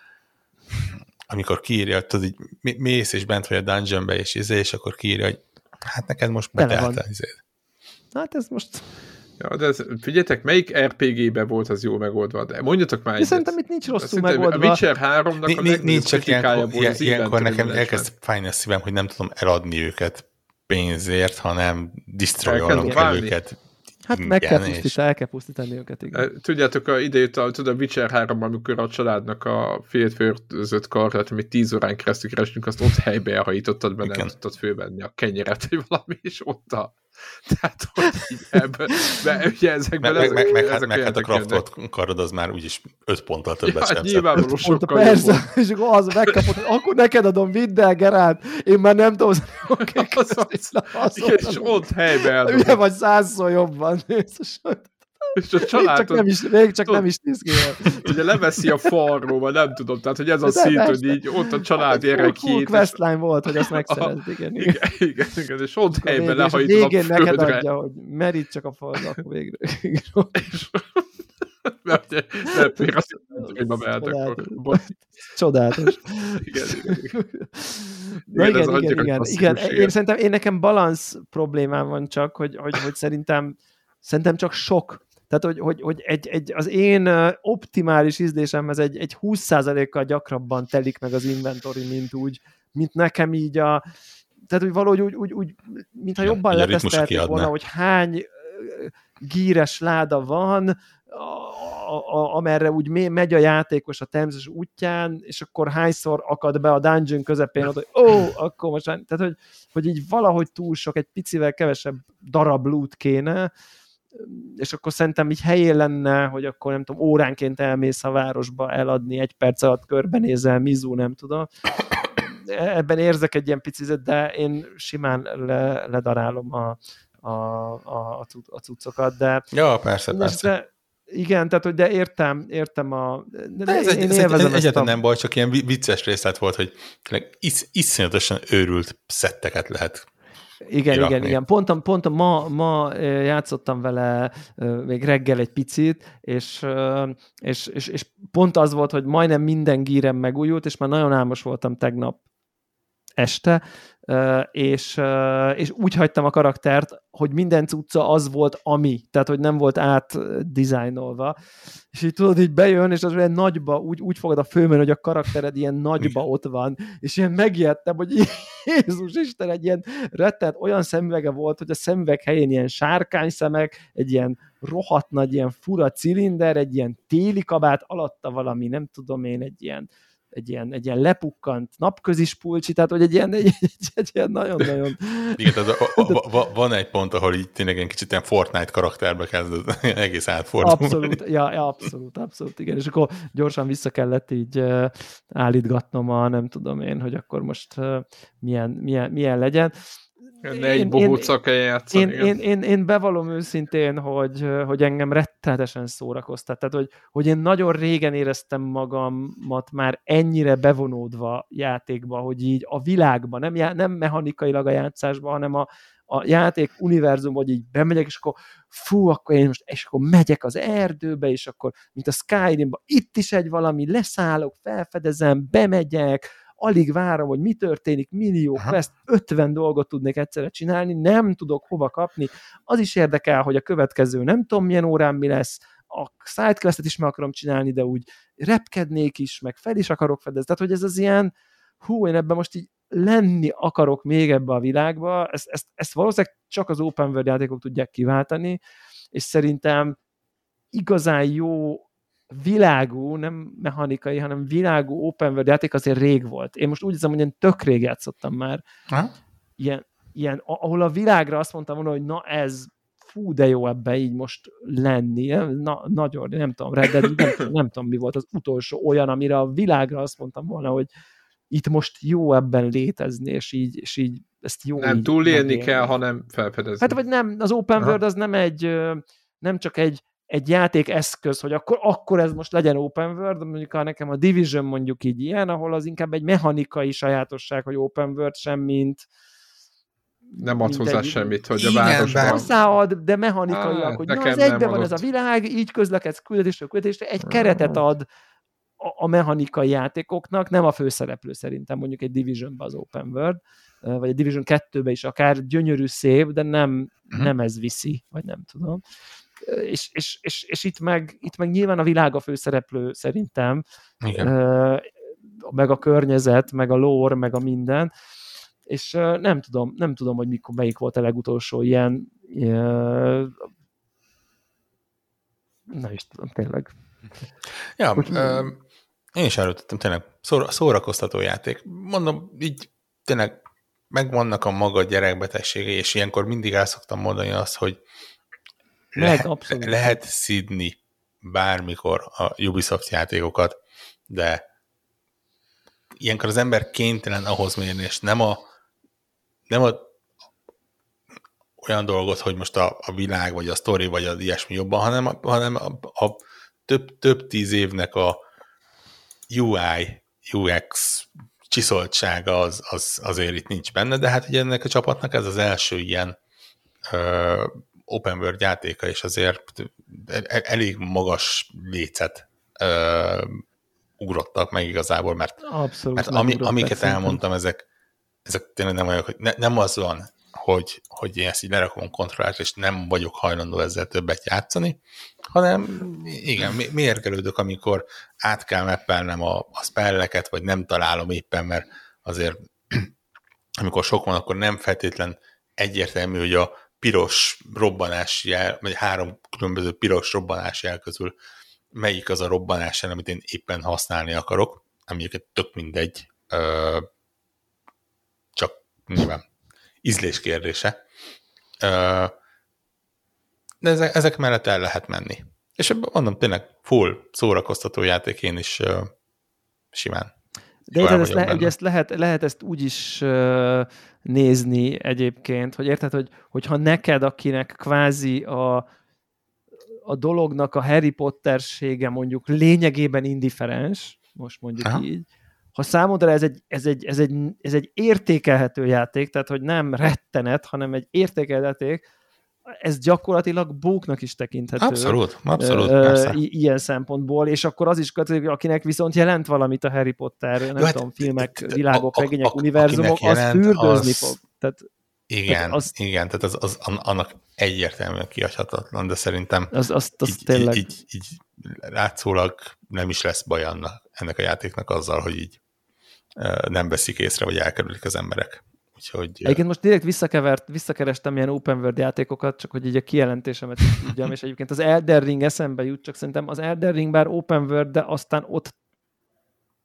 amikor kiírja, tudod, így mész és bent vagy a dungeonbe, és akkor kiírja, hogy hát neked most betelt izéd. Hát ez most... Ja, de figyeljetek, melyik RPG-be volt az jól megoldva? De mondjatok már egyet. Szerintem itt nincs rosszul megoldva. A Witcher 3-nak a legnagyobb kritikája volt az ilyenkor nekem elkezd fájni a szívem, hogy nem tudom eladni őket pénzért, hanem destroyolnom kell őket. Hát el kell pusztítani őket, igen. Tudjátok, idejött a Witcher 3, amikor a családnak a féltfőrzött karját, amit 10 órán keresztül kerestünk, azt ott helybe elhajítottad, mert nem tudtad fölvenni a kenyeret, vagy valami, és ott Tehát, hogy így ebből, de ugye ezekben meg hát a craftot karod, az már úgyis 5 ponttal többet sem. Hát nyilvánvaló sokkal persze, jobban. És akkor az megkapod, hogy akkor neked adom, vidd el, Gerált, én már nem tudom, és ott helybe eldobom. Ugye vagy 100-szor jobban. És a család... Még csak nem is néz ki. Ugye leveszi a falról, vagy nem tudom, tehát hogy ez a szint, hogy így ott a család gyerek full questline volt, hogy azt megszerezd, igen, és ott helyben lehajtod a földre. Neked adja, hogy merít csak a falra, akkor végre. Mert ugye nem fér azt, hogy ma mehet akkor. Csodálatos. Igen. Én szerintem nekem balansz problémám van csak, hogy szerintem csak sok. Tehát, hogy az én optimális ízlésemhez egy 20%-kal gyakrabban telik meg az inventory, mint nekem így tehát, hogy valahogy úgy mintha jobban letesztelték volna, hogy hány gíres láda van, amerre úgy megy a játékos a természetes útján, és akkor hányszor akad be a dungeon közepén, hogy akkor most... Tehát, hogy így valahogy túl sok, egy picivel kevesebb darab loot kéne, és akkor szerintem így helyén lenne, hogy akkor nem tudom, óránként elmész a városba eladni, 1 perc alatt körbenézel, Mizu, nem tudom. Ebben érzek egy ilyen picit, de én simán ledarálom a cuccokat, de... Ja, persze. Igen, tehát, hogy de értem de ez egyáltalán nem baj, csak ilyen vicces részlet volt, hogy iszonyatosan őrült szetteket lehet Igen. Pont ma játszottam vele még reggel egy picit, és pont az volt, hogy majdnem minden gírem megújult, és már nagyon álmos voltam tegnap este, és úgy hagytam a karaktert, hogy minden cucca az volt, ami, tehát hogy nem volt átdizájnolva, és így tudod, így bejön, és az olyan nagyba, úgy fogod a főmenü, hogy a karaktered ilyen nagyba ott van, és ilyen megijedtem, hogy Jézus Isten, egy ilyen rettent olyan szemüvege volt, hogy a szemüveg helyén ilyen sárkányszemek, egy ilyen rohadt nagy, ilyen fura cilinder, egy ilyen téli kabát, alatta valami, nem tudom én, egy egy ilyen lepukkant napközis pulcsi, tehát hogy egy ilyen nagyon-nagyon... Igen, tehát van egy pont, ahol így tényleg egy kicsit ilyen Fortnite karakterbe kezd egész átfordulni. Abszolút, igen. És akkor gyorsan vissza kellett így állítgatnom nem tudom én, hogy akkor most milyen legyen. Ne egy bohóccal kell játszani. Én bevallom őszintén, hogy engem rettenetesen szórakoztat. Tehát, hogy én nagyon régen éreztem magamat már ennyire bevonódva játékba, hogy így a világban, nem mechanikailag a játszásban, hanem a játék univerzum, hogy így bemegyek, és akkor akkor én most, és akkor megyek az erdőbe, és akkor, mint a Skyrimban, itt is egy valami, leszállok, felfedezem, bemegyek, alig várom, hogy mi történik, millió quest, 50 dolgot tudnék egyszerre csinálni, nem tudok hova kapni. Az is érdekel, hogy a következő nem tudom milyen órán mi lesz, a sidequestet is meg akarom csinálni, de úgy repkednék is, meg fel is akarok fedezni. Tehát, hogy ez az ilyen, én ebben most így lenni akarok még ebbe a világba, ezt valószínűleg csak az open world játékok tudják kiváltani, és szerintem igazán jó világú, nem mechanikai, hanem világú open world játék azért rég volt. Én most úgy hiszem, hogy én tök rég játszottam már. Ilyen, ahol a világra azt mondtam volna, hogy na ez de jó ebben így most lenni. Nagyon, nem tudom, nem tudom, mi volt az utolsó olyan, amire a világra azt mondtam volna, hogy itt most jó ebben létezni, és így ezt jó. Nem túlélni kell, hanem felfedezni. Hát vagy nem, az open world az nem csak egy játékeszköz, hogy akkor ez most legyen open world, mondjuk nekem a Division mondjuk így ilyen, ahol az inkább egy mechanikai sajátosság, hogy open world sem, mint nem ad hozzá semmit, hogy a városban... Hozzáad, de mechanikaiak, hogy az egyben van ez a világ, így közlekedsz küldetésre, egy keretet ad a mechanikai játékoknak, nem a főszereplő szerintem, mondjuk egy Divisionben az open world, vagy egy Division 2-ben is akár gyönyörű, szép, de nem ez viszi, vagy nem tudom. És itt meg nyilván a világ a főszereplő szerintem, meg a környezet, meg a lore, meg a minden, és nem tudom, hogy melyik volt a legutolsó ilyen nem is tudom, tényleg. Ja, én is előttem, tényleg szórakoztató játék. Mondom, így tényleg megvannak a maga gyerekbetegségei, és ilyenkor mindig el szoktam mondani azt, hogy lehet szidni bármikor a Ubisoft játékokat, de ilyenkor az ember kénytelen ahhoz mérni, és nem a olyan dolgot, hogy most a világ, vagy a sztori, vagy az ilyesmi jobban, hanem a több 10 évnek a UI, UX csiszoltsága az azért itt nincs benne, de hát ugye ennek a csapatnak ez az első ilyen open world játéka, és azért elég magas lécet ugrottak meg igazából, mert amiket elmondtam, ezek tényleg nem olyan, hogy nem az van, hogy én ezt így lerakom a kontrollát, és nem vagyok hajlandó ezzel többet játszani, hanem igen, mérgelődök, amikor át kell mappelnem a spelleket, vagy nem találom éppen, mert azért amikor sok van, akkor nem feltétlen egyértelmű, hogy a piros robbanási jel, vagy 3 különböző piros robbanási jel közül melyik az a robbanás jel, amit én éppen használni akarok, ami tök mindegy, csak nyilván ízlés kérdése. De ezek mellett el lehet menni. És mondom, tényleg full szórakoztató játék, én is simán. De érted, ugye ezt lehet ezt úgy is nézni egyébként, hogy érted, hogyha neked, akinek kvázi a dolognak a Harry Pottersége mondjuk lényegében indifferens, most mondjuk így, ha számodra ez egy értékelhető játék, tehát hogy nem rettenet, hanem egy értékelhető játék, ez gyakorlatilag bóknak is tekinthető. Abszolút, ilyen szempontból, és akkor az is, akinek viszont jelent valamit a Harry Potter, nem tudom, filmek, világok, regények, univerzumok, az fürdőzni fog. Tehát, igen, tehát az annak egyértelműen kihagyhatatlan, de szerintem az tényleg... így látszólag nem is lesz baj ennek a játéknak azzal, hogy így nem veszik észre, vagy elkerülik az emberek. Úgyhogy... Egyébként most direkt visszakerestem ilyen open world játékokat, csak hogy így a kijelentésemet is tudjam, és egyébként az Elden Ring eszembe jut, csak szerintem az Elden Ring bár open world, de aztán ott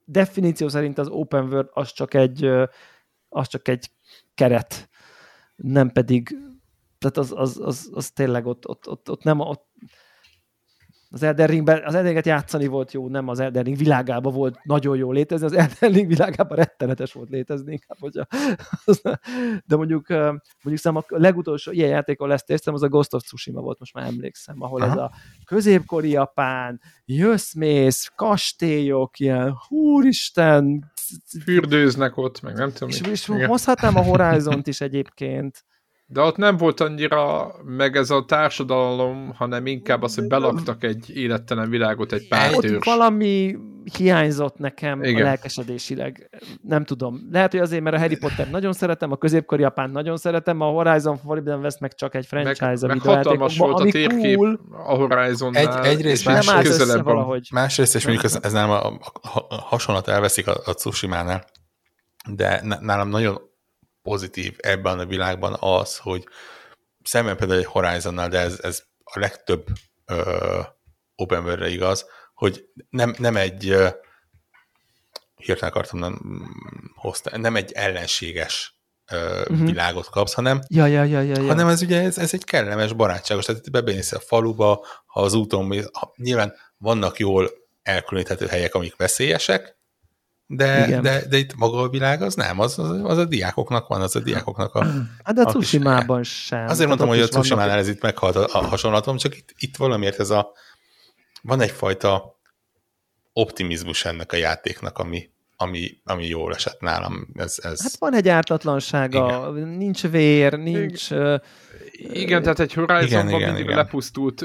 definíció szerint az open world az csak egy keret, nem pedig, tehát az tényleg ott nem, az Elden Ringet játszani volt jó, nem az Elden Ring világában volt nagyon jó létezni, az Elden Ring világában rettenetes volt létezni, inkább, hogyha, de mondjuk szerintem a legutolsó ilyen játékon lesz tésztem, az a Ghost of Tsushima volt, most már emlékszem, ahol ez a középkori Japán, jösszmész, kastélyok, ilyen, úristen, fürdőznek ott, meg nem tudom. És hozhatnám a Horizont is egyébként. De ott nem volt annyira meg ez a társadalom, hanem inkább az, hogy belaktak egy élettelen világot, egy pár ott ős. valami hiányzott nekem igen. A lelkesedésileg. Nem tudom. Lehet, hogy azért, mert a Harry Potter nagyon szeretem, a középkori Japán nagyon szeretem, a Horizon Forbidden West meg csak egy franchise meg hatalmas volt a térkép cool, a Horizonnál. Egyrészt másrészt, és mondjuk ez nálam a hasonlat elveszik a Tsushima-nál, de nálam nagyon pozitív ebben a világban az, hogy szemben például egy Horizonnal, de ez a legtöbb open world-re igaz, hogy nem egy hirtelen akartam nem egy ellenséges világot kapsz, hanem hanem ez ugye ez egy kellemes, barátságos, tehát bemész a faluba, ha az úton nyilván vannak jól elkülöníthető helyek, amik veszélyesek, de itt maga a világ az nem, az a diákoknak van, az a diákoknak a... Hát de a Tsushima-ban sem. Azért mondtam, hogy a Tsushima-nál ez itt meghalt a hasonlatom, csak itt valamiért van egyfajta optimizmus ennek a játéknak, ami jól esett nálam. Hát van egy ártatlansága, igen. Nincs vér, nincs... Igen, tehát egy Horizonban mindig lepusztult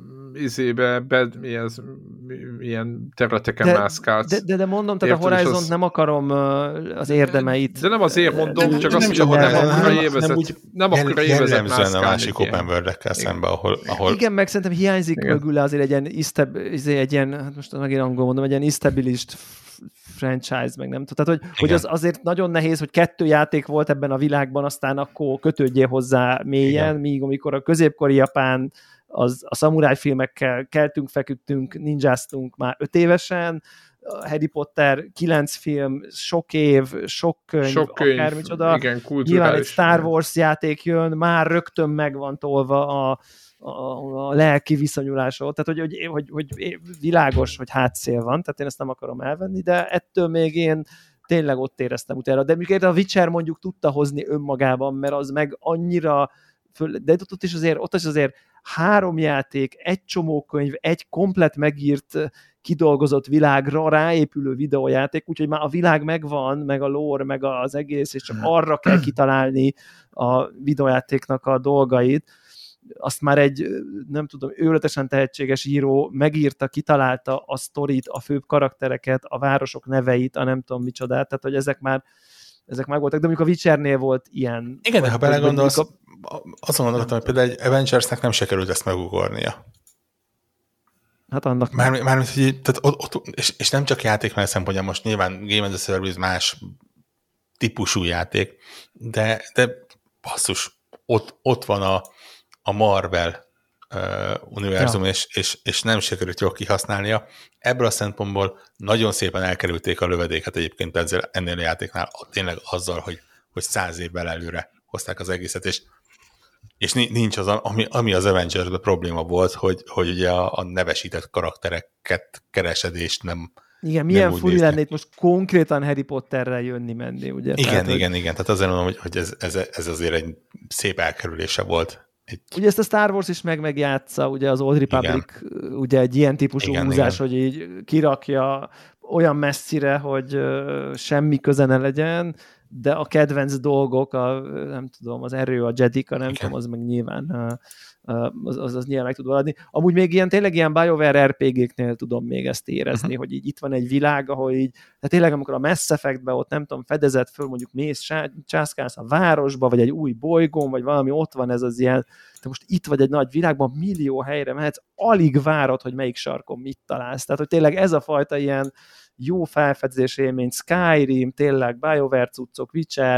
ilyen területeken mászkálsz. De mondom, tehát a Horizont nem akarom az érdemeit. De nem azért mondom, csak azt, hogy nem akkora évezet mászkálni. A másik open world-ekkel szemben, ahol... Igen, meg szerintem hiányzik mögül azért egy ilyen, hát most megint angol mondom, egy ilyen established franchise, meg nem tudom. Tehát, hogy az azért nagyon nehéz, hogy 2 játék volt ebben a világban, aztán akkor kötődjél hozzá mélyen, míg amikor a középkori Japán a szamuráj filmekkel keltünk, feküdtünk, ninjáztunk már 5 évesen, Harry Potter 9 film, sok év, sok könyv, akármicsoda. Igen, nyilván egy Star Wars játék jön, már rögtön meg van tolva a lelki viszonyulásról, tehát hogy világos, hogy hátszél van, tehát én ezt nem akarom elvenni, de ettől még én tényleg ott éreztem utána. De mikor a Witcher mondjuk tudta hozni önmagában, mert az meg annyira de ott is azért 3 játék, egy csomó könyv, egy komplett megírt, kidolgozott világra ráépülő videójáték, úgyhogy már a világ megvan, meg a lore, meg az egész, és csak arra kell kitalálni a videójátéknak a dolgait. Azt már egy, nem tudom, őrületesen tehetséges író megírta, kitalálta a sztorit, a főbb karaktereket, a városok neveit, a nem tudom micsodát, tehát hogy ezek már voltak, de mondjuk a Witchernél volt ilyen. Igen, de ha belegondolsz, azon gondoltam, hogy például egy Avengersnek nem sikerült ezt megugornia. Hát annak mármint, hogy ott, és nem csak játékmenet szempontja, most nyilván Game as a Service más típusú játék, de basszus, ott van a Marvel univerzum, és nem sikerült jól kihasználnia. Ebből a szempontból nagyon szépen elkerülték a lövedéket egyébként ennél a játéknál, tényleg azzal, hogy 100 évvel előre hozták az egészet, és nincs az, ami az Avengers-ben probléma volt, hogy ugye a nevesített karaktereket keresedést nem. Igen, milyen furi lenne itt most konkrétan Harry Potterrel jönni-menni, ugye? Igen. Tehát azért mondom, hogy ez azért egy szép elkerülése volt. Ugye ezt a Star Wars is megjátsza, ugye az Old Republic, ugye egy ilyen típusú húzás, hogy így kirakja olyan messzire, hogy semmi köze ne legyen, de a kedvenc dolgok, nem tudom, az erő, a Jedika, nem tudom, az meg nyilván az nyilván meg tud adni. Amúgy még tényleg ilyen BioWare RPG-knél tudom még ezt érezni, hogy így itt van egy világ, ahol így, tehát tényleg amikor a Mass Effectben ott nem tudom, fedezett föl, mondjuk mész, császkálsz a városba, vagy egy új bolygón, vagy valami ott van ez az ilyen, te most itt vagy egy nagy világban, millió helyre mehetsz, alig várod, hogy melyik sarkon mit találsz. Tehát, hogy tényleg ez a fajta ilyen jó felfedezés élmény, Skyrim, tényleg BioWare cuccok, Witcher,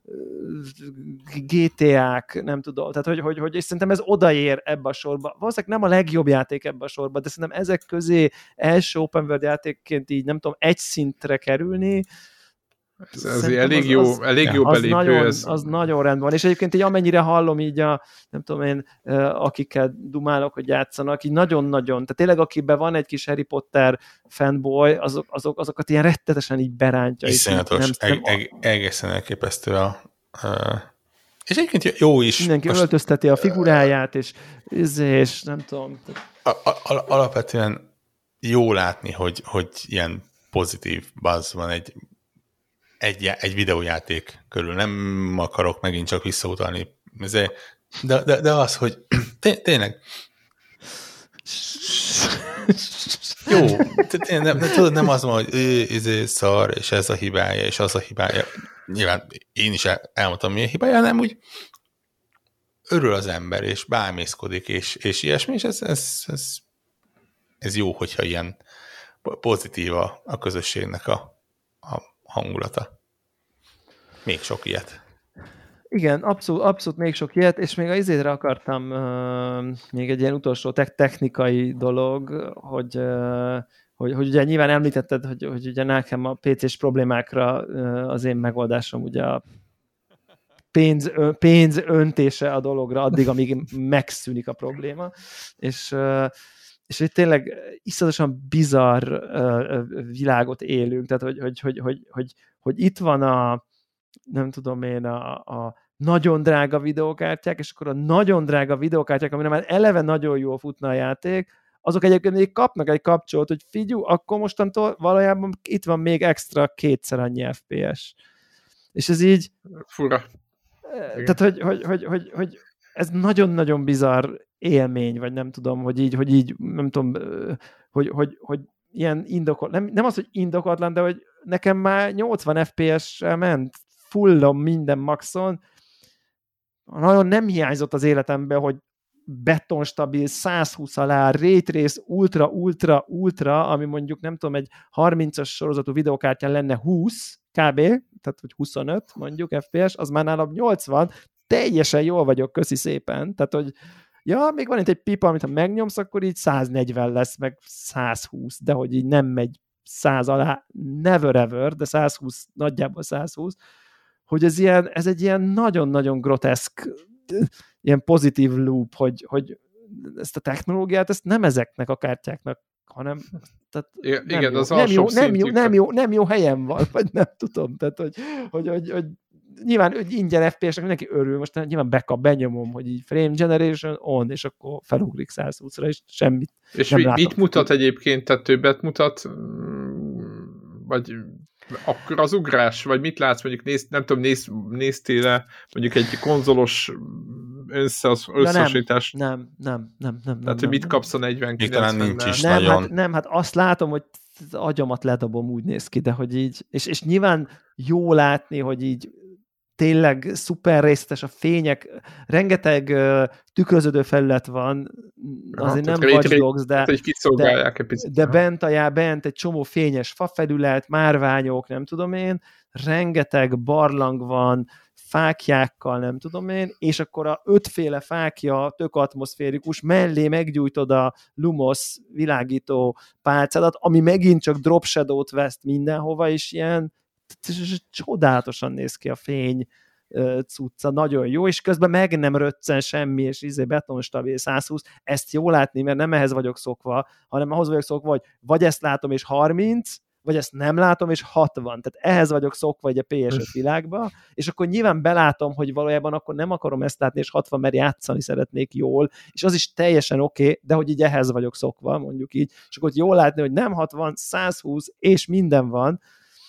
GTA-k, nem tudom, tehát hogy és szerintem ez odaér ebbe a sorba. Valószínűleg nem a legjobb játék ebbe a sorba, de szerintem ezek közé első open world játékként így, nem tudom, egy szintre kerülni, ez elég jó belépő. Az nagyon rendben van, és egyébként így amennyire hallom így nem tudom én, akikkel dumálok, hogy játszanak, így nagyon-nagyon, tehát tényleg akiben van egy kis Harry Potter fanboy, azokat ilyen rettetesen így berántja. Iszonyatos, egészen elképesztő és egyébként jó is. Mindenki öltözteti a figuráját, és nem tudom. Alapvetően jó látni, hogy ilyen pozitív buzz van egy videójáték körül. Nem akarok megint csak visszautalni. De az, hogy tényleg jó, tudod, nem az van, hogy ő szar, és ez a hibája, és az a hibája. Nyilván én is elmondtam, mi a hibája, hanem úgy örül az ember, és bámészkodik, és ilyesmi, és ez jó, hogyha ilyen pozitív a közösségnek a hangulata. Még sok ilyet. Igen, abszolút még sok ilyet, és még az izétre akartam még egy ilyen utolsó technikai dolog, hogy ugye nyilván említetted, hogy ugye nekem a PC-s problémákra az én megoldásom ugye a pénz öntése a dologra addig, amíg megszűnik a probléma, és hogy tényleg iszonyatosan bizarr világot élünk, tehát hogy itt van nem tudom én, a nagyon drága videókártyák, és akkor a nagyon drága videókártyák, amire már eleve nagyon jól futna a játék, azok egyébként még kapnak egy kapcsolót, hogy figyelj, akkor mostantól valójában itt van még extra 2-szer annyi FPS. És ez így... Fura. Tehát, hogy ez nagyon-nagyon bizarr élmény, vagy nem tudom, hogy így nem tudom, hogy ilyen indokolt, nem az, hogy indokatlan, de hogy nekem már 80 FPS-sel ment, fullon minden maxon, nagyon nem hiányzott az életemben, hogy betonstabil, 120 alá, ray trace, ultra, ami mondjuk nem tudom, egy 30-as sorozatú videókártyán lenne 20 kb, tehát hogy 25 mondjuk FPS, az már nálam 80, teljesen jól vagyok, köszi szépen, tehát hogy ja, még van itt egy pipa, amit ha megnyomsz, akkor így 140 lesz, meg 120, de hogy így nem megy 100 alá, never ever, de 120, nagyjából 120, hogy ez egy ilyen nagyon-nagyon groteszk, ilyen pozitív loop, hogy ezt a technológiát, ezt nem ezeknek a kártyáknak, hanem tehát igen, jó, az nem jó helyen van, vagy nem tudom, tehát hogy nyilván ingyen FPS-nek mindenki örül, most nyilván benyomom, hogy így frame generation on, és akkor felugrik 120-ra, és semmit és nem mit mutat egyébként? Tehát többet mutat? Vagy akkor az ugrás? Vagy mit látsz? Mondjuk nem tudom, néztél-e mondjuk egy konzolos összehasonlítást? Nem. Tehát, hogy mit kapsz a 49-ben? Talán nincs is nagyon. Hát azt látom, hogy az agyamat ledobom, úgy néz ki, de hogy így, és nyilván jó látni, hogy így tényleg szuper részletes a fények, rengeteg tükröződő felület van, azért nem Watch Dogs, de bent egy csomó fényes fafelület, márványok, nem tudom én, rengeteg barlang van, fáklyákkal, nem tudom én, és akkor a 5 féle fákja tök atmoszférikus, mellé meggyújtod a Lumos világító pálcádat, ami megint csak drop shadow-t veszt mindenhova, és ilyen csodálatosan néz ki a fény cucca, nagyon jó, és közben meg nem röccen semmi, és betonstabil 120, ezt jó látni, mert nem ehhez vagyok szokva, hanem ahhoz vagyok szokva, hogy vagy ezt látom, és 30, vagy ezt nem látom, és 60. Tehát ehhez vagyok szokva egy a PS5 világba, és akkor nyilván belátom, hogy valójában akkor nem akarom ezt látni, és 60, mert játszani szeretnék jól, és az is teljesen oké, de hogy így ehhez vagyok szokva, mondjuk így, és akkor jól látni, hogy nem 60, 120, és minden van,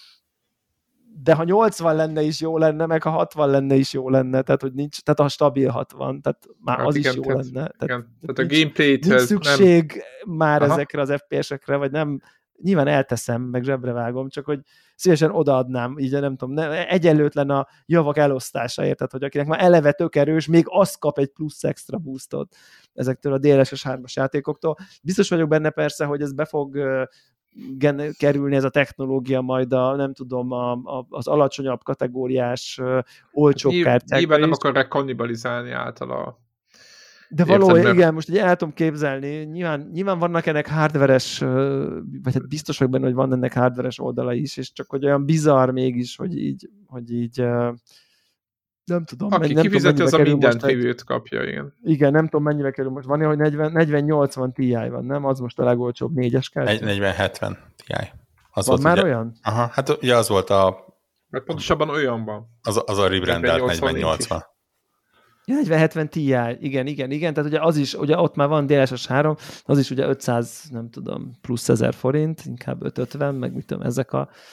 de ha 80 lenne is jó lenne, meg ha 60 lenne is jó lenne, tehát hogy nincs, tehát a stabil 60, tehát már az igen, is jó lenne. Tehát a gameplayt nincs szükség nem... már ezekre az FPS-ekre, vagy nem, nyilván elteszem, meg zsebre vágom, csak hogy szívesen odaadnám, így nem tudom, egyenlőtlen a javak elosztása, érted, hogy akinek már eleve tök erős, még az kap egy plusz extra boostot ezektől a DLSS 3-as játékoktól. Biztos vagyok benne persze, hogy ez be fog kerülni ez a technológia majd nem tudom, az alacsonyabb kategóriás olcsóbb kártyákba Nyilván nem akarják kannibalizálni általa. De valójában igen, most ugye el tudom képzelni, nyilván vannak ennek hardveres, vagy hát biztos vagyok benne, hogy van ennek hardveres oldala is, és csak hogy olyan bizarr mégis, hogy így nem tudom. Aki nem kifizeti, tudom, az a mindent lévőt kapja, igen. Igen, nem tudom, mennyibe kerül most. Van, hogy 4080 Ti van, nem? Az most a legolcsóbb 4-es kártya. 4070 Ti. Az van volt már ugye, olyan? Aha, hát ugye az volt a... Mert pontosabban olyan van. Az a rebrandelt 4080. 4070 Ti, igen, tehát ugye az is, ugye ott már van DLSS 3, az is ugye 500, nem tudom, plusz 1000 forint, inkább 550, meg mit tudom, ezek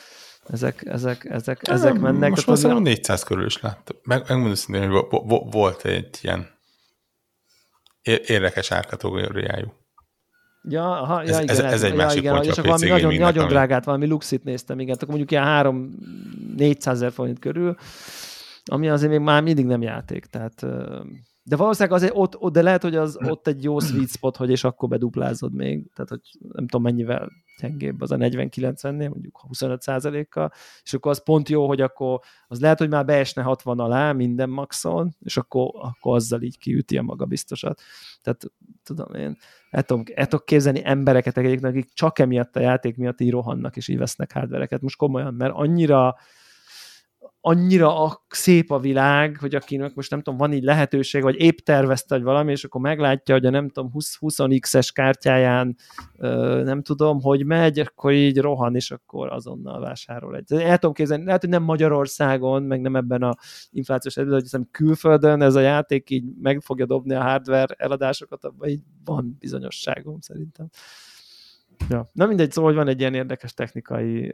mennek. Most már szerintem 400 körül is lett. Megmondom szintén, hogy volt egy ilyen érdekes árkategóriájú. Ja, igen. Ez egy másik pontja csak valami nagyon drágát, valami luxit néztem, igen, akkor mondjuk ilyen 300-400 ezer forint körül, ami azért még már mindig nem játék, tehát... De valószínűleg azért ott, de lehet, hogy ott egy jó sweet spot, hogy és akkor beduplázod még, tehát hogy nem tudom mennyivel gyengébb az a 40-90-nél, mondjuk 25%-kal, és akkor az pont jó, hogy akkor az lehet, hogy már beesne 60 alá minden maxon, és akkor azzal így kiüti a maga biztosat. Tehát tudom én, el tudok képzelni embereket, akik csak emiatt a játék miatt így rohannak, és így vesznek hardvereket. Most komolyan, mert annyira szép a világ, hogy akinek most nem tudom, van így lehetőség, vagy épp tervezte, vagy valami, és akkor meglátja, hogy a nem tudom, 20x-es kártyáján nem tudom, hogy megy, akkor így rohan, és akkor azonnal vásárol egy. El tudom képzelni, lehet, hogy nem Magyarországon, meg nem ebben a inflációs esetben, hogy hiszem külföldön ez a játék így meg fogja dobni a hardware eladásokat, abban így van bizonyosságom szerintem. Ja. Na mindegy, szóval hogy van egy ilyen érdekes technikai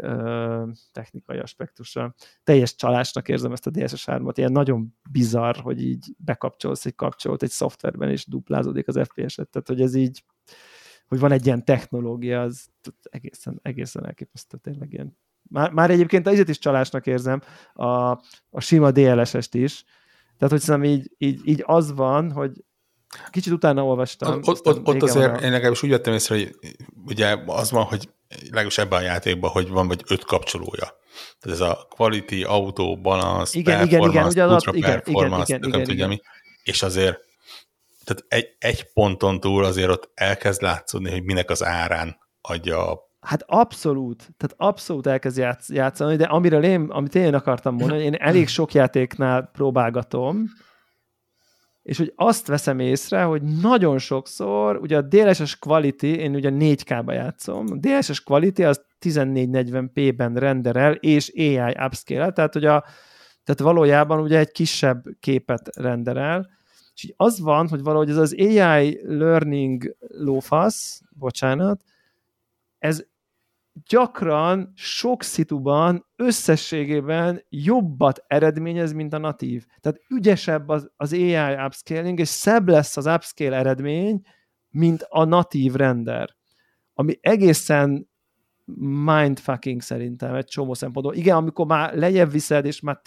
aspektusa. Teljes csalásnak érzem ezt a DSS3-ot, ilyen nagyon bizarr, hogy így bekapcsolsz egy kapcsolót egy szoftverben, és duplázódik az FPS-et, tehát hogy ez így, hogy van egy ilyen technológia, az egészen elképesztő, tényleg ilyen. Már egyébként az is csalásnak érzem, a sima DLSS-t is, tehát hogy szerintem így az van, hogy kicsit utána olvastam. Ott azért én legalábbis úgy vettem észre, hogy ugye az van, hogy legalábbis ebben a játékban, hogy van vagy 5 kapcsolója. Tehát ez a quality, auto, balance, performance, ultra performance, nem tudja mi. És azért tehát egy ponton túl azért ott elkezd látszódni, hogy minek az árán adja a... Hát abszolút elkezd játszani, de amit én akartam mondani, én elég sok játéknál próbálgatom, és hogy azt veszem észre, hogy nagyon sokszor, ugye a DLSS Quality, én ugye 4K-ba játszom, a DLSS Quality az 1440p-ben renderel, és AI upscale, tehát valójában ugye egy kisebb képet renderel, és így az van, hogy valahogy ez az AI learning lófasz, bocsánat, ez gyakran sok szituban összességében jobbat eredményez, mint a natív. Tehát ügyesebb az AI upscaling, és szebb lesz az upscale eredmény, mint a natív render. Ami egészen mindfucking szerintem egy csomó szempontból. Igen, amikor már lejjebb viszed, és már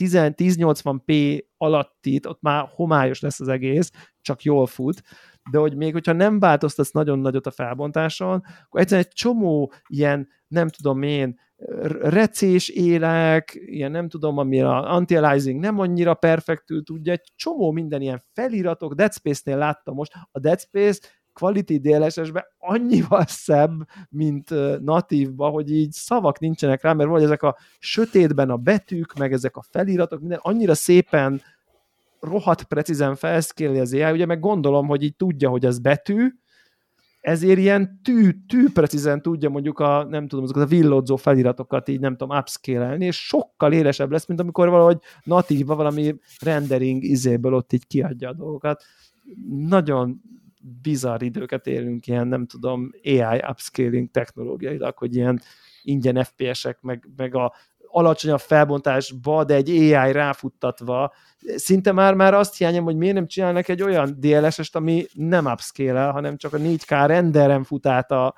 1080p alattit, ott már homályos lesz az egész, csak jól fut, de hogy még hogyha nem változtatsz nagyon nagyot a felbontáson, akkor egyszerűen egy csomó ilyen, nem tudom én, recés élek, ilyen nem tudom, amire anti-aliasing nem annyira perfektül tudja, egy csomó minden ilyen feliratok, Dead Space-nél láttam most, a Dead Space Quality DLSS-ben annyival szebb, mint natívban, hogy így szavak nincsenek rá, mert valahogy ezek a sötétben a betűk, meg ezek a feliratok, minden annyira szépen rohadt precízen felszkéli az AI, ugye meg gondolom, hogy így tudja, hogy ez betű, ezért ilyen tű precízen tudja mondjuk nem tudom, azokat a villódzó feliratokat így nem tudom upscale-elni, és sokkal élesebb lesz, mint amikor valahogy natívban valami rendering izéből ott így kiadja a dolgokat. Nagyon bizarr időket élünk, ilyen nem tudom, AI upscaling technológiailag, hogy ilyen ingyen FPS-ek, meg a alacsonyabb felbontásba, de egy AI ráfuttatva. Szinte már azt hiányom, hogy miért nem csinálnak egy olyan DLSS-t, ami nem upscale-el, hanem csak a 4K renderen fut át a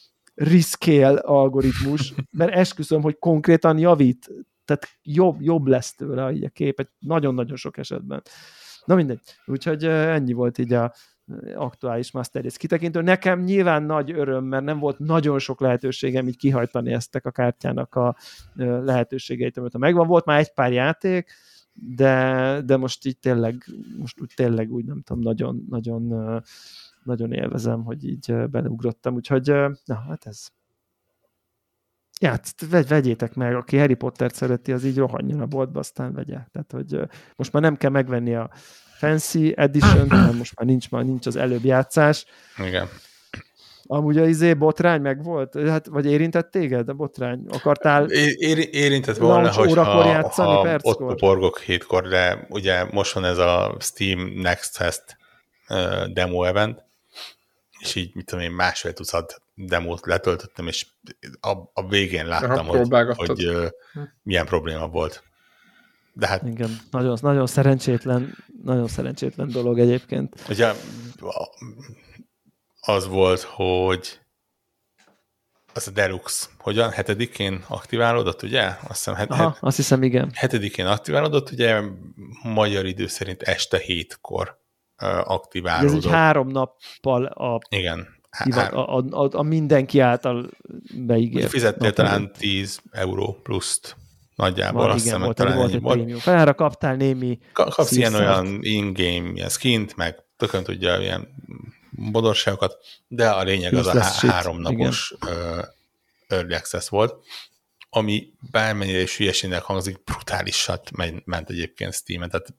rescale algoritmus, mert esküszöm, hogy konkrétan javít, tehát jobb lesz tőle így a kép, nagyon-nagyon sok esetben. Na mindegy. Úgyhogy ennyi volt így a aktuális Master Race kitekintő. Nekem nyilván nagy öröm, mert nem volt nagyon sok lehetőségem így kihajtani ezt a kártyának a lehetőségeit, amit megvan. Volt már egy pár játék, de most így tényleg úgy nem tudom, nagyon élvezem, hogy így beleugrottam. Úgyhogy, na, hát ez. Vegyétek meg, aki Harry Pottert szereti, az így rohanjon a boltba, aztán vegye. Tehát, hogy most már nem kell megvenni a Fancy Edition, hanem most már nincs az előbb játszás. Igen. Amúgy a botrány meg volt? Hát, vagy érintett téged a botrány? Akartál érintett volna, hogyha ott poporgok 7-kor, de ugye most van ez a Steam Next Fest demo event, és így, mit tudom én, 1,5 tucat demót letöltöttem, és a végén láttam, hogy milyen probléma volt. De hát... Igen, nagyon szerencsétlen dolog egyébként. Ugye az volt, hogy az a Deluxe, hogyan? 7-én aktiválódott, ugye? Azt hiszem, igen. 7-én aktiválódott, ugye magyar idő szerint este 7-kor aktiválódott. Ez egy 3 nappal igen. A mindenki által beígért. Fizettél talán 10 euró pluszt nagyjából. Azt hiszem, volt egy prémium. Felára kaptál némi kapsz ilyen-olyan in-game ilyen skint, meg tökön tudja ilyen bodorságokat, de a lényeg az a 3 napos early access volt, ami bármennyire is hülyeségnek hangzik, brutálisat ment egyébként Steam-en, tehát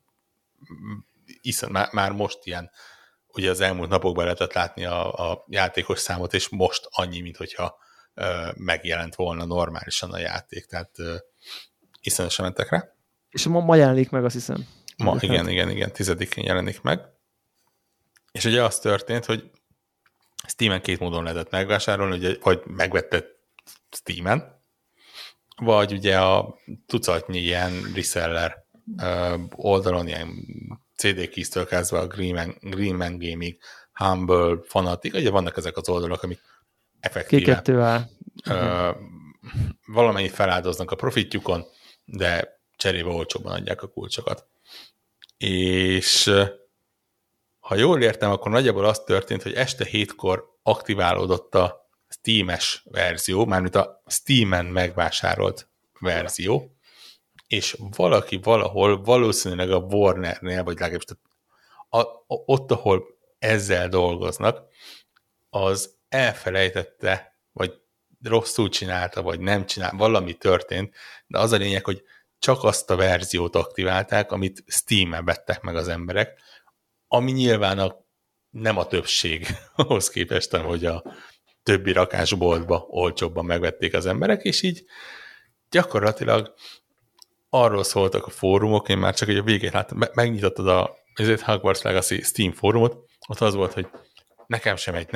már most ilyen, ugye az elmúlt napokban lehetett látni a játékos számot, és most annyi, mint hogyha megjelent volna normálisan a játék, tehát iszonyatosan mentek rá. És ma jelenik meg, azt hiszem. Igen, 10-én jelenik meg. És ugye az történt, hogy Steamen 2 módon lehetett megvásárolni, ugye, vagy megvetted Steamen, vagy ugye a tucatnyi ilyen reseller oldalon, ilyen CD Keys-től kezdve a Green Man Gaming, Humble, Fanatic, ugye vannak ezek az oldalak, amik effektíve valamennyit feláldoznak a profitjukon, de cserébe olcsóban adják a kulcsokat. És ha jól értem, akkor nagyjából az történt, hogy este 7-kor aktiválódott a Steam-es verzió, mármint a Steam-en megvásárolt verzió, és valaki valahol, valószínűleg a Warnernél, vagy legalábbis ott, ahol ezzel dolgoznak, az elfelejtette, vagy rosszul csinálta, vagy nem csinálta, valami történt, de az a lényeg, hogy csak azt a verziót aktiválták, amit Steam-en vettek meg az emberek, ami nyilván nem a többség ahhoz képest, hogy a többi rakásboltba olcsóbban megvették az emberek, és így gyakorlatilag arról szóltak a fórumok, én már csak a végén láttam, megnyitottad a Hogwarts Legacy Steam fórumot, ott az volt, hogy nekem sem megy,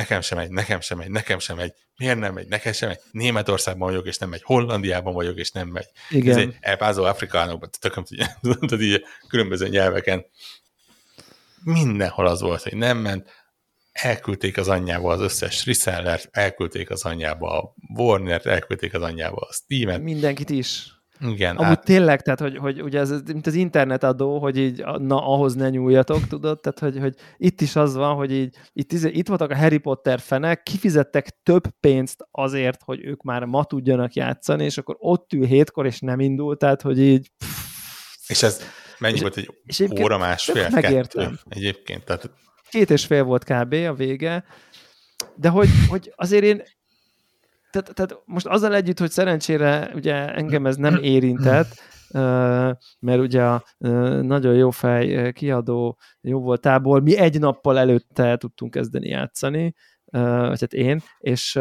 miért nem megy, nekem sem megy, Németországban vagyok, és nem megy, Hollandiában vagyok, és nem megy. Igen. Elpázó afrikánokban, tököm tudja, így különböző nyelveken. Mindenhol az volt, hogy nem ment, elküldték az anyjába az összes resellert, elküldték az anyjába a Warnert, elküldték az anyjába a Steam-et. Mindenkit is. Igen. Amúgy tényleg, tehát, hogy ugye ez mint az internetadó, hogy így, ahhoz ne nyúljatok, tudod? Tehát, hogy itt is az van, hogy így, itt voltak a Harry Potter fenek, kifizettek több pénzt azért, hogy ők már ma tudjanak játszani, és akkor ott ül 7-kor, és nem indult, tehát, hogy így... És ez mennyi volt, egy óra, másfél, 2 egyébként? Tehát... 2,5 volt kb. A vége, de hogy azért én tehát most azzal együtt, hogy szerencsére ugye engem ez nem érintett, mert ugye a nagyon jó fej kiadó jó voltából mi egy nappal előtte tudtunk kezdeni játszani, vagy hát én, és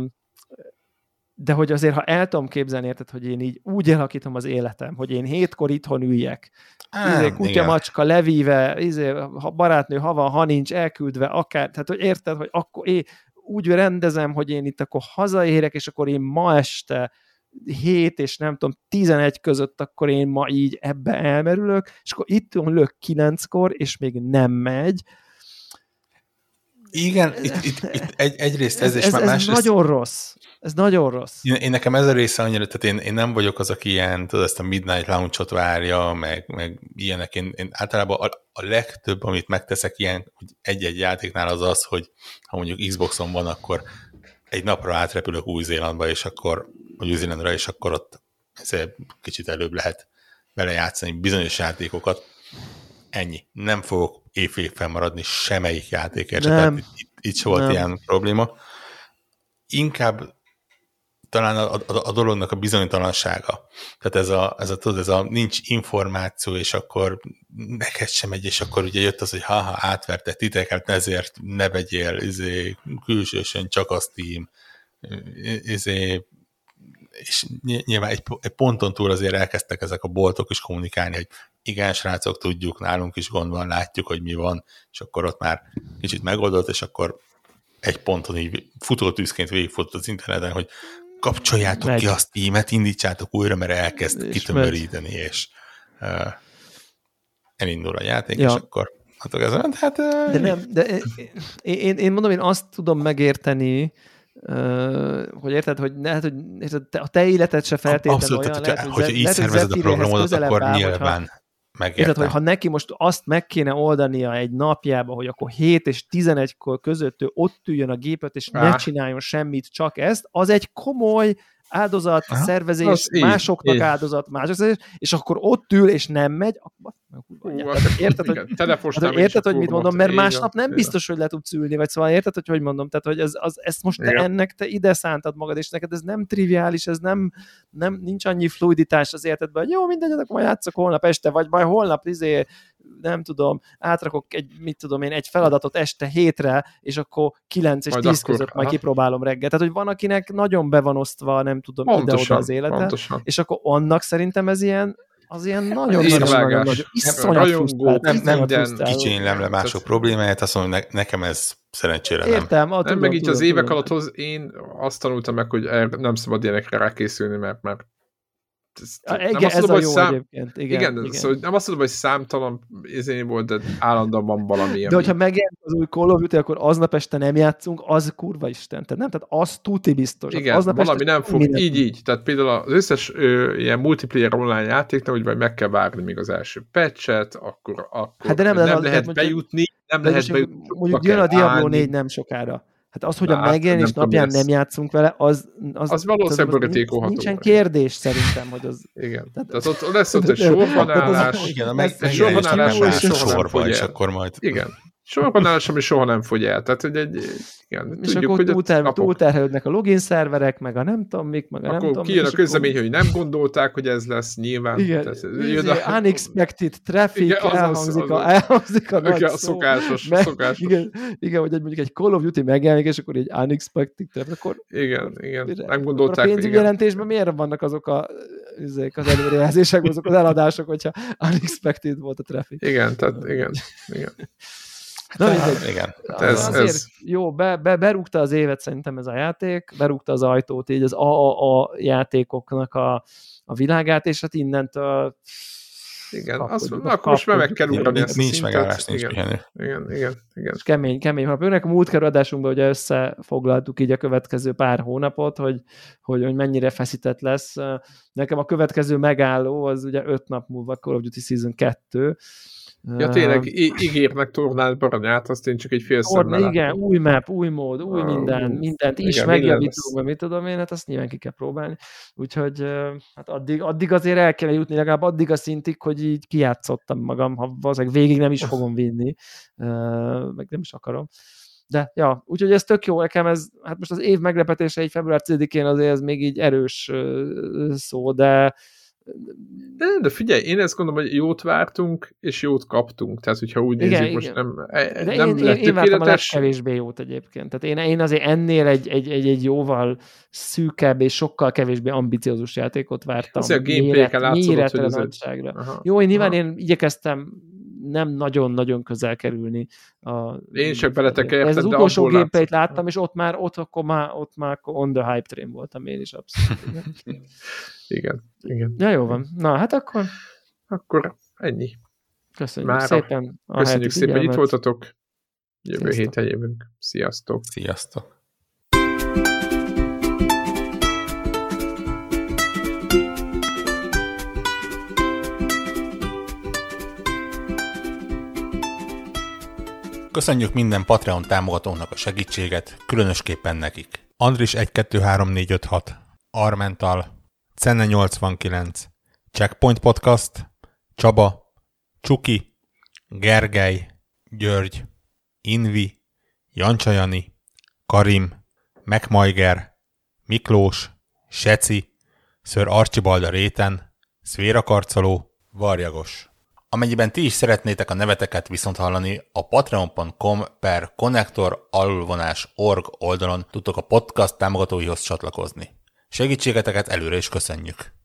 de hogy azért, ha el tudom képzelni, érted, hogy én így úgy alakítom az életem, hogy én 7-kor itthon üljek, kutya, macska, levíve, ha barátnő, ha van, ha nincs, elküldve, akár, tehát hogy érted, hogy akkor úgy rendezem, hogy én itt akkor hazaérek, és akkor én ma este 7 és nem tudom, 11 között akkor én ma így ebbe elmerülök, és akkor itt ülök 9-kor, és még nem megy. Igen, itt egyrészt ez és másrészt... nagyon rossz. Ez nagyon rossz. Én nekem ez a része annyira, tehát én nem vagyok az, aki ilyen, tudod, ezt a Midnight Launch-ot várja, meg ilyenek. Én általában a legtöbb, amit megteszek ilyen, hogy egy-egy játéknál az, hogy ha mondjuk Xboxon van, akkor egy napra átrepülök Új-Zélandba, és akkor, vagy Új-Zélandra, és akkor ott kicsit előbb lehet vele játszani bizonyos játékokat. Ennyi. Nem fogok évvégig fennmaradni semmelyik játékért, tehát itt se volt ilyen probléma. Inkább talán a dolognak a bizonytalansága. Tehát ez a nincs információ, és akkor neked sem megy, és akkor ugye jött az, hogy átvertek titeket, ezért ne vegyél külsősen csak a Steam. És nyilván egy ponton túl azért elkezdtek ezek a boltok is kommunikálni, hogy igen, srácok, tudjuk, nálunk is gond van, látjuk, hogy mi van, és akkor ott már kicsit megoldott, és akkor egy ponton így futótűzként végigfutott az interneten, hogy kapcsoljátok ki a Steam-et, indítsátok újra, mert elkezd kitömöríteni, és elindul a játék, és akkor ezen, hát... De én mondom, én azt tudom megérteni, hogy érted, hogy a te életed se feltétlenül abszolút, olyan, lehet, hogyha így szervezed a programodat, akkor nyilván megértem. Érted, hogy ha neki most azt meg kéne oldania egy napjába, hogy akkor 7 és 11-kor között ő ott üljön a gépet, és ne csináljon semmit, csak ezt, az egy komoly áldozat, szervezés, másoknak áldozat, és akkor ott ül, és nem megy, érted, hogy mit mondom, mert másnap nem biztos, hogy le tudsz ülni, vagy szóval érted, hogy mondom, tehát, hogy ezt most ennek te ide szántad magad, és neked ez nem triviális, ez nem nincs annyi fluiditás az életedben, hogy jó, mindegy, akkor majd játszok holnap este, vagy majd holnap nem tudom, átrakok egy feladatot este 7-re, és akkor 9 és 10 között majd kipróbálom reggel. Tehát, hogy van, akinek nagyon be van osztva, nem tudom, ide-oda az élete, és akkor annak szerintem ez ilyen, az ilyen nagyon-nagyon iszonyat frusztrált. Nem kicsénylem le mások problémáját, azt mondom, nekem ez szerencsére nem. Értem, nem, meg így az évek alatt én azt tanultam meg, hogy nem szabad ilyenekre rákészülni, mert ez a jó egyébként. Igen. Szóval nem azt mondom, hogy számtalan volt, de állandóan van valami. De hogyha megjelent az új Call of Duty, akkor aznap este nem játszunk, az kurva isten. Tehát nem, tehát az tuti biztos. Igen, aznap valami nem fog, így. Tehát például az összes ilyen multiplayer online játéknak, hogy vagy meg kell várni még az első patchet, akkor hát de nem lehet bejutni, mondjuk jön a Diablo 4 nem sokára. Hát az, hogy a megjelenés napján nem játszunk vele, az valószínűleg borítékolható. Nincsen kérdés szerintem, hogy az... Igen. Tehát ott lesz ott egy sorbanállás. Igen, a megjelenés sorba, és akkor majd... Igen. Sorbanállás, ami soha nem fogy el. Tehát, hogy igen, és tudjuk, akkor túlterhelődnek a login szerverek, meg a nem tudom mik, meg a nem tudom. Akkor kijön a közlemény, hogy nem gondolták, hogy ez lesz nyilván. Igen, unexpected traffic, elhangzik a nagy szó. Szokásos. Igen, hogy mondjuk egy Call of Duty megjelenik, és akkor egy unexpected traffic, akkor... Igen, nem gondolták. A pénzügyi jelentésben miért vannak azok az előrejelzések, azok az eladások, hogyha unexpected volt a traffic. Igen, tehát igen. Na, igen. Ez jó, berúgta az évet szerintem ez a játék, berúgta az ajtót így az AAA játékoknak a világát, és hát innentől igen, akkor most meg kell ugrani ezt a nincs megállás, nincs pihenő. Igen. És kemény hónap. Önnek a múltkor adásunkban ugye összefoglaltuk így a következő pár hónapot, hogy mennyire feszített lesz. Nekem a következő megálló az ugye 5 nap múlva Call of Duty Season 2. Ja, tényleg ígérnek tornált baranyát, azt én csak egy fél szemmel látom. Igen, új map, új mód, új mindent is megjavítunk, mit tudom én, hát azt nyilván ki kell próbálni. Úgyhogy hát addig azért el kell jutni, legalább addig a szintig, hogy így kijátszottam magam, ha valószínűleg végig nem is fogom vinni, meg nem is akarom. De ja, úgyhogy ez tök jó, nekem ez, hát most az év meglepetése egy február 10-én azért ez még így erős szó, de figyelj, én ezt gondolom, hogy jót vártunk, és jót kaptunk. Tehát, hogyha úgy nézzük, most nem lett én vártam a legkevésbé jót egyébként. Tehát én azért ennél egy jóval szűkebb és sokkal kevésbé ambiciózus játékot vártam. Azért a gameplay-kel látszódott, hogy ez egy... Jó, én nyilván én igyekeztem nem nagyon-nagyon közel kerülni. Én sem beletekertem, de az utolsó gameplayt láttam, és ott már on the hype train voltam én is abszolút. Igen. Ja, jó van. Na, hát akkor ennyi. Köszönjük szépen. Köszönjük szépen, hogy itt voltatok. Jövő héten jövünk. Sziasztok! Sziasztok! Köszönjük minden Patreon támogatónak a segítséget, különösképpen nekik. Andris 123456, Armental, Cenne 89, Checkpoint Podcast, Csaba, Csuki, Gergely, György, Invi, Jancsajani, Karim, Megmajger, Miklós, Seci, Ször Archibald a réten, Szvéra Karcoló, Varjagos. Amennyiben ti is szeretnétek a neveteket viszont hallani, a patreon.com/connector_org oldalon tudtok a podcast támogatóihoz csatlakozni. Segítségeteket előre is köszönjük!